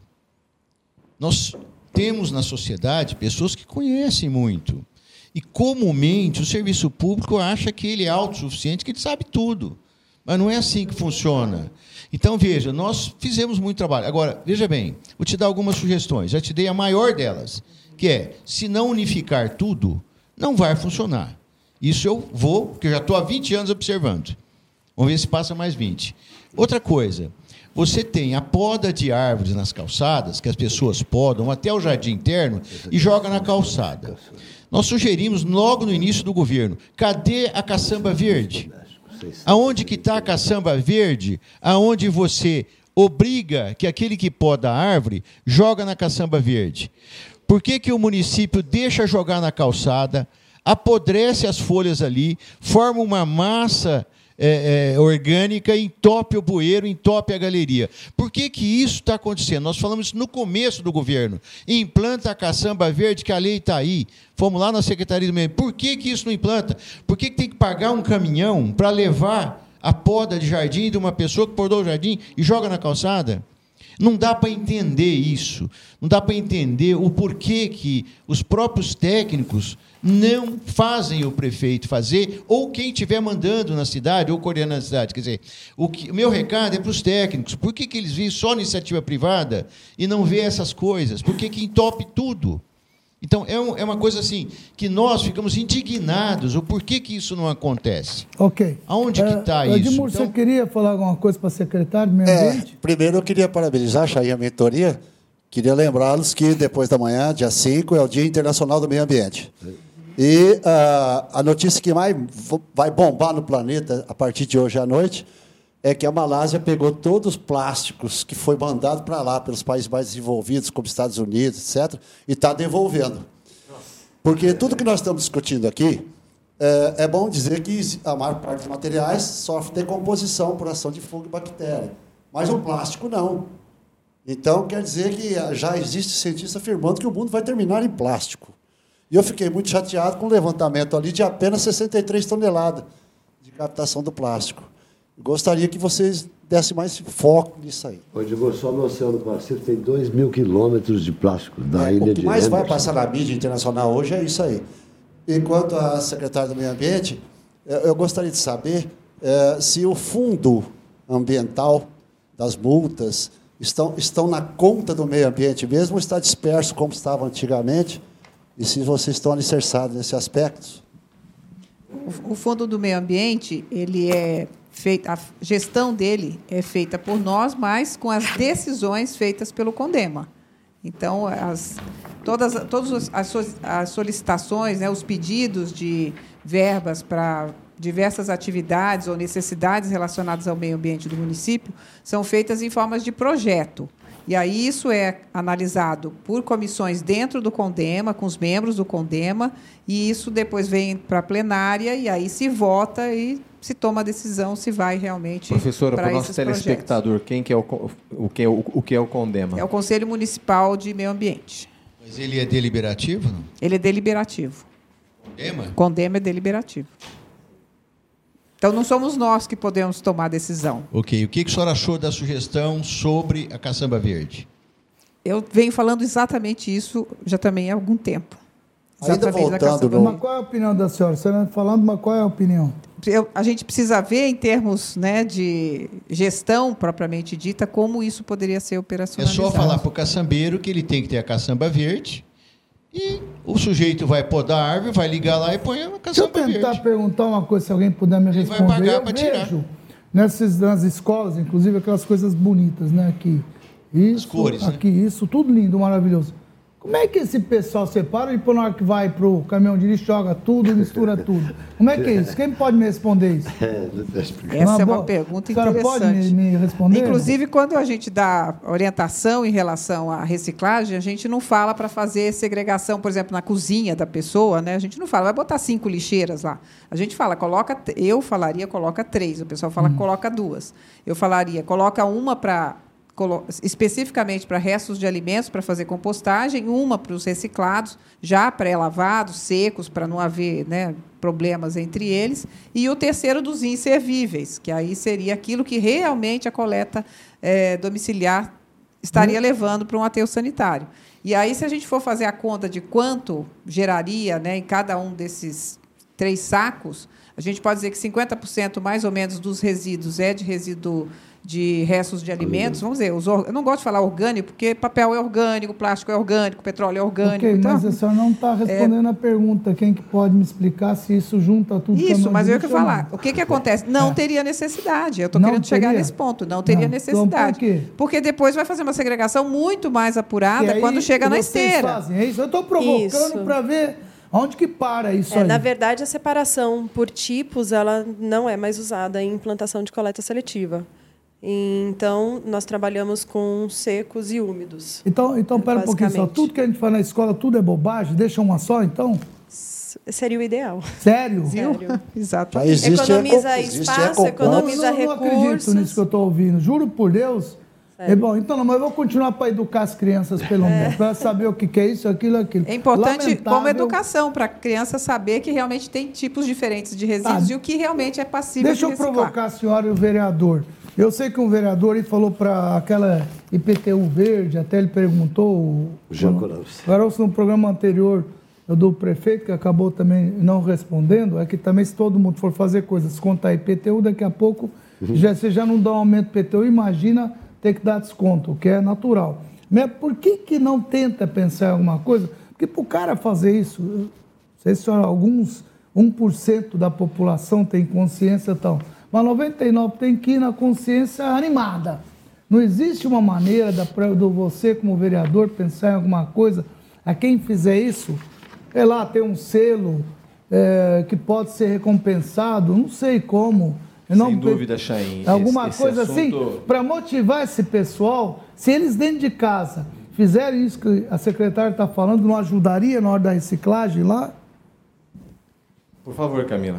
Nós temos na sociedade pessoas que conhecem muito. E, comumente, o serviço público acha que ele é autossuficiente, que ele sabe tudo. Mas não é assim que funciona. Então, veja, nós fizemos muito trabalho. Agora, veja bem, vou te dar algumas sugestões. Já te dei a maior delas, que é, se não unificar tudo, não vai funcionar. Isso eu vou, porque eu já estou há vinte anos observando. Vamos ver se passa mais vinte. Outra coisa, você tem a poda de árvores nas calçadas, que as pessoas podam até o jardim interno e jogam na calçada. Nós sugerimos logo no início do governo, cadê a caçamba verde? Aonde que está a caçamba verde? Aonde você obriga que aquele que poda a árvore joga na caçamba verde? Por que que o município deixa jogar na calçada, apodrece as folhas ali, forma uma massa é, é, orgânica, entope o bueiro, entope a galeria? Por que que isso está acontecendo? Nós falamos isso no começo do governo. Implanta a caçamba verde, que a lei está aí. Fomos lá na Secretaria do Meio Ambiente. Por que que isso não implanta? Por que que tem que pagar um caminhão para levar a poda de jardim de uma pessoa que podou o jardim e joga na calçada? Não dá para entender isso. Não dá para entender o porquê que os próprios técnicos não fazem o prefeito fazer, ou quem estiver mandando na cidade, ou coordenando na cidade. Quer dizer, o, que, o meu recado é para os técnicos. Por que que eles veem só iniciativa privada e não vê essas coisas? Por que que entope tudo? Então, é, um, é uma coisa assim, que nós ficamos indignados. O porquê que isso não acontece? Ok. Aonde que está isso? Edmur, então... você queria falar alguma coisa para o secretário do Meio Ambiente? É, primeiro, eu queria parabenizar a Chaim e a mentoria. Queria lembrá-los que depois da manhã, dia cinco, é o Dia Internacional do Meio Ambiente. E uh, a notícia que mais vai bombar no planeta a partir de hoje à noite é que a Malásia pegou todos os plásticos que foi mandado para lá pelos países mais desenvolvidos, como Estados Unidos, etcétera, e está devolvendo. Porque tudo que nós estamos discutindo aqui, é, é bom dizer que a maior parte dos materiais sofre decomposição por ação de fungo e bactéria, mas o plástico não. Então, quer dizer que já existe cientista afirmando que o mundo vai terminar em plástico. E eu fiquei muito chateado com o levantamento ali de apenas sessenta e três toneladas de captação do plástico. Gostaria que vocês dessem mais foco nisso aí. Ô, Edmur, só no Oceano Pacífico tem dois mil quilômetros de plástico da É, ilha o que de mais vai Anderson. passar na mídia internacional hoje é isso aí. Enquanto a secretária do Meio Ambiente, eu eu gostaria de saber eh, se o fundo ambiental das multas estão, estão na conta do meio ambiente mesmo ou está disperso como estava antigamente, e se vocês estão alicerçados nesse aspecto. O Fundo do Meio Ambiente, ele é feito, a gestão dele é feita por nós, mas com as decisões feitas pelo CONDEMA. Então, as, todas, todas as, as solicitações, né, os pedidos de verbas para diversas atividades ou necessidades relacionadas ao meio ambiente do município são feitas em formas de projeto. E aí isso é analisado por comissões dentro do CONDEMA, com os membros do CONDEMA, e isso depois vem para a plenária, e aí se vota e se toma a decisão se vai realmente para esses projetos. Professora, para o nosso telespectador, quem que é o, o, que é o, o que é o CONDEMA? É o Conselho Municipal de Meio Ambiente. Mas ele é deliberativo, não? Ele é deliberativo. CONDEMA? CONDEMA é deliberativo. Então, não somos nós que podemos tomar a decisão. Ok. O que, que o senhor achou da sugestão sobre a caçamba verde? Eu venho falando exatamente isso já também há algum tempo. Ainda Exatamente da voltando caçamba no... Mas qual é a opinião da senhora? Você está falando, mas qual é a opinião? Eu, a gente precisa ver, em termos, né, de gestão propriamente dita, como isso poderia ser É operacionalizado. só falar para o caçambeiro que ele tem que ter a caçamba verde e o sujeito vai podar a árvore, vai ligar lá e põe a Deixa eu caçamba tentar verde. perguntar uma coisa, se alguém puder me Ele vai responder. pagar Eu pra tirar. vejo nessas, nas escolas, inclusive, aquelas coisas bonitas, né? Aqui, isso, As cores, né? aqui, isso, tudo lindo, maravilhoso. Como é que esse pessoal separa e depois na hora que vai pro caminhão de lixo, joga tudo, mistura tudo? Como é que é isso? Quem pode me responder isso? Essa é uma pergunta A senhora interessante. pode me, me responder? Inclusive, quando a gente dá orientação em relação à reciclagem, a gente não fala para fazer segregação, por exemplo, na cozinha da pessoa, né? A gente não fala, vai botar cinco lixeiras lá. A gente fala, coloca, eu falaria, coloca três. O pessoal fala, hum. coloca duas. Eu falaria, coloca uma para especificamente para restos de alimentos para fazer compostagem, uma para os reciclados, já pré-lavados, secos, para não haver, né, problemas entre eles, e o terceiro dos inservíveis, que aí seria aquilo que realmente a coleta é, domiciliar estaria hum. levando para um aterro sanitário. E aí, se a gente for fazer a conta de quanto geraria, né, em cada um desses três sacos, a gente pode dizer que cinquenta por cento mais ou menos dos resíduos é de resíduo de restos de alimentos, vamos dizer, os or... eu não gosto de falar orgânico, porque papel é orgânico, plástico é orgânico, petróleo é orgânico. Ok, então, mas a senhora não está respondendo é... a pergunta. Quem que pode me explicar se isso junta tudo? Isso, mas eu ia falar. O que, que acontece? Não é. teria necessidade. Eu estou querendo teria? chegar nesse ponto. Não teria não. necessidade. Então, por quê? Porque depois vai fazer uma segregação muito mais apurada aí, quando chega na esteira. Fazem, é isso? Eu estou provocando para ver onde que para isso é, aí. Na verdade, a separação por tipos ela não é mais usada em implantação de coleta seletiva. Então, nós trabalhamos com secos e úmidos. Então, então pera um pouquinho só. Tudo que a gente faz na escola, tudo é bobagem? Deixa uma só, então? Seria o ideal. Sério? Sério. Exatamente. Existe economiza é, espaço, é economiza não, não, recursos. Não acredito nisso que eu estou ouvindo. Juro por Deus. É bom, então, não, mas eu vou continuar para educar as crianças, pelo menos, é. para saber o que é isso, aquilo, aquilo. É importante, Lamentável. como educação, para a criança saber que realmente tem tipos diferentes de resíduos ah, e o que realmente é passível deixa de reciclar. Deixa eu provocar a senhora e o vereador. Eu sei que um vereador ele falou para aquela I P T U verde, até ele perguntou... O Jacoraus. No programa anterior do prefeito, que acabou também não respondendo, é que também se todo mundo for fazer coisas contra a I P T U, daqui a pouco uhum. já, você já não dá um aumento do I P T U, imagina... ter que dar desconto, o que é natural. Mas por que, que não tenta pensar em alguma coisa? Porque para o cara fazer isso, não sei se alguns, um por cento da população tem consciência e tal, mas noventa e nove por cento tem que ir na consciência animada. Não existe uma maneira da, do você, como vereador, pensar em alguma coisa, a quem fizer isso, é lá, ter um selo é, que pode ser recompensado, não sei como. Não, sem dúvida, Chaim. Alguma esse, coisa esse assunto... assim, para motivar esse pessoal, se eles dentro de casa fizerem isso que a secretária está falando, não ajudaria na hora da reciclagem lá? Por favor, Camila.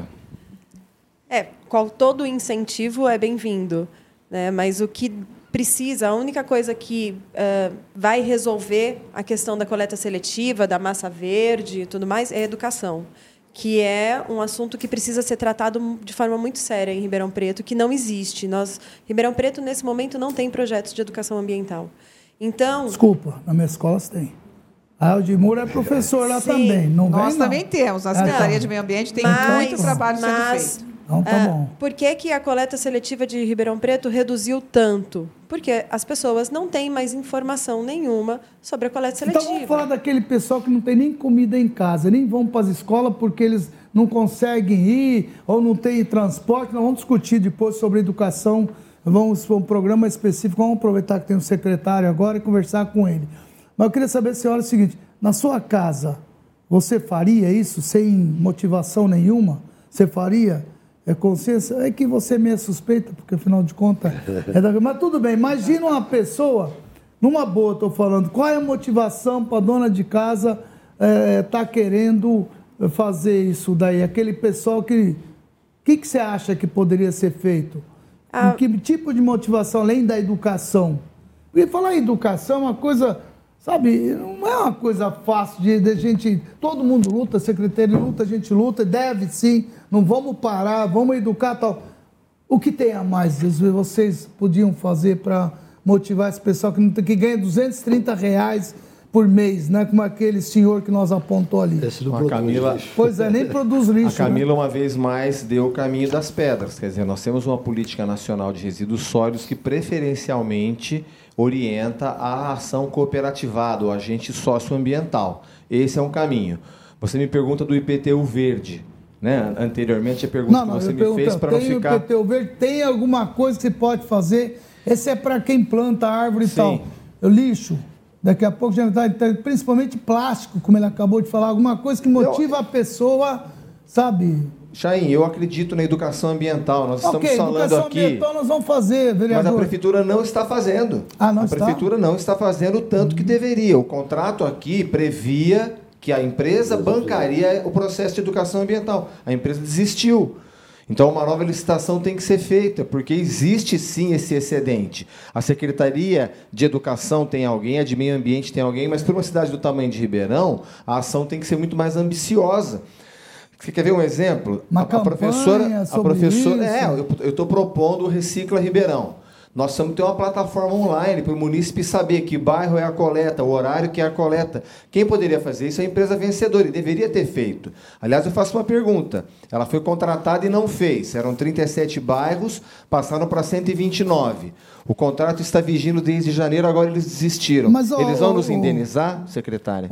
É, qual, todo incentivo é bem-vindo, né? Mas o que precisa, a única coisa que uh, vai resolver a questão da coleta seletiva, da massa verde e tudo mais, é a educação. que é um assunto que precisa ser tratado de forma muito séria em Ribeirão Preto, que não existe. Nós, Ribeirão Preto, nesse momento, não tem projetos de educação ambiental. Então... Desculpa, na minha escola tem. A Aldimura é professor lá Sim. também. Não Nós vem, também não. temos. A Secretaria de Meio Ambiente tem Mas- muito trabalho sendo mas- feito. Então tá Ah, bom. por que, que a coleta seletiva de Ribeirão Preto reduziu tanto? Porque as pessoas não têm mais informação nenhuma sobre a coleta Então seletiva. vamos falar daquele pessoal que não tem nem comida em casa, nem vão para as escolas porque eles não conseguem ir ou não tem transporte. Nós vamos discutir depois sobre educação. Vamos para um programa específico. Vamos aproveitar que tem um secretário agora e conversar com ele. Mas eu queria saber, senhora, o seguinte: na sua casa, você faria isso sem motivação nenhuma? Você faria? É consciência? É que você é meio suspeita, porque afinal de contas é da... Mas tudo bem, imagina uma pessoa, numa boa, estou falando, qual é a motivação para a dona de casa estar é, querendo fazer isso daí? Aquele pessoal que... O que, que você acha que poderia ser feito? Ah. Que tipo de motivação, além da educação? E falar em educação é uma coisa... Sabe, não é uma coisa fácil de, de gente... Todo mundo luta, a secretaria luta, a gente luta, deve sim, não vamos parar, vamos educar tal. O que tem a mais vocês podiam fazer para motivar esse pessoal que, não tem, que ganha duzentos e trinta reais por mês, né? Como aquele senhor que nós apontou ali. A Camila, pois é, nem produz lixo. A Camila, né? uma vez mais, deu o caminho das pedras. Quer dizer, nós temos uma política nacional de resíduos sólidos que preferencialmente orienta a ação cooperativada, o agente socioambiental. Esse é um caminho. Você me pergunta do I P T U verde. Né? Anteriormente, a pergunta não, não, que você me fez para não ficar... Tem o I P T U verde, tem alguma coisa que você pode fazer? Esse é para quem planta árvore e Sim. tal. O lixo, daqui a pouco já está, principalmente plástico, como ele acabou de falar, alguma coisa que motiva eu... a pessoa, sabe... Chaim, eu acredito na educação ambiental. Nós estamos okay, falando educação aqui... ambiental nós vamos fazer, vereador. Mas a prefeitura não está fazendo. Ah, não a está? prefeitura não está fazendo o tanto que deveria. O contrato aqui previa que a empresa bancaria o processo de educação ambiental. A empresa desistiu. Então, uma nova licitação tem que ser feita, porque existe sim esse excedente. A Secretaria de Educação tem alguém, a de Meio Ambiente tem alguém, mas para uma cidade do tamanho de Ribeirão, a ação tem que ser muito mais ambiciosa. Você quer ver um exemplo? Uma a, a professora, a professora, isso. é, eu estou propondo o Recicla Ribeirão. Nós precisamos ter uma plataforma online para o munícipe saber que bairro é a coleta, o horário que é a coleta. Quem poderia fazer isso é a empresa vencedora, e deveria ter feito. Aliás, eu faço uma pergunta. Ela foi contratada e não fez. Eram trinta e sete bairros, passaram para cento e vinte e nove. O contrato está vigindo desde janeiro, agora eles desistiram. Mas, oh, eles vão oh, nos oh, indenizar, secretária?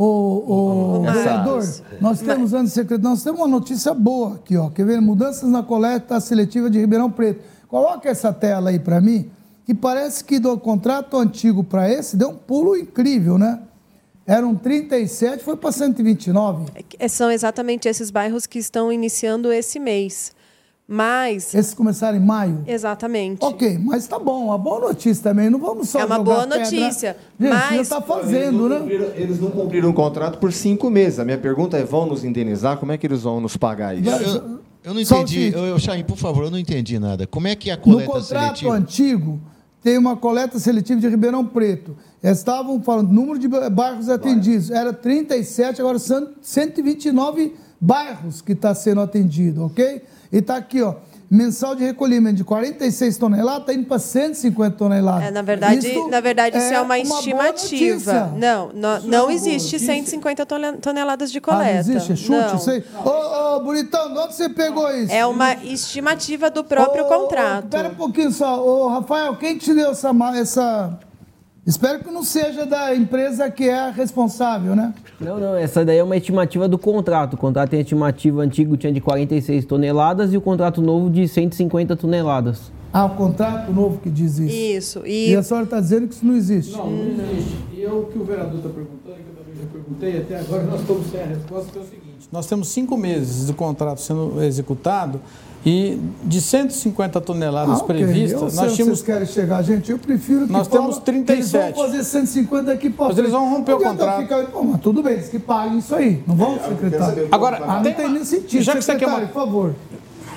O Essa... vereador, nós temos, antes, secretário, nós temos uma notícia boa aqui, ó. Quer ver? Mudanças na coleta seletiva de Ribeirão Preto. Coloca essa tela aí para mim, que parece que do contrato antigo para esse deu um pulo incrível, né? Eram trinta e sete, foi para cento e vinte e nove. São exatamente esses bairros que estão iniciando esse mês. Mas... Esses começaram em maio? Exatamente. Ok, mas tá bom, uma boa notícia também. Não vamos só É uma jogar boa pedra. notícia. Gente, mas... já está fazendo, eles né? Eles não cumpriram o contrato por cinco meses. A minha pergunta é, vão nos indenizar? Como é que eles vão nos pagar isso? Eu, eu não entendi. Eu, eu, Chaim, por favor, eu não entendi nada. Como é que é a coleta seletiva? No contrato seletiva? antigo, tem uma coleta seletiva de Ribeirão Preto. Eles estavam falando, número de bairros atendidos. Era trinta e sete, agora são cento e vinte e nove bairros que está sendo atendido, ok? E está aqui, ó. Mensal de recolhimento de quarenta e seis toneladas, está indo para cento e cinquenta toneladas. É, na verdade, isso na verdade, isso é, é uma uma estimativa. Não, não, Isso não é existe cento e cinquenta toneladas de coleta. Ah, não existe? É chute? Não. Isso aí? Ô, ô, bonitão, de onde você pegou isso? É uma estimativa do próprio ô, contrato. Espera um pouquinho só. Ô, Rafael, quem te deu essa... essa... Espero que não seja da empresa que é a responsável, né? Não, não, essa daí é uma estimativa do contrato. O contrato tem a estimativa antigo, tinha de quarenta e seis toneladas e o contrato novo de cento e cinquenta toneladas. Ah, o contrato novo que diz isso. Isso. E, e a senhora está dizendo que isso não existe. Não, não existe. E é o que o vereador está perguntando, que eu também já perguntei, até agora nós estamos sem a resposta, que é o seguinte. Nós temos cinco meses de contrato sendo executado e de cento e cinquenta toneladas ah, okay. previstas, eu nós sei tínhamos... vocês querem chegar, gente, eu prefiro que nós fala, temos trinta e sete. Eles vão fazer cento e cinquenta aqui para Mas eles vão romper o contrato. Ficar... Pô, mas tudo bem, eles que paguem isso aí, não vão, é, secretário? Agora, ah, não tem nem sentido, já que secretário, você quer uma... por favor.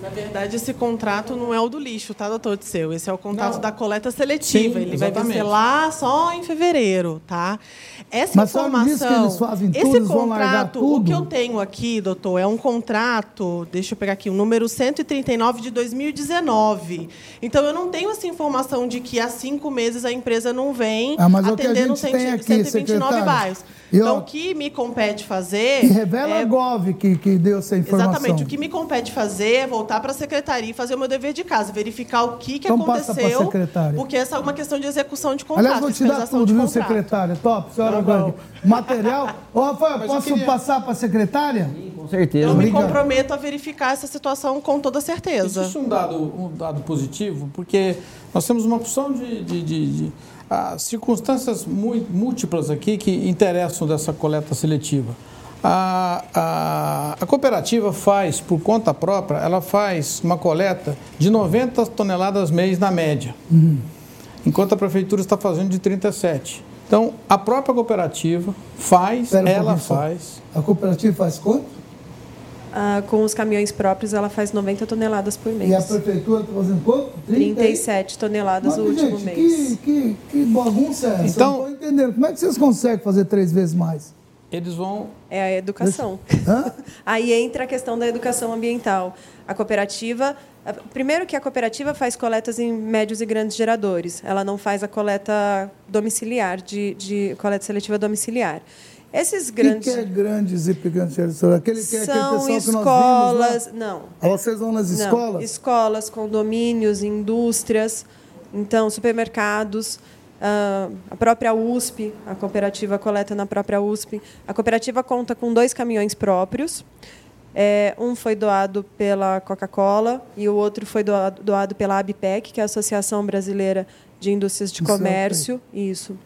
Na verdade, esse contrato não é o do lixo, tá, doutor Disseu? Esse é o contrato não. da coleta seletiva. Sim, ele exatamente. vai vencer lá só em fevereiro, tá? Essa Mas informação, disse que eles fazem tudo, esse eles vão contrato, tudo? o que eu tenho aqui, doutor, é um contrato, deixa eu pegar aqui, o número cento e trinta e nove de dois mil e dezenove. Então, eu não tenho essa informação de que há cinco meses a empresa não vem ah, atendendo cento e vinte e nove bairros. E, então, ó, o que me compete fazer... E revela é, a Gov que, que deu essa informação. Exatamente. O que me compete fazer é voltar para a secretaria e fazer o meu dever de casa, verificar o que, que então aconteceu, passa pra secretária. Porque essa é uma questão de execução de contrato. Aliás, vou te dar tudo, viu, secretária? Top, senhora Gov. Material. Ô, Rafael, Mas posso queria... passar para a secretária? Sim, com certeza. Eu Obrigado. me comprometo a verificar essa situação com toda certeza. Existe um dado, um dado positivo, porque nós temos uma opção de... de, de, de... Há circunstâncias múltiplas aqui que interessam dessa coleta seletiva. A, a, a cooperativa faz, por conta própria, ela faz uma coleta de noventa toneladas mês na média, uhum. enquanto a prefeitura está fazendo de trinta e sete. Então, a própria cooperativa faz, Pera ela um faz... A cooperativa faz quanto? Ah, com os caminhões próprios, ela faz noventa toneladas por mês. E a prefeitura está fazendo quanto? trinta e sete toneladas no último gente, mês. Que, que, que bagunça é essa? Então, não estou entendendo. Como é que vocês conseguem fazer três vezes mais? Eles vão... É a educação. Hã? Aí entra a questão da educação ambiental. A cooperativa... Primeiro que a cooperativa faz coletas em médios e grandes geradores. Ela não faz a coleta domiciliar, de, de coleta seletiva domiciliar. Esses grandes... O que é grandes e pequenos geradores? Aquele que é São aquele pessoal escolas... que nós vimos, não. Ah, vocês vão nas não. escolas? Escolas, condomínios, indústrias, então, supermercados, a própria U S P, a cooperativa coleta na própria U S P. A cooperativa conta com dois caminhões próprios. É, um foi doado pela Coca-Cola e o outro foi doado, doado pela ABPEC, que é a Associação Brasileira de Indústrias de Comércio. Isso.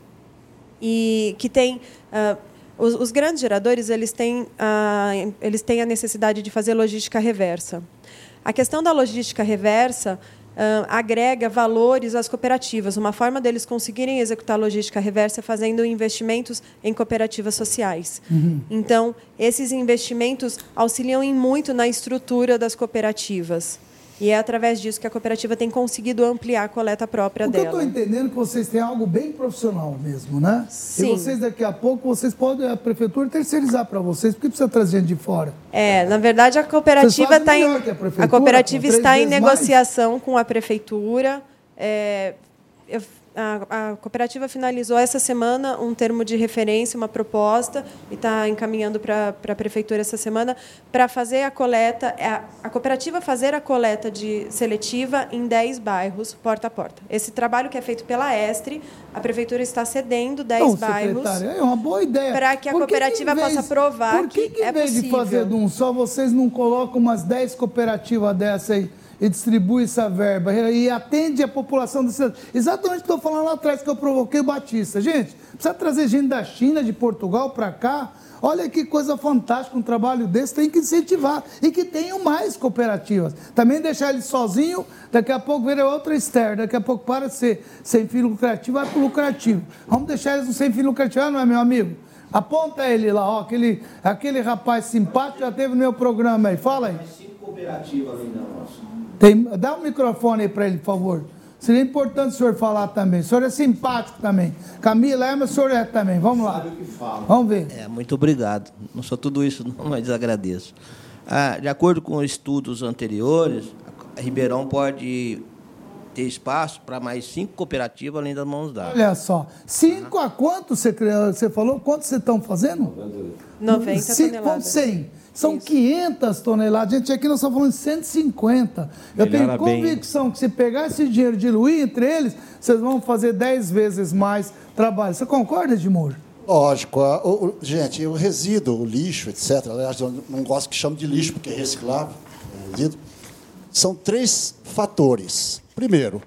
E que tem... Uh, os, os grandes geradores eles têm, uh, eles têm a necessidade de fazer logística reversa. A questão da logística reversa Uh, agrega valores às cooperativas. Uma forma deles conseguirem executar a logística reversa é fazendo investimentos em cooperativas sociais. Uhum. Então, esses investimentos auxiliam em muito na estrutura das cooperativas. E é através disso que a cooperativa tem conseguido ampliar a coleta própria o dela. Eu estou entendendo que vocês têm algo bem profissional mesmo, né? Sim. E vocês, daqui a pouco, vocês podem, a prefeitura, terceirizar para vocês, porque precisa trazer gente de fora. É, na verdade, a cooperativa está em. A, a cooperativa está em negociação mais. com a prefeitura. É, eu, a, a cooperativa finalizou essa semana um termo de referência, uma proposta, e está encaminhando para a prefeitura essa semana para fazer a coleta, a, a cooperativa fazer a coleta de seletiva em dez bairros, porta a porta. Esse trabalho que é feito pela Estre, a prefeitura está cedendo dez Não, bairros. É uma boa ideia. Para que a por que cooperativa que vez, possa provar por que, que, que é possível. Por que, em vez de fazer de um só, vocês não colocam umas dez cooperativas dessa aí? E distribui essa verba e atende a população do cidade. Exatamente o que eu estou falando lá atrás, que eu provoquei o Batista. Gente, precisa trazer gente da China, de Portugal para cá. Olha que coisa fantástica, um trabalho desse tem que incentivar. E que tenham mais cooperativas. Também deixar ele sozinho, daqui a pouco vira outra externa, daqui a pouco para de ser sem fim lucrativo, vai para o lucrativo. Vamos deixar eles sem fim lucrativo, ah, não é, meu amigo? Aponta ele lá, ó, aquele, aquele rapaz simpático já teve no meu programa aí. Fala aí. Mais cinco cooperativas além da nossa. Tem, dá um microfone aí para ele, por favor. Seria importante o senhor falar também. O senhor é simpático também. Camila é, mas o senhor é também. Vamos lá. Sabe o que fala. Vamos ver. É, muito obrigado. Não sou tudo isso, não, mas agradeço. Ah, de acordo com estudos anteriores, a Ribeirão pode ter espaço para mais cinco cooperativas além das mãos dadas. Olha só. Cinco ah. a quanto você, você falou? Quantos vocês estão fazendo? noventa toneladas. cem. São Isso. quinhentas toneladas. Gente, aqui nós estamos falando de cento e cinquenta. Eu Melhora tenho convicção bem. que se pegar esse dinheiro e diluir entre eles, vocês vão fazer dez vezes mais trabalho. Você concorda, Edmur? Lógico. O, o, gente, o resíduo, o lixo, etcétera. Aliás, eu não gosto que chame de lixo, porque é reciclável. É resíduo. São três fatores. Primeiro,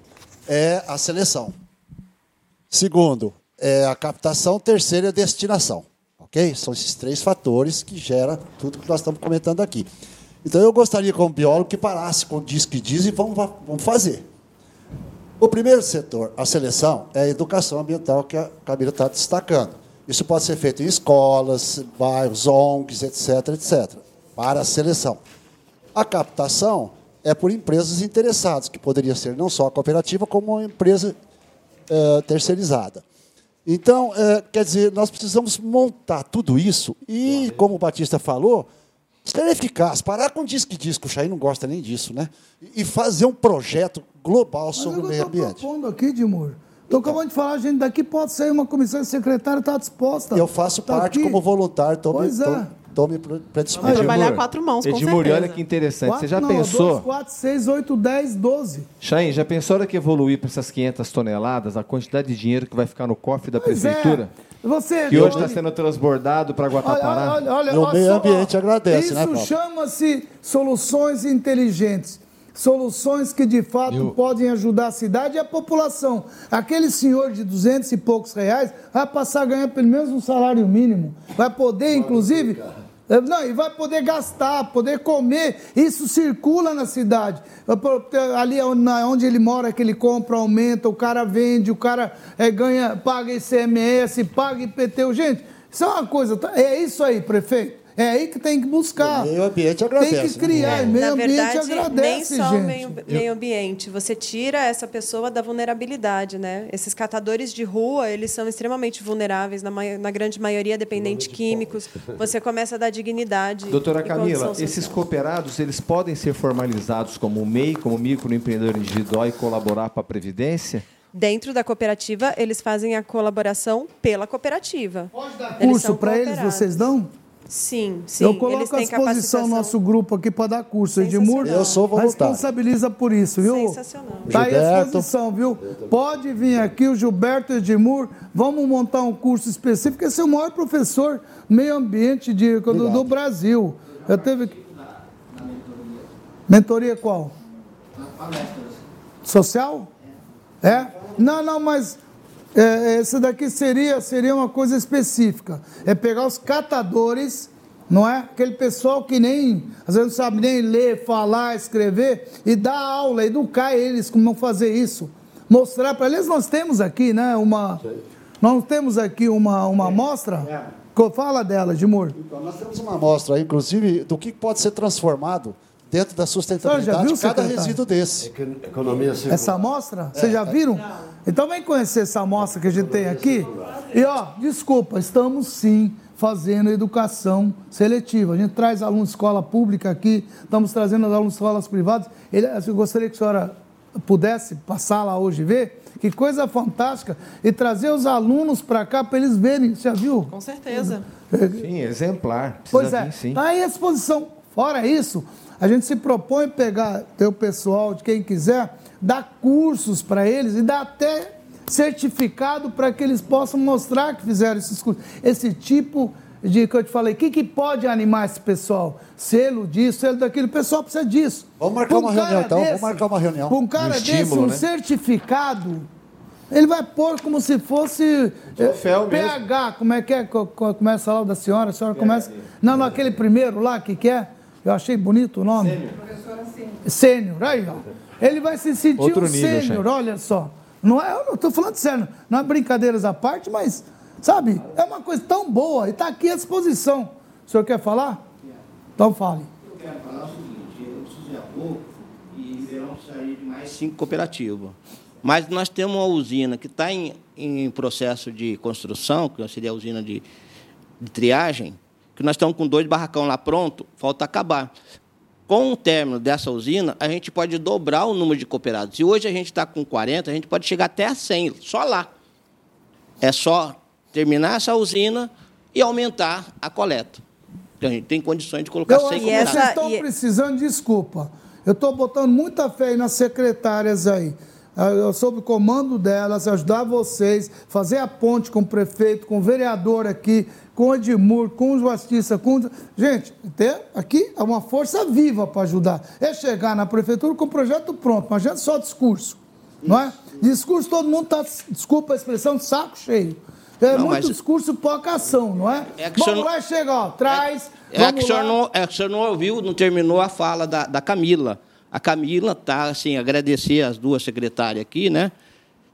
é a seleção. Segundo, é a captação. Terceiro, é a destinação. Okay? São esses três fatores que geram tudo que nós estamos comentando aqui. Então, eu gostaria, como biólogo, que parasse com o diz que diz e vamos, vamos fazer. O primeiro setor, a seleção, é a educação ambiental que a Camila está destacando. Isso pode ser feito em escolas, bairros, O N Gs, etc, etcétera, para a seleção. A captação é por empresas interessadas, que poderia ser não só a cooperativa, como uma empresa é, terceirizada. Então, é, quer dizer, nós precisamos montar tudo isso e, como o Batista falou, ser eficaz, parar com disque-disco, o Chay não gosta nem disso, né? E fazer um projeto global sobre o meio ambiente. Eu estou propondo aqui, Edmur. Estou acabando de falar, a gente daqui pode sair uma comissão secretária, está disposta. Eu faço tá parte aqui. Como voluntário, estou me, é. tô, tô me predispondo. Vai trabalhar quatro mãos, com Edmur, certeza. olha que interessante. Quatro, Você já não, pensou... dois, quatro, seis, oito, dez, doze. Chain, já pensou hora que evoluir para essas quinhentas toneladas, a quantidade de dinheiro que vai ficar no cofre da pois prefeitura? É. Você, que hoje está sendo transbordado para Guatapará? Olha, olha, olha, e o meio ambiente ó, agradece, isso né, Isso chama-se soluções inteligentes. Soluções que, de fato, Eu... podem ajudar a cidade e a população. Aquele senhor de duzentos e poucos reais vai passar a ganhar pelo menos um salário mínimo. Vai poder, inclusive... Não, e vai poder gastar, poder comer. Isso circula na cidade. Ali onde ele mora, que ele compra, aumenta, o cara vende, o cara é, ganha, paga I C M S, paga I P T U. Gente, isso é uma coisa... É isso aí, prefeito. É aí que tem que buscar. O meio ambiente agradece. Tem que criar. Né? E meio Na ambiente verdade, agradece, nem só gente. o meio, meio ambiente. Você tira essa pessoa da vulnerabilidade, né? Esses catadores de rua, eles são extremamente vulneráveis, na, na grande maioria dependentes químicos. Você começa a dar dignidade. Doutora Camila, esses cooperados, eles podem ser formalizados como M E I, como microempreendedor individual e colaborar para a Previdência? Dentro da cooperativa, eles fazem a colaboração pela cooperativa. Pode dar curso para eles, vocês dão? Sim, sim. Eu coloco à disposição nosso grupo aqui para dar curso. Edmur, eu sou voluntário. Responsabiliza por isso, viu? Sensacional. Está aí à disposição, viu? Pode vir aqui o Gilberto Edmur, vamos montar um curso específico. Esse é o maior professor meio ambiente de, do, do Brasil. Eu teve... Mentoria qual? Social? É? Não, não, mas... É, esse daqui seria, seria uma coisa específica. É pegar os catadores, não é? Aquele pessoal que nem, às vezes não sabe nem ler, falar, escrever, e dar aula, educar eles como fazer isso. Mostrar para eles. Nós temos aqui, né? Uma, nós temos aqui uma, uma amostra. Fala dela, Edmur. Então, nós temos uma amostra, inclusive, do que pode ser transformado dentro da sustentabilidade viu, cada secretário? resíduo desse. Economia circular. Essa amostra? Vocês já viram? Então vem conhecer essa amostra que a gente tem aqui. E ó, desculpa, estamos sim fazendo educação seletiva. A gente traz alunos de escola pública aqui, estamos trazendo alunos de escolas privadas. Ele, eu gostaria que a senhora pudesse passar lá hoje e ver. Que coisa fantástica. E trazer os alunos para cá para eles verem. Você já viu? Com certeza. Sim, exemplar. Precisa Pois é, vir, sim. está aí à exposição. Fora isso, a gente se propõe pegar teu pessoal, de quem quiser, dar cursos para eles e dar até certificado para que eles possam mostrar que fizeram esses cursos. Esse tipo de que eu te falei, o que, que pode animar esse pessoal? Selo disso, selo daquilo, o pessoal precisa disso. Vamos marcar uma reunião, então. Vamos marcar uma reunião. Com um cara Um estímulo, desse, um né? certificado, ele vai pôr como se fosse Troféu eh, P H, como é que é? Co- co- Começa lá o da senhora, a senhora começa... Não, não, aquele primeiro lá, que que é? Eu achei bonito o nome. Sênior. Sênior, aí, ó. Ele vai se sentir Outro um nível, sênior, chefe. olha só. Não é, eu estou falando sério, não é brincadeiras à parte, mas, sabe, é uma coisa tão boa e está aqui à disposição. O senhor quer falar? Então fale. Eu quero falar o seguinte, eu preciso há pouco e Ribeirão precisaria de mais cinco cooperativas. Mas nós temos uma usina que está em, em processo de construção, que seria a usina de, de triagem, que nós estamos com dois barracão lá pronto, falta acabar. Com o término dessa usina, a gente pode dobrar o número de cooperados. Se hoje a gente está com quarenta, a gente pode chegar até a cem, só lá. É só terminar essa usina e aumentar a coleta. Então, a gente tem condições de colocar Eu cem acho que cooperados. vocês estão precisando, desculpa, eu estou botando muita fé aí nas secretárias aí. Eu, sob o comando delas, ajudar vocês, fazer a ponte com o prefeito, com o vereador aqui, com o Edmur, com o Justiça, com... Gente, tem aqui é uma força viva para ajudar. É chegar na prefeitura com o projeto pronto, mas não é só discurso, não é? Discurso, todo mundo está, desculpa a expressão, de saco cheio. É Não, muito mas- discurso, pouca ação, não é? É que Vamos o senhor lá e chega, ó, traz, É vamos que, o senhor lá. não, é que o senhor não ouviu, não terminou a fala da, da Camila. A Camila está, assim, agradecer as duas secretárias aqui, né?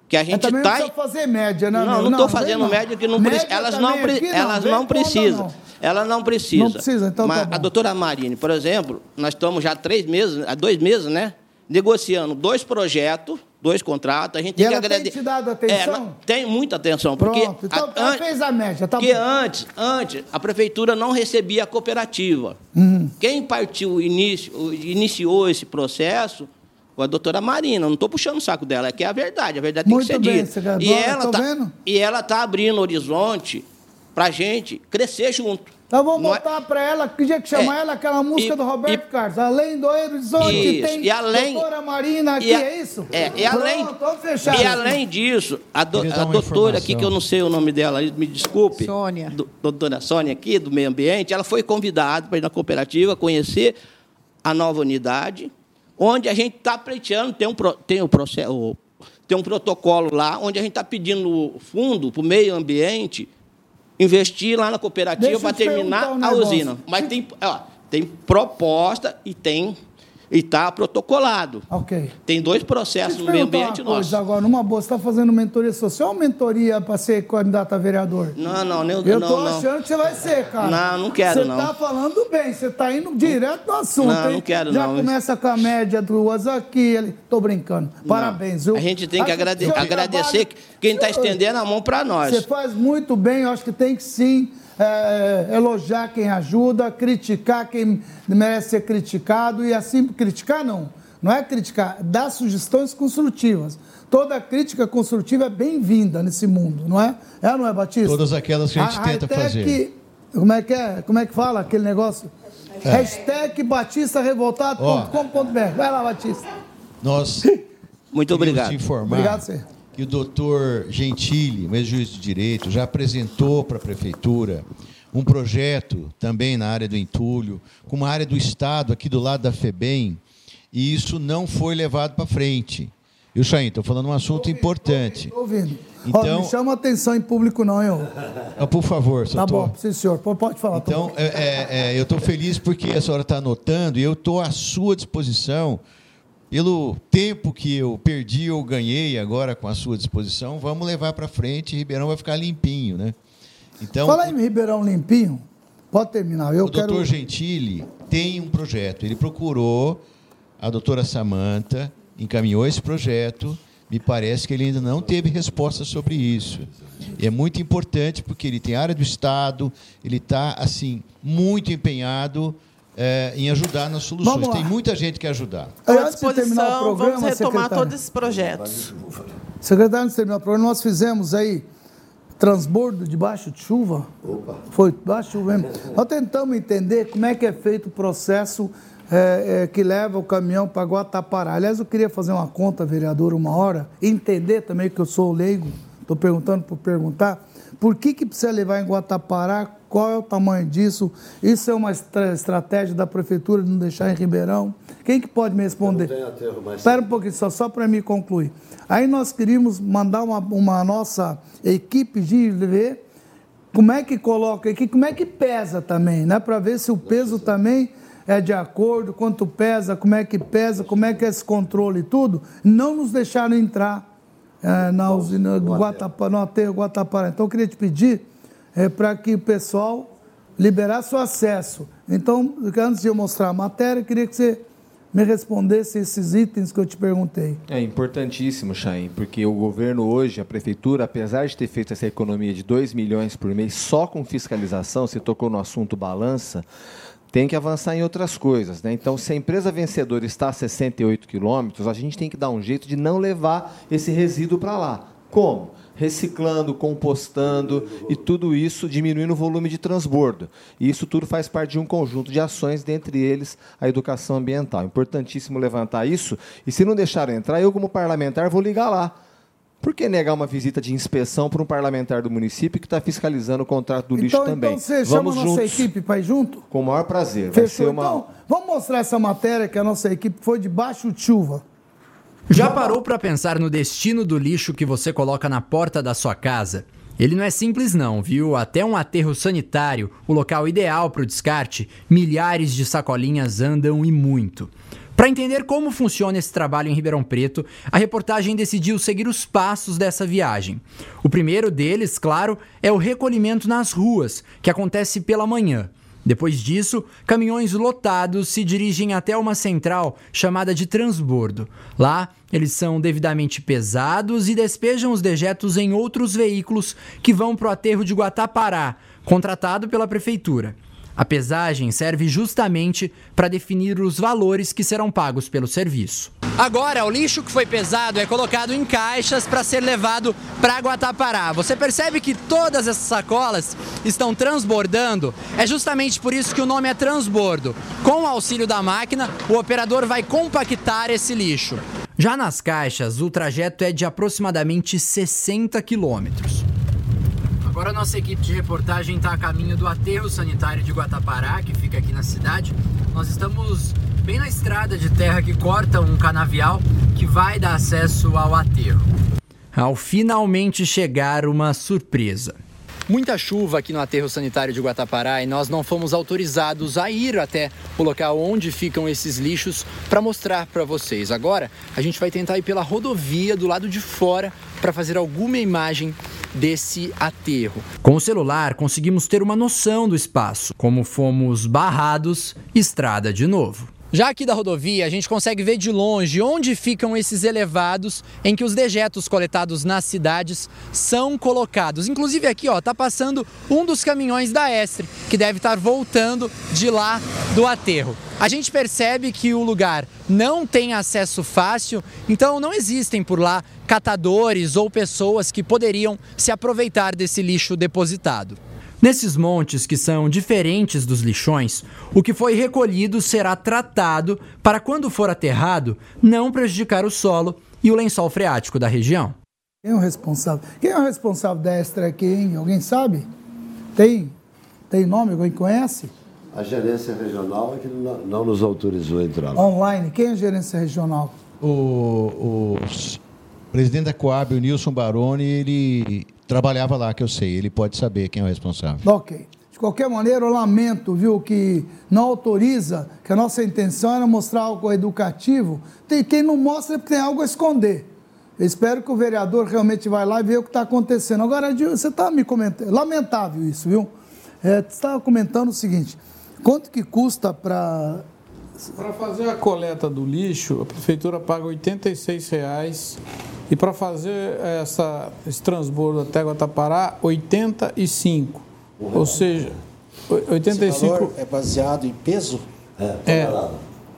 que a gente também está... não precisa fazer média, né? Não, não estou fazendo não. média, que não média pre... elas não, pre... não, elas não precisam. Não. Elas não precisam. Não precisa, então Mas tá bom. a doutora Marine, por exemplo, nós estamos já há três meses, há dois meses, né? Negociando dois projetos, dois contratos. A gente e tem ela que agradecer. Tem te dado atenção? É, tem muita atenção. Pronto, porque então a, ela an... fez a média, tá porque bom. antes, antes, a prefeitura não recebia a cooperativa. Uhum. Quem partiu, inicio, iniciou esse processo foi a doutora Marina. Eu não estou puxando o saco dela, é que é a verdade. A verdade Muito tem que ser bem, dita. E ela tá, e ela está abrindo horizonte para a gente crescer junto. Então vamos Não voltar é... para ela, que dia que chama é, ela, aquela música e, do Roberto e, Carlos. Além do horizonte, isso, tem e além, doutora Marina aqui, e a, é isso? É, e além, Pronto, e além disso, a, do, a doutora aqui, que eu não sei o nome dela, me desculpe. Sônia. Do, doutora Sônia aqui, do Meio Ambiente, ela foi convidada para ir na cooperativa conhecer a nova unidade, onde a gente está pleiteando, tem um, tem, um processo, tem um protocolo lá, onde a gente está pedindo fundo para o meio ambiente, investir lá na cooperativa para terminar um a usina. Mas tem, ó, tem proposta e tem e está protocolado. Ok. Tem dois processos no meio ambiente nosso. Agora, numa boa, você está fazendo mentoria social ou mentoria para ser candidato a vereador? Não, não, não. Eu não, estou não. achando que você vai ser, cara. Não, não quero, você não. Você está falando bem, você está indo direto no assunto. Não, hein? não quero, Já não. Já começa com a média duas aqui. Estou brincando. Parabéns, viu? A gente tem que agrade agradecer trabalho, quem está estendendo a mão para nós. Você faz muito bem, eu acho que tem que sim. É, elogiar quem ajuda, criticar quem merece ser criticado e assim, criticar não, não é criticar, dar sugestões construtivas. Toda crítica construtiva é bem-vinda nesse mundo, não é? É ou não é, Batista? Todas aquelas que a gente a, tenta fazer. Que, como é que é? Como é que fala aquele negócio? É. Hashtag Batista Revoltado ponto com ponto b r. Vai lá, Batista. Nós Muito obrigado. Te informar obrigado, senhor. Que o doutor Gentili, ex-juiz de direito, já apresentou para a prefeitura um projeto também na área do entulho, com uma área do Estado aqui do lado da FEBEM, e isso não foi levado para frente. E o Chaim, estou falando um assunto importante. Estou ouvindo. Então, oh, não me chama atenção em público não, eu. Ah, por favor, Tá bom, sim, senhor. Pode falar. Então, é, é, é, eu estou feliz porque a senhora está anotando e eu estou à sua disposição. Pelo tempo que eu perdi ou ganhei agora com a sua disposição, vamos levar para frente e Ribeirão vai ficar limpinho, né? Então, fala em Ribeirão limpinho, pode terminar. Eu o quero... doutor Gentili tem um projeto. Ele procurou a doutora Samanta, encaminhou esse projeto. Me parece que ele ainda não teve resposta sobre isso. E é muito importante porque ele tem área do Estado, ele está assim muito empenhado É, em ajudar nas soluções. Tem muita gente que quer ajudar. À disposição, o programa, vamos retomar secretário. todos esses projetos. Secretário, antes de terminar o programa, nós fizemos aí transbordo debaixo de chuva. Opa. Foi debaixo de chuva mesmo. Nós tentamos entender como é que é feito o processo é, é, que leva o caminhão para Guatapará. Aliás, eu queria fazer uma conta, vereador, uma hora, entender também que eu sou leigo, estou perguntando por perguntar, por que que precisa levar em Guatapará? Qual é o tamanho disso? Isso é uma estra estratégia da prefeitura de não deixar em Ribeirão? Quem que pode me responder? Espera um pouquinho só, só para me concluir. Aí nós queríamos mandar uma, uma nossa equipe de ver como é que coloca aqui, como é que pesa também, né? Para ver se o peso também é de acordo, quanto pesa, como é que pesa, como é que é esse controle e tudo. Não nos deixaram entrar é, na usina do Guatapará, no aterro Guatapará. Então eu queria te pedir é, para que o pessoal liberasse o acesso. Então, antes de eu mostrar a matéria, eu queria que você me respondesse esses itens que eu te perguntei. É importantíssimo, Chaim, porque o governo hoje, a prefeitura, apesar de ter feito essa economia de dois milhões por mês só com fiscalização, você tocou no assunto balança, tem que avançar em outras coisas, né? Então, se a empresa vencedora está a sessenta e oito quilômetros, a gente tem que dar um jeito de não levar esse resíduo para lá. Como? Reciclando, compostando e tudo isso diminuindo o volume de transbordo. E isso tudo faz parte de um conjunto de ações, dentre eles a educação ambiental. Importantíssimo levantar isso. E se não deixarem entrar, eu como parlamentar vou ligar lá. Por que negar uma visita de inspeção para um parlamentar do município que está fiscalizando o contrato do lixo então, também? Então você vamos chama a nossa juntos. equipe para ir junto? Com o maior prazer. Fechou. Vai ser uma... Então, vamos mostrar essa matéria que a nossa equipe foi debaixo de chuva. Já parou para pensar no destino do lixo que você coloca na porta da sua casa? Ele não é simples não, viu? Até um aterro sanitário, o local ideal para o descarte, milhares de sacolinhas andam e muito. Para entender como funciona esse trabalho em Ribeirão Preto, a reportagem decidiu seguir os passos dessa viagem. O primeiro deles, claro, é o recolhimento nas ruas, que acontece pela manhã. Depois disso, caminhões lotados se dirigem até uma central chamada de transbordo. Lá, eles são devidamente pesados e despejam os dejetos em outros veículos que vão para o aterro de Guatapará, contratado pela prefeitura. A pesagem serve justamente para definir os valores que serão pagos pelo serviço. Agora, o lixo que foi pesado é colocado em caixas para ser levado para Guatapará. Você percebe que todas essas sacolas estão transbordando? É justamente por isso que o nome é transbordo. Com o auxílio da máquina, o operador vai compactar esse lixo. Já nas caixas, o trajeto é de aproximadamente sessenta quilômetros. Agora a nossa equipe de reportagem está a caminho do aterro sanitário de Guatapará, que fica aqui na cidade. Nós estamos bem na estrada de terra que corta um canavial que vai dar acesso ao aterro. Ao finalmente chegar, uma surpresa. Muita chuva aqui no aterro sanitário de Guatapará e nós não fomos autorizados a ir até o local onde ficam esses lixos para mostrar para vocês. Agora a gente vai tentar ir pela rodovia do lado de fora para fazer alguma imagem desse aterro. Com o celular conseguimos ter uma noção do espaço. Como fomos barrados, estrada de novo. Já aqui da rodovia, a gente consegue ver de longe onde ficam esses elevados em que os dejetos coletados nas cidades são colocados. Inclusive aqui, ó, tá passando um dos caminhões da Estre, que deve estar voltando de lá do aterro. A gente percebe que o lugar não tem acesso fácil, então não existem por lá catadores ou pessoas que poderiam se aproveitar desse lixo depositado. Nesses montes, que são diferentes dos lixões, o que foi recolhido será tratado para, quando for aterrado, não prejudicar o solo e o lençol freático da região. Quem é o responsável? Quem é o responsável da Estre aqui, hein? Alguém sabe? Tem? Tem nome? Alguém conhece? A gerência regional é que não, não nos autorizou a entrar. Online. Quem é a gerência regional? O, o presidente da Coab, o Nilson Baroni, ele trabalhava lá, que eu sei. Ele pode saber quem é o responsável. Ok. De qualquer maneira, eu lamento, viu, que não autoriza, que a nossa intenção era mostrar algo educativo. Tem quem não mostra é porque tem algo a esconder. Eu espero que o vereador realmente vá lá e veja o que está acontecendo. Agora, você está me comentando, lamentável isso, viu? É, você estava comentando o seguinte, quanto que custa para... Para fazer a coleta do lixo, a prefeitura paga oitenta e seis reais e para fazer essa, esse transbordo até Guatapará, oitenta e cinco. Ou seja, oitenta e cinco... Esse valor é baseado em peso? É. É.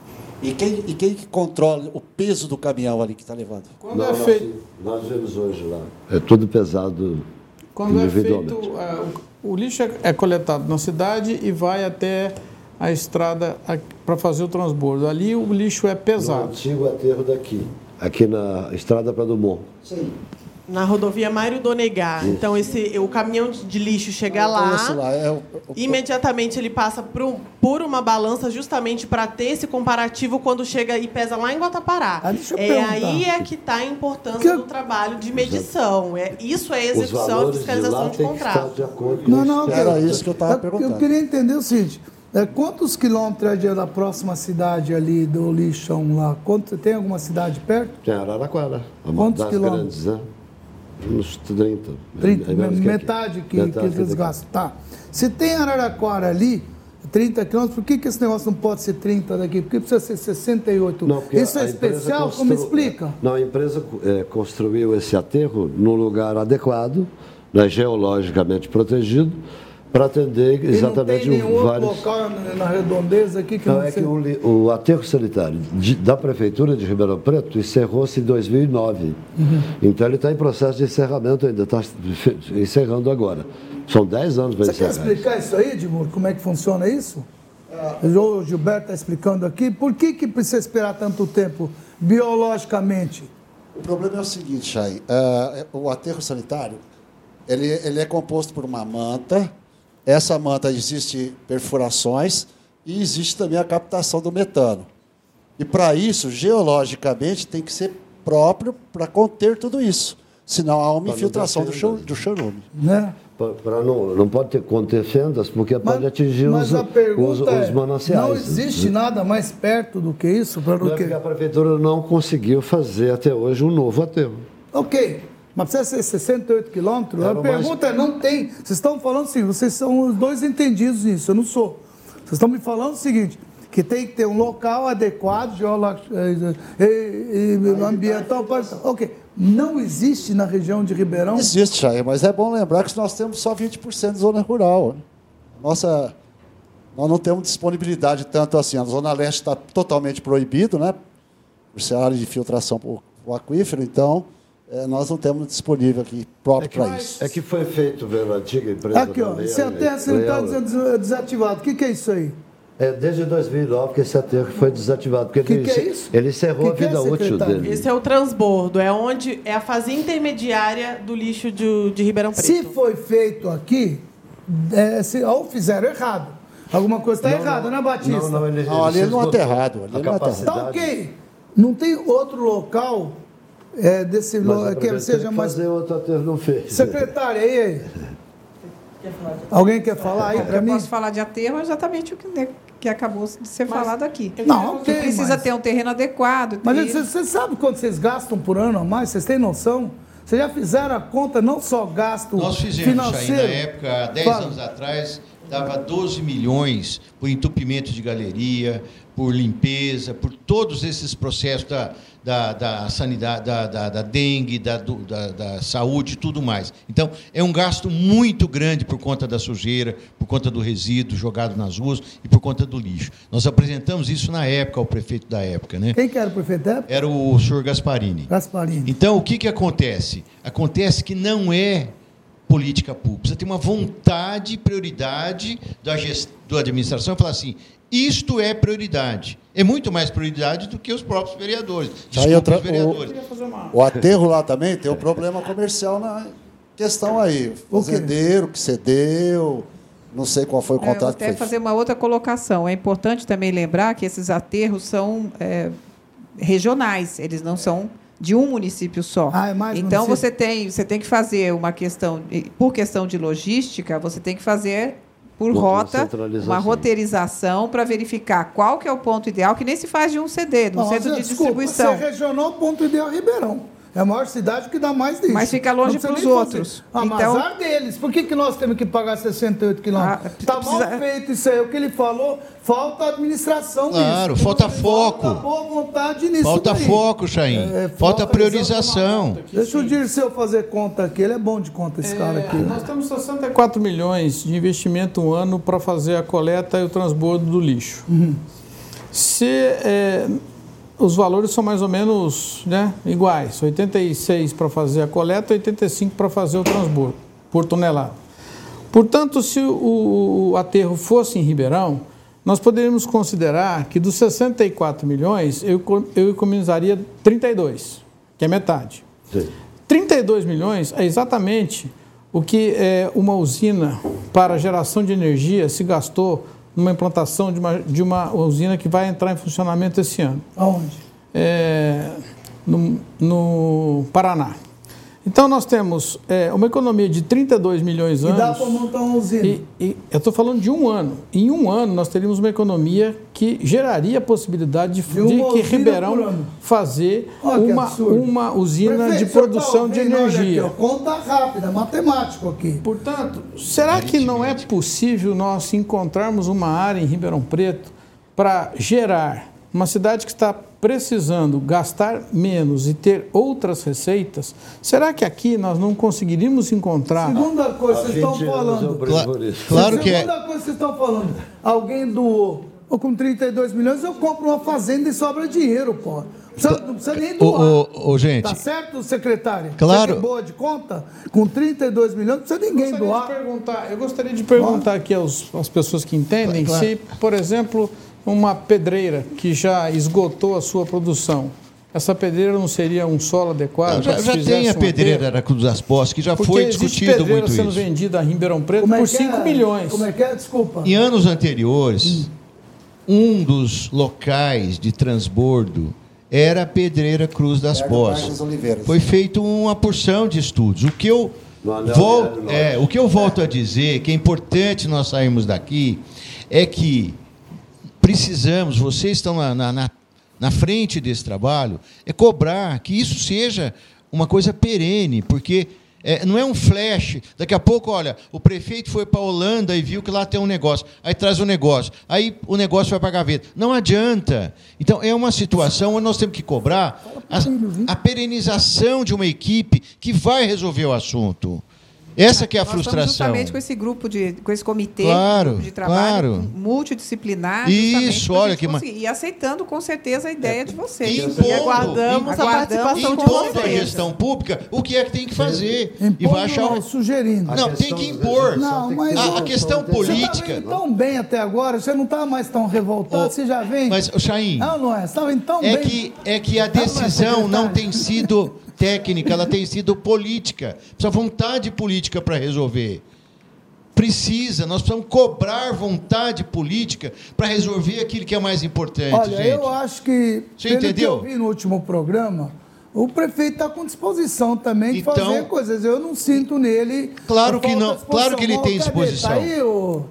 E quem, e quem que controla o peso do caminhão ali que está levando? Quando Não, é nós, feito... nós vemos hoje lá. É tudo pesado Quando é individualmente. feito... É, o, o lixo é, é coletado na cidade e vai até a estrada para fazer o transbordo. Ali o lixo é pesado. No antigo aterro daqui, aqui na estrada para Dumont. Sim. Na rodovia Mário Donegá. Isso. Então, esse, o caminhão de lixo chega lá, lá é o, o, imediatamente ele passa por, por uma balança justamente para ter esse comparativo quando chega e pesa lá em Guatapará. Ah, deixa eu é perguntar. Aí é que está a importância que... do trabalho de medição. É, isso é execução e fiscalização de, de contrato. De não, não, era isso que eu estava perguntando. Eu queria entender o seguinte, é, quantos quilômetros é da próxima cidade ali do lixão lá? Quanto, tem alguma cidade perto? Tem Araraquara. Quantos das quilômetros? Grandes, né? Uns trinta. trinta, é metade que, metade que eles gastam. Tá. Se tem Araraquara ali, trinta quilômetros, por que, que esse negócio não pode ser trinta daqui? Por que precisa ser sessenta e oito? Não, isso é especial? Constru... Como explica? Não, a empresa é, construiu esse aterro num lugar adequado, né, geologicamente protegido, para atender exatamente e não tem nenhum vários... outro local na redondeza aqui que não, não é sei... que o, o aterro sanitário de, da Prefeitura de Ribeirão Preto encerrou-se em dois mil e nove. Uhum. Então ele está em processo de encerramento ainda, está encerrando agora. São dez anos para encerrar. Você quer explicar isso aí, Edmur? Como é que funciona isso? O Gilberto está explicando aqui. Por que, que precisa esperar tanto tempo biologicamente? O problema é o seguinte, Chay. Uh, o aterro sanitário ele, ele é composto por uma manta. Essa manta existe perfurações e existe também a captação do metano. E, para isso, geologicamente, tem que ser próprio para conter tudo isso. Senão há uma Pra não infiltração dar do, cho- do chorume. Né? Pra não, não pode ter conter-fendas, porque pode atingir Mas os, a pergunta os, os é, mananciais. não existe nada mais perto do que isso? Para Não o é quê? porque a prefeitura não conseguiu fazer até hoje um novo aterro. Ok, mas precisa ser sessenta e oito quilômetros? Era A o pergunta é, não tem. Vocês estão falando assim, vocês são os dois entendidos nisso, eu não sou. Vocês estão me falando o seguinte, que tem que ter um local adequado, geológico, e, e, e ambiental. Para... Ok, não existe na região de Ribeirão? Existe, Jair, mas é bom lembrar que nós temos só vinte por cento de zona rural. Nossa, nós não temos disponibilidade tanto assim. A Zona Leste está totalmente proibido, né? Por ser área de filtração para o aquífero, então é, nós não temos disponível aqui próprio É que, para isso. é que foi feito pela antiga empresa. Aqui, ó, da Leal- se a terra está Leal- desativada, o que, que é isso aí? É desde dois mil e nove que esse aterro foi desativado. Porque Que ele, que é isso? ele encerrou Que que a vida é, útil secretário? dele. Esse é o transbordo, é onde é a fase intermediária do lixo de, de Ribeirão Preto. Se foi feito aqui, é, se, ou fizeram errado. Alguma coisa está Não, errada, não. né, Batista? Não, não, ele- Não, ali ele ele não é esgotou aterrado. Ali a ele não é aterrado. Tá ok. Não tem outro local é, desse Mas lo- a que prefeitura seja tem que mais. fazer outro aterro, não fez. Secretária, e aí? Alguém quer falar aí para Eu mim? posso falar de aterro é exatamente o que, né, que acabou de ser Mas- falado aqui. Não, ok, Você precisa mas- ter um terreno adequado. Mas e- você, você sabe quanto vocês gastam por ano a mais? Vocês têm noção? Vocês já fizeram a conta, não só gasto Nós fizemos aí financeiro? na época, há dez Fala. anos atrás, dava doze milhões por entupimento de galeria, por limpeza, por todos esses processos da, da, da sanidade, da, da, da dengue, da, do- da, da saúde e tudo mais. Então, é um gasto muito grande por conta da sujeira, por conta do resíduo jogado nas ruas e por conta do lixo. Nós apresentamos isso na época ao prefeito da época, né? Quem que era o prefeito da época? Era o senhor Gasparini. Gasparini. Então, o que, que acontece? Acontece que não é política pública. Você tem uma vontade, prioridade da, gest... da administração falar assim, isto é prioridade. É muito mais prioridade do que os próprios vereadores. Aí Desculpa, outra- os vereadores. o, o aterro lá também tem um problema comercial na questão aí. O fazendeiro que cedeu, não sei qual foi o É, eu vou contrato que até foi fazer uma outra colocação. É importante também lembrar que esses aterros são é, regionais, eles não são de um município só. Ah, é mais então município. você tem, você tem que fazer uma questão, por questão de logística, você tem que fazer por Uma rota, centralização. uma roteirização para verificar qual que é o ponto ideal, que nem se faz de um C D, de um Não, centro Zé, de desculpa, distribuição. Ser regional, ponto ideal é Ribeirão. É a maior cidade que dá mais disso. Mas fica longe Não precisa pros nem outros. fazer. Ah, mas Então- azar deles. Por que, que nós temos que pagar sessenta e oito quilômetros? Está precisa- mal feito isso aí. O que ele falou, falta administração Claro, nisso. falta foco. Falta boa vontade nisso Falta daí. foco, Chaim. É, falta priorização. Deixa o Dirceu fazer conta aqui. Ele é bom de conta, esse cara aqui. né? Nós temos sessenta e quatro milhões de investimento um ano para fazer a coleta e o transbordo do lixo. Se é, os valores são mais ou menos, né, iguais, oitenta e seis para fazer a coleta e oitenta e cinco para fazer o transbordo por tonelada. Portanto, se o, o aterro fosse em Ribeirão, nós poderíamos considerar que dos sessenta e quatro milhões, eu, eco- eu economizaria trinta e dois, que é metade. trinta e dois milhões é exatamente o que é, uma usina para geração de energia se gastou numa implantação de uma, de uma usina que vai entrar em funcionamento esse ano. Aonde? É, no, no Paraná. Então, nós temos é, uma economia de trinta e dois milhões E anos. dá para montar uma usina. E, e eu estou falando de um ano. Em um ano, nós teríamos uma economia que geraria a possibilidade de, De uma de que usina por Ribeirão ano. fazer Olha que uma, absurdo. uma usina Prefeito, de o senhor produção tá de ouvindo? Olha energia. aqui, ó, conta rápida, matemático aqui. Portanto, será que não é possível nós encontrarmos uma área em Ribeirão Preto para gerar uma cidade que está precisando gastar menos e ter outras receitas? Será que aqui nós não conseguiríamos encontrar... Segunda coisa, vocês estão falando. Claro que é. Segunda coisa que vocês estão falando. Alguém doou. Ou com trinta e dois milhões eu compro uma fazenda e sobra dinheiro, pô. Não precisa, não precisa nem doar. Ô, ô, ô, gente. Tá certo, secretária? Claro. Você que é boa de conta? Com trinta e dois milhões não precisa ninguém Gostaria doar. de perguntar, eu gostaria de perguntar aqui aos, às pessoas que entendem Claro. se, por exemplo, uma pedreira que já esgotou a sua produção, essa pedreira não seria um solo adequado? Já, para que já se tem a fizesse um pedreira aterro? da Cruz das Postas, que já Porque foi existe discutido pedreira muito sendo isso. vendida em Ribeirão Preto Como é por que cinco é? milhões. Como é que é? Desculpa. Em anos anteriores, um dos locais de transbordo era a Pedreira Cruz das Poças. Foi feita uma porção de estudos. O que eu volto, é, o que eu volto a dizer, que é importante nós sairmos daqui, é que precisamos, vocês estão na, na, na, na frente desse trabalho, é cobrar que isso seja uma coisa perene, porque é, não é um flash. Daqui a pouco, olha, o prefeito foi para a Holanda e viu que lá tem um negócio, aí traz o um negócio, aí o negócio vai para a gaveta. Não adianta. Então, é uma situação onde nós temos que cobrar a, a perenização de uma equipe que vai resolver o assunto. Essa que é a Nós frustração. Justamente com esse grupo de, com esse comitê claro, grupo de trabalho claro. multidisciplinar. Isso, olha que e aceitando com certeza a ideia é, de vocês. Impondo, e aguardamos impondo, a participação de vocês. vocês. A gestão pública, o que é que tem que fazer? Impondo, e vai achar não, sugerindo. Não, tem que impor. Não, mas a, a questão política. Você está tão bem até agora, você não está mais tão revoltado, oh, você já vem. Mas, Chaim, não, não é, você estava tão é bem. Que, é que a decisão não tem sido técnica, ela tem sido política. Precisa vontade política para resolver. Precisa, nós precisamos cobrar vontade política para resolver aquilo que é mais importante. Olha, gente. eu acho que, você pelo entendeu? que eu vi no último programa, o prefeito está com disposição também de então, fazer coisas. Eu não sinto nele. Claro que não, claro que ele tem disposição. Tá aí, o...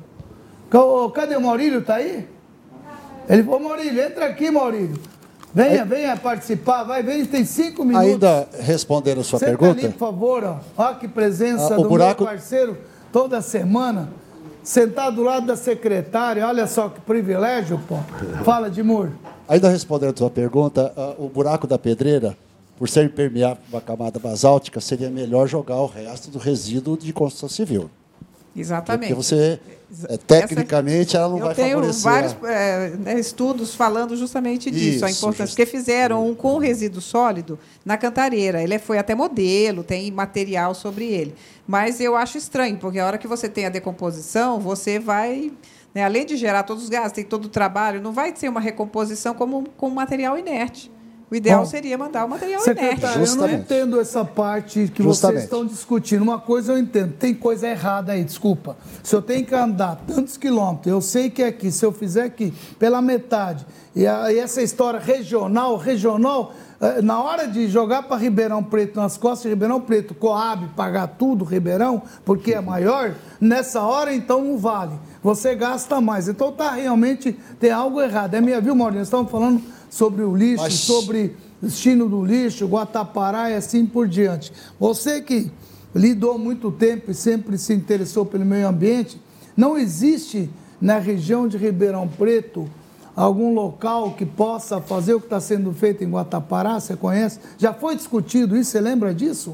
Cadê o Maurílio? Está aí? Ele falou, Maurílio, entra aqui, Maurílio. Venha, venha participar, vai, vem, tem cinco minutos. Ainda respondendo a sua Senta pergunta. Ali, por favor, ó. Olha que presença ah, do buraco... meu parceiro toda semana, sentado do lado da secretária, olha só que privilégio, pô. Fala, Edmur. Ainda respondendo a sua pergunta, uh, o buraco da pedreira, por ser impermeável para uma camada basáltica, seria melhor jogar o resto do resíduo de construção civil. Exatamente. Porque você, é, tecnicamente, ela não eu vai tenho favorecer... vários é, né, estudos falando justamente disso, Isso, a importância. just... Porque fizeram um com resíduo sólido na Cantareira. Ele foi até modelo, tem material sobre ele. Mas eu acho estranho, porque a hora que você tem a decomposição, você vai... Né, além de gerar todos os gases, tem todo o trabalho, não vai ser uma recomposição como com material inerte. O ideal Bom, seria mandar o material inerte. Eu não entendo essa parte que Justamente. vocês estão discutindo. Uma coisa eu entendo, tem coisa errada aí, desculpa. Se eu tenho que andar tantos quilômetros, eu sei que é aqui, se eu fizer aqui pela metade, e, a, e essa história regional, regional, na hora de jogar para Ribeirão Preto, nas costas de Ribeirão Preto, Coab, pagar tudo, Ribeirão, porque é maior, nessa hora, então, não vale. Você gasta mais. Então, tá, realmente, tem algo errado. É minha, viu, Maurício? Nós estamos falando sobre o lixo, Mas... sobre o destino do lixo, Guatapará e assim por diante. Você que lidou muito tempo e sempre se interessou pelo meio ambiente, não existe na região de Ribeirão Preto algum local que possa fazer o que está sendo feito em Guatapará? Você conhece? Já foi discutido isso? Você lembra disso?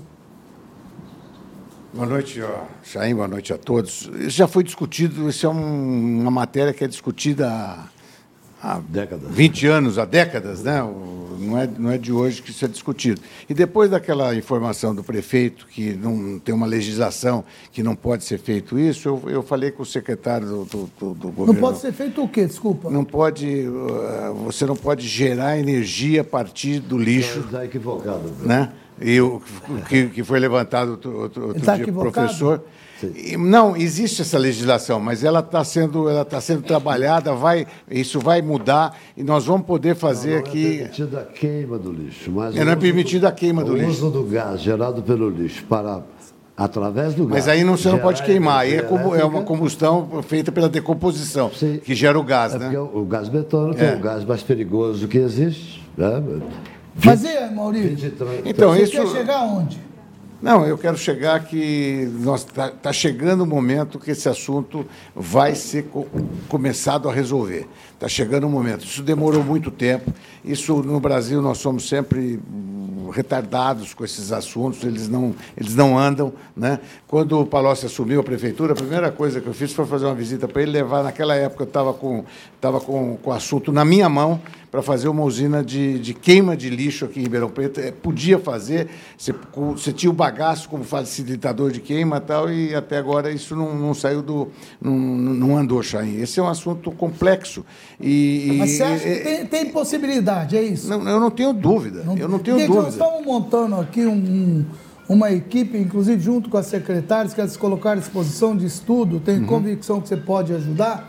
Boa noite, Chaim, boa noite a todos. Isso já foi discutido, isso é um, uma matéria que é discutida há, há décadas. vinte anos, há décadas, né? Não é, não é de hoje que isso é discutido. E depois daquela informação do prefeito que não tem uma legislação que não pode ser feito isso, eu, eu falei com o secretário do, do, do, do governo. Não pode ser feito o quê? Desculpa. Não pode, você não pode gerar energia a partir do lixo. Está equivocado. Né? E o que, que foi levantado outro, outro, outro tá dia equivocado? professor. E, não, existe essa legislação, mas ela está sendo, ela tá sendo trabalhada, vai, isso vai mudar e nós vamos poder fazer não, não aqui. É permitida a queima do lixo. Mas não é permitida a queima do lixo. O uso do gás gerado pelo lixo para, através do gás. Mas aí não, você não pode queimar, aí é, como, é uma combustão feita pela decomposição, Sim. que gera o gás. É né? porque o gás metano é. é o gás mais perigoso que existe. Né? Mas e aí, Maurício? vinte, trinta, então, você isso... quer chegar aonde? Não, eu quero chegar que está tá chegando o momento que esse assunto vai ser co começado a resolver. Está chegando o momento. Isso demorou muito tempo. Isso, no Brasil, nós somos sempre retardados com esses assuntos, eles não, eles não andam. Né? Quando o Palocci assumiu a prefeitura, a primeira coisa que eu fiz foi fazer uma visita para ele, levar, naquela época eu estava com, tava com, com o assunto na minha mão, para fazer uma usina de, de queima de lixo aqui em Ribeirão Preto. É, podia fazer, você, você tinha o bagaço como facilitador de queima e tal, e até agora isso não, não saiu do... não, não andou, Chaim. Esse é um assunto complexo. E, Mas você acha e, que tem, tem possibilidade, é isso? Não, eu não tenho dúvida, não, eu não tenho porque dúvida. Nós estamos montando aqui um, um, uma equipe, inclusive junto com as secretárias, que eles colocaram à disposição de estudo, tenho uhum. convicção que você pode ajudar.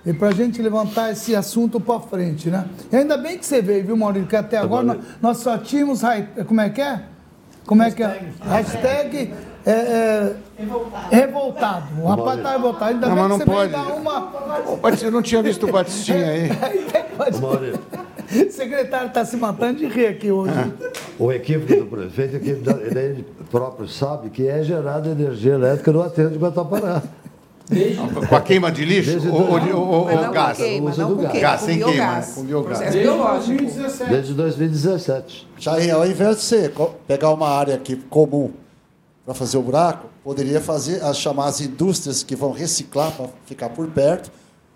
e para a gente levantar esse assunto para frente, né? E ainda bem que você veio, viu, Maurício, que até agora nós, nós só tínhamos, como é que é? Como é que é? Hashtag é, é, revoltado. revoltado. O rapaz está revoltado. Ainda não, bem mas que não você pode. veio dar uma... Eu não tinha visto o Batistinha aí. O secretário está se matando de rir aqui hoje. Ah. O equívoco do prefeito é que ele próprio sabe que é gerada energia elétrica no atento de Guatapará. Desde... Com a queima de lixo Desde ou, ou, ou, ou gás? Queima, não com queima, gás, com sem biogás. queima, com biogás. Desde dois mil e dezessete. Desde dois mil e dezessete. Jair, ao invés de você pegar uma área aqui comum para fazer o buraco, poderia fazer, chamar as indústrias que vão reciclar para ficar por perto,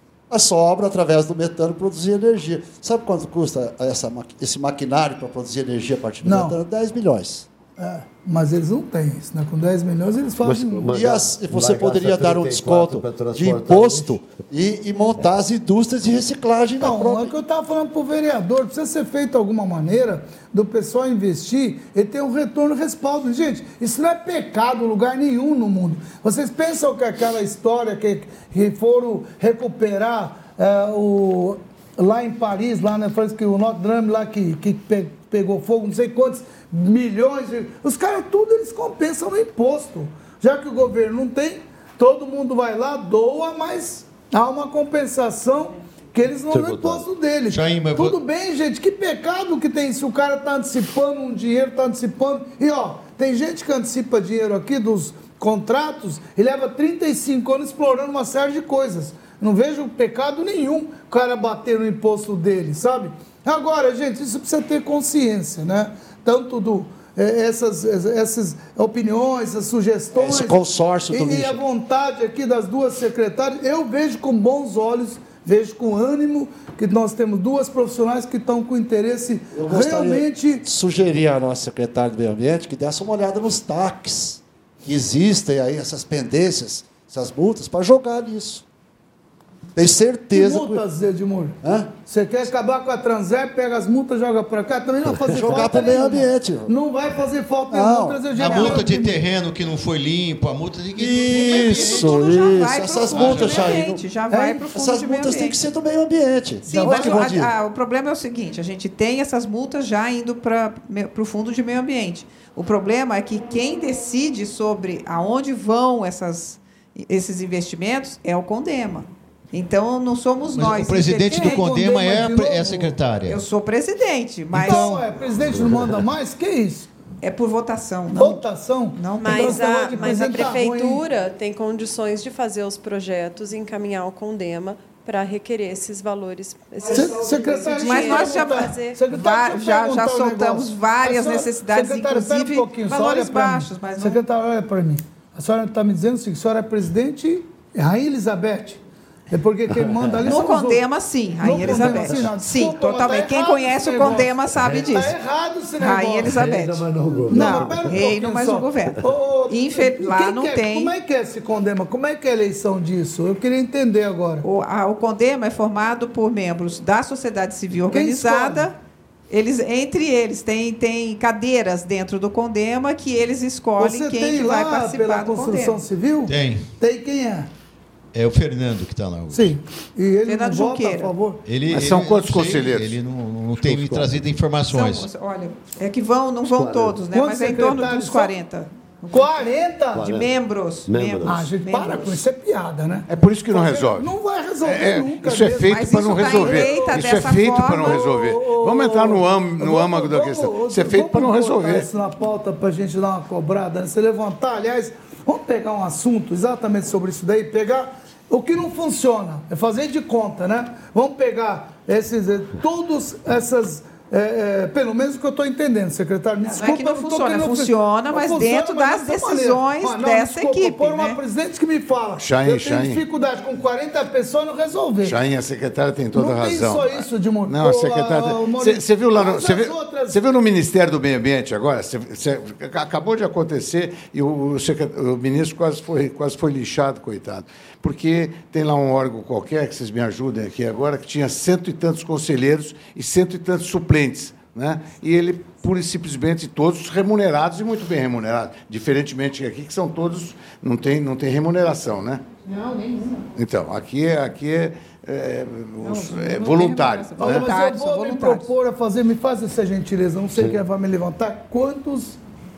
a sobra, através do metano, produzir energia. Sabe quanto custa essa, esse maquinário para produzir energia a partir do não. metano? dez milhões. É, mas eles não têm isso, né? Com dez milhões eles fazem... Mas, mas, e as, você poderia dar um desconto de imposto e, e montar as indústrias de reciclagem não, na própria... É o que eu estava falando para o vereador, precisa ser feito de alguma maneira do pessoal investir e ter um retorno respaldo. Gente, isso não é pecado em lugar nenhum no mundo. Vocês pensam que aquela história que, que foram recuperar é, o, lá em Paris, lá na França, que o Notre Dame lá que, que pe, pegou fogo, não sei quantos milhões, de, os caras tudo eles compensam no imposto. Já que o governo não tem, todo mundo vai lá, doa, mas há uma compensação que eles não dão imposto deles. Jair, mas tudo vou... bem, gente, que pecado que tem se o cara está antecipando um dinheiro, está antecipando. E ó, tem gente que antecipa dinheiro aqui dos contratos e leva trinta e cinco anos explorando uma série de coisas. Não vejo pecado nenhum o cara bater no imposto dele, sabe? Agora, gente, isso precisa ter consciência, né? Tanto do, eh, essas, essas opiniões, essas sugestões. Esse consórcio do e, e a vontade aqui das duas secretárias, eu vejo com bons olhos, vejo com ânimo que nós temos duas profissionais que estão com interesse eu realmente... sugerir à nossa secretária do Meio Ambiente que desse uma olhada nos T A Cs que existem aí, essas pendências, essas multas, para jogar nisso. Tenho certeza... Que multas, Edmur? Hã? Você quer acabar com a Transer, pega as multas, joga para cá? Também não vai fazer jogar falta para o meio ambiente. Não vai fazer falta não. Trazer a multa de terreno que não foi limpo, a multa de... Isso, isso. isso. Essas multas, Jair. Já vai para o fundo Essas de meio multas têm que ser do meio ambiente. Sim, mas o, a, a, o problema é o seguinte, a gente tem essas multas já indo para o fundo de meio ambiente. O problema é que quem decide sobre aonde vão essas, esses investimentos é o CONDEMA. Então, não somos mas nós. O presidente do CONDEMA é a, é a secretária. Eu sou presidente, mas... Então, é, presidente não manda mais? Que isso? É por votação. Não. Votação? Não. Mas, a, mas a prefeitura tem condições de fazer os projetos e encaminhar ao CONDEMA para requerer esses valores. Esses, secretário, mas nós já, já, já soltamos várias senhora, necessidades, inclusive um valores baixos. Mas não... Secretário, olha para mim. A senhora está me dizendo assim, que a senhora é presidente Rainha Elizabeth. É porque quem manda ali no CONDEMA, sim, Rainha Elizabeth. Sim, não, sim desculpa, totalmente. Tá quem conhece o CONDEMA sabe disso. Está errado esse negócio. Rainha Elizabeth. Não, não, não reino, um mas o governo. Oh, Infe... Lá não quer, tem. Como é que é esse CONDEMA? Como é que é a eleição disso? Eu queria entender agora. O, a, o CONDEMA é formado por membros da sociedade civil organizada. Eles, entre eles, tem, tem cadeiras dentro do CONDEMA que eles escolhem Você quem tem que lá vai participar pela do construção CONDEMA. civil? Tem. Tem quem é? É o Fernando que está lá hoje. Sim. E ele Fernando não vota, Junqueira. a favor? Ele, Mas são ele, quantos sei, conselheiros? Ele não, não tem me trazido informações. São, olha, é que vão, não vão todos, né? Quantos mas é em torno dos quarenta. quarenta? De membros. membros. Ah, gente, membros. para com isso, é piada, né? É por isso que não resolve. Não vai resolver é, nunca. Isso é mesmo. feito para não tá resolver. Isso é feito para não resolver. Ô, ô, vamos entrar no, am, no vamos, âmago da questão. Vamos, isso é feito para não resolver. Isso na pauta para a gente dar uma cobrada, né? Se levantar, aliás, vamos pegar um assunto exatamente sobre isso daí, pegar o que não funciona, é fazer de conta, né? Vamos pegar esses, todos essas... É, é, pelo menos o que eu estou entendendo, secretário. Me não, desculpa, não é que não funciona, não funciona, mas funciona, dentro das decisões ah, não, dessa desculpa, equipe. Por uma né? presidente que me fala, Chain, eu tenho Chain. dificuldade com quarenta pessoas não resolver. Chain, a secretária tem toda não a razão. Não tem só isso, de Não, a secretária. Você viu lá no, você viu, outras... viu no Ministério do Meio Ambiente agora? Cê, cê, acabou de acontecer e o, o ministro quase foi, quase foi lixado, coitado. Porque tem lá um órgão qualquer, que vocês me ajudem aqui agora, que tinha cento e tantos conselheiros e cento e tantos suplentes né? E ele, pura e simplesmente, todos remunerados e muito bem remunerados. Diferentemente aqui, que são todos, não tem, não tem remuneração, né? Não, nenhuma. Então, aqui é, aqui é, é, os, não, é voluntário. Né? Mas eu vou me propor a fazer, me faz essa gentileza, não sei Sim. quem vai me levantar, quantos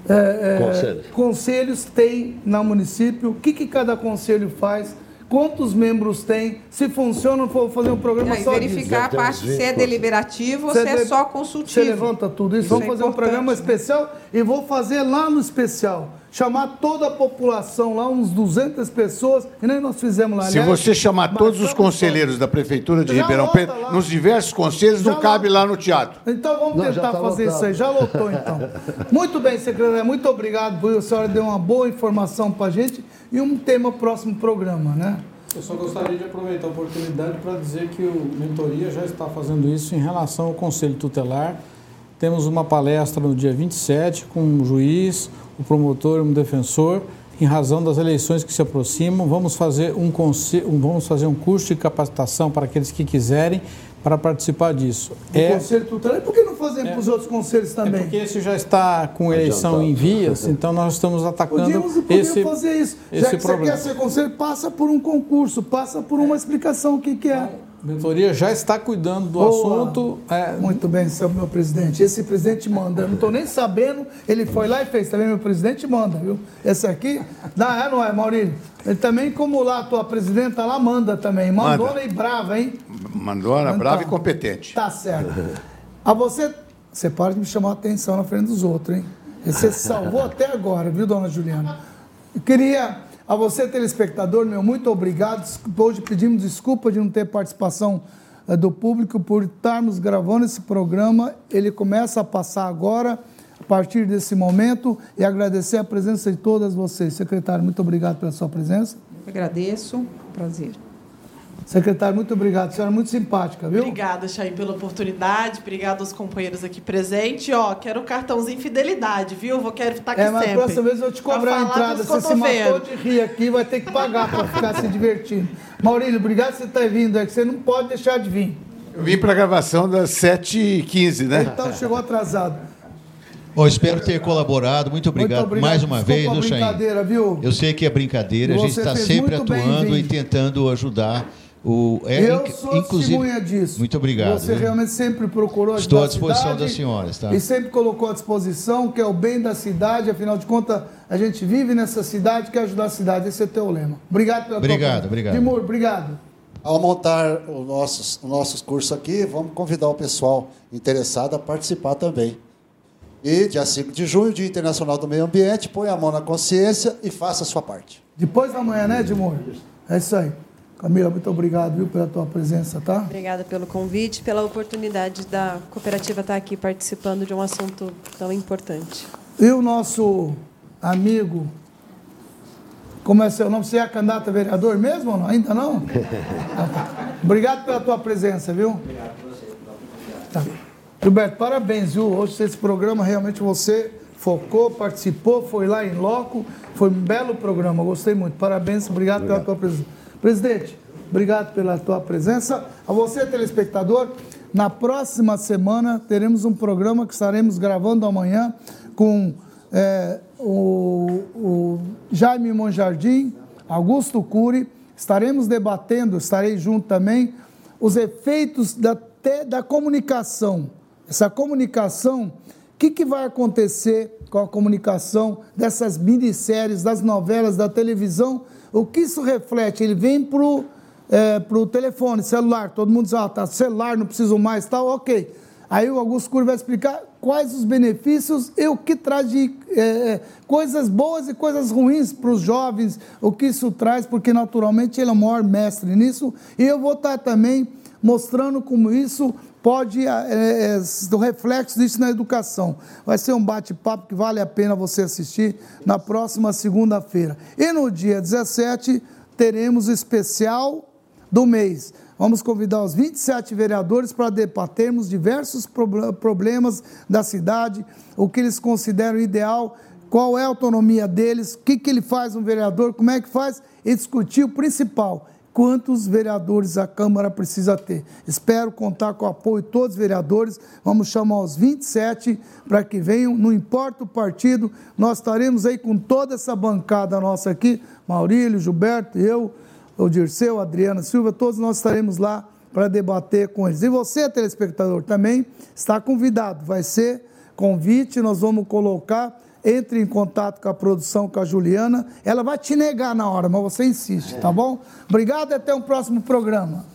é, é, conselhos. conselhos tem no município, o que, que cada conselho faz, quantos membros tem, se funciona, vou fazer um programa e só verificar disso. a parte se é deliberativo ou se é só consultivo. Você levanta tudo isso, isso vamos é fazer um programa né? especial e vou fazer lá no especial. Chamar toda a população lá, uns duzentas pessoas, e nem nós fizemos lá. Se né? você chamar todos os conselheiros da Prefeitura de Já Ribeirão Preto, lá. nos diversos conselhos, Já não cabe lá no teatro. Então vamos Não, tentar tá fazer lotado. isso aí. Já lotou, então. Muito bem, secretária. Muito obrigado, viu? A senhora deu uma boa informação para a gente e um tema próximo programa, né? Eu só gostaria de aproveitar a oportunidade para dizer que o Mentoria já está fazendo isso em relação ao Conselho Tutelar. Temos uma palestra no dia vinte e sete com um juiz, o promotor e um defensor, em razão das eleições que se aproximam. Vamos fazer um, conselho, vamos fazer um curso de capacitação para aqueles que quiserem para participar disso. O é, Conselho Tutelar, e por que não fazemos é, para os outros conselhos também? É porque esse já está com eleição em vias, então nós estamos atacando podíamos, podíamos esse fazer isso. Esse Já que problema. você quer ser conselho, passa por um concurso, passa por uma explicação o que, que é. A mentoria já está cuidando do Boa. assunto. É... Muito bem, seu meu presidente. Esse presidente manda. Eu não estou nem sabendo. Ele foi lá e fez. Também meu presidente manda, viu? Esse aqui, não é, não é, Maurílio? Ele também, como lá, a tua presidenta lá manda também. Mandona manda. E brava, hein? Mandona, então, brava e competente. Tá certo. A você, você para de me chamar a atenção na frente dos outros, hein? Você salvou até agora, viu, dona Juliana? Eu queria... A você, telespectador, meu muito obrigado. Hoje pedimos desculpa de não ter participação uh, do público por estarmos gravando esse programa. Ele começa a passar agora, a partir desse momento, e agradecer a presença de todas vocês. Secretário, muito obrigado pela sua presença. Eu agradeço, prazer. Secretário, muito obrigado. A senhora é muito simpática, viu? Obrigada, Chay, pela oportunidade. Obrigada aos companheiros aqui presentes. Ó, quero o cartãozinho fidelidade, viu? Vou quero estar aqui é, mas sempre. A próxima vez eu vou te cobrar a entrada. Você se matou de rir aqui, vai ter que pagar para ficar se divertindo. Maurílio, obrigado por você estar vindo. É que você não pode deixar de vir. Eu vim para a gravação das sete e quinze, né? Então, chegou atrasado. Oh, espero ter colaborado. Muito obrigado, muito obrigado. mais uma Desculpa vez, viu, Chain? Brincadeira, viu? Eu sei que é brincadeira, a gente está sempre atuando e tentando ajudar. O, é, eu sou inclusive, testemunha disso. Muito obrigado. Você viu? realmente sempre procurou ajudar. Estou à disposição das senhoras, tá? E sempre colocou à disposição, que é o bem da cidade. Afinal de contas, a gente vive nessa cidade, quer ajudar a cidade. Esse é teu lema. Obrigado pela obrigado, tua obrigado. Dimur, obrigado. Ao montar os nossos, os nossos cursos aqui, vamos convidar o pessoal interessado a participar também. E dia cinco de junho, Dia Internacional do Meio Ambiente, põe a mão na consciência e faça a sua parte. Depois da manhã, né, Dimur? É isso aí. Camila, muito obrigado, viu, pela tua presença, tá? Obrigada pelo convite, pela oportunidade da cooperativa estar aqui participando de um assunto tão importante. E o nosso amigo, como é seu nome? Você é candidato a vereador mesmo ou não? Ainda não? Obrigado pela tua presença, viu? Obrigado por você. Tá. Gilberto, parabéns, viu? Hoje esse programa realmente você focou, participou, foi lá em loco, foi um belo programa, gostei muito. Parabéns, obrigado, obrigado. pela tua presença. Presidente, obrigado pela tua presença. A você, telespectador, na próxima semana teremos um programa que estaremos gravando amanhã com é, o, o Jaime Monjardim, Augusto Cury. Estaremos debatendo, estarei junto também, os efeitos da, da comunicação. Essa comunicação, o que, que vai acontecer com a comunicação dessas minisséries, das novelas, da televisão? O que isso reflete? Ele vem para o é, pro telefone, celular, todo mundo diz, ah, tá, celular, não preciso mais, tal, ok. Aí o Augusto Cury vai explicar quais os benefícios e o que traz de é, coisas boas e coisas ruins para os jovens, o que isso traz, porque naturalmente ele é o maior mestre nisso, e eu vou estar também mostrando como isso pode, é, é, o reflexo disso na educação. Vai ser um bate-papo que vale a pena você assistir na próxima segunda-feira. E no dia dezessete, teremos o especial do mês. Vamos convidar os vinte e sete vereadores para debatermos diversos problemas da cidade, o que eles consideram ideal, qual é a autonomia deles, o que, que ele faz um vereador, como é que faz, e discutir o principal. quantos vereadores a Câmara precisa ter. Espero contar com o apoio de todos os vereadores. Vamos chamar os vinte e sete para que venham, não importa o partido, nós estaremos aí com toda essa bancada nossa aqui, Maurílio, Gilberto, eu, o Dirceu, a Adriana Silva, todos nós estaremos lá para debater com eles. E você, telespectador, também está convidado. Vai ser convite, nós vamos colocar, entre em contato com a produção, com a Juliana. Ela vai te negar na hora, mas você insiste, tá bom? Obrigado e até o próximo programa.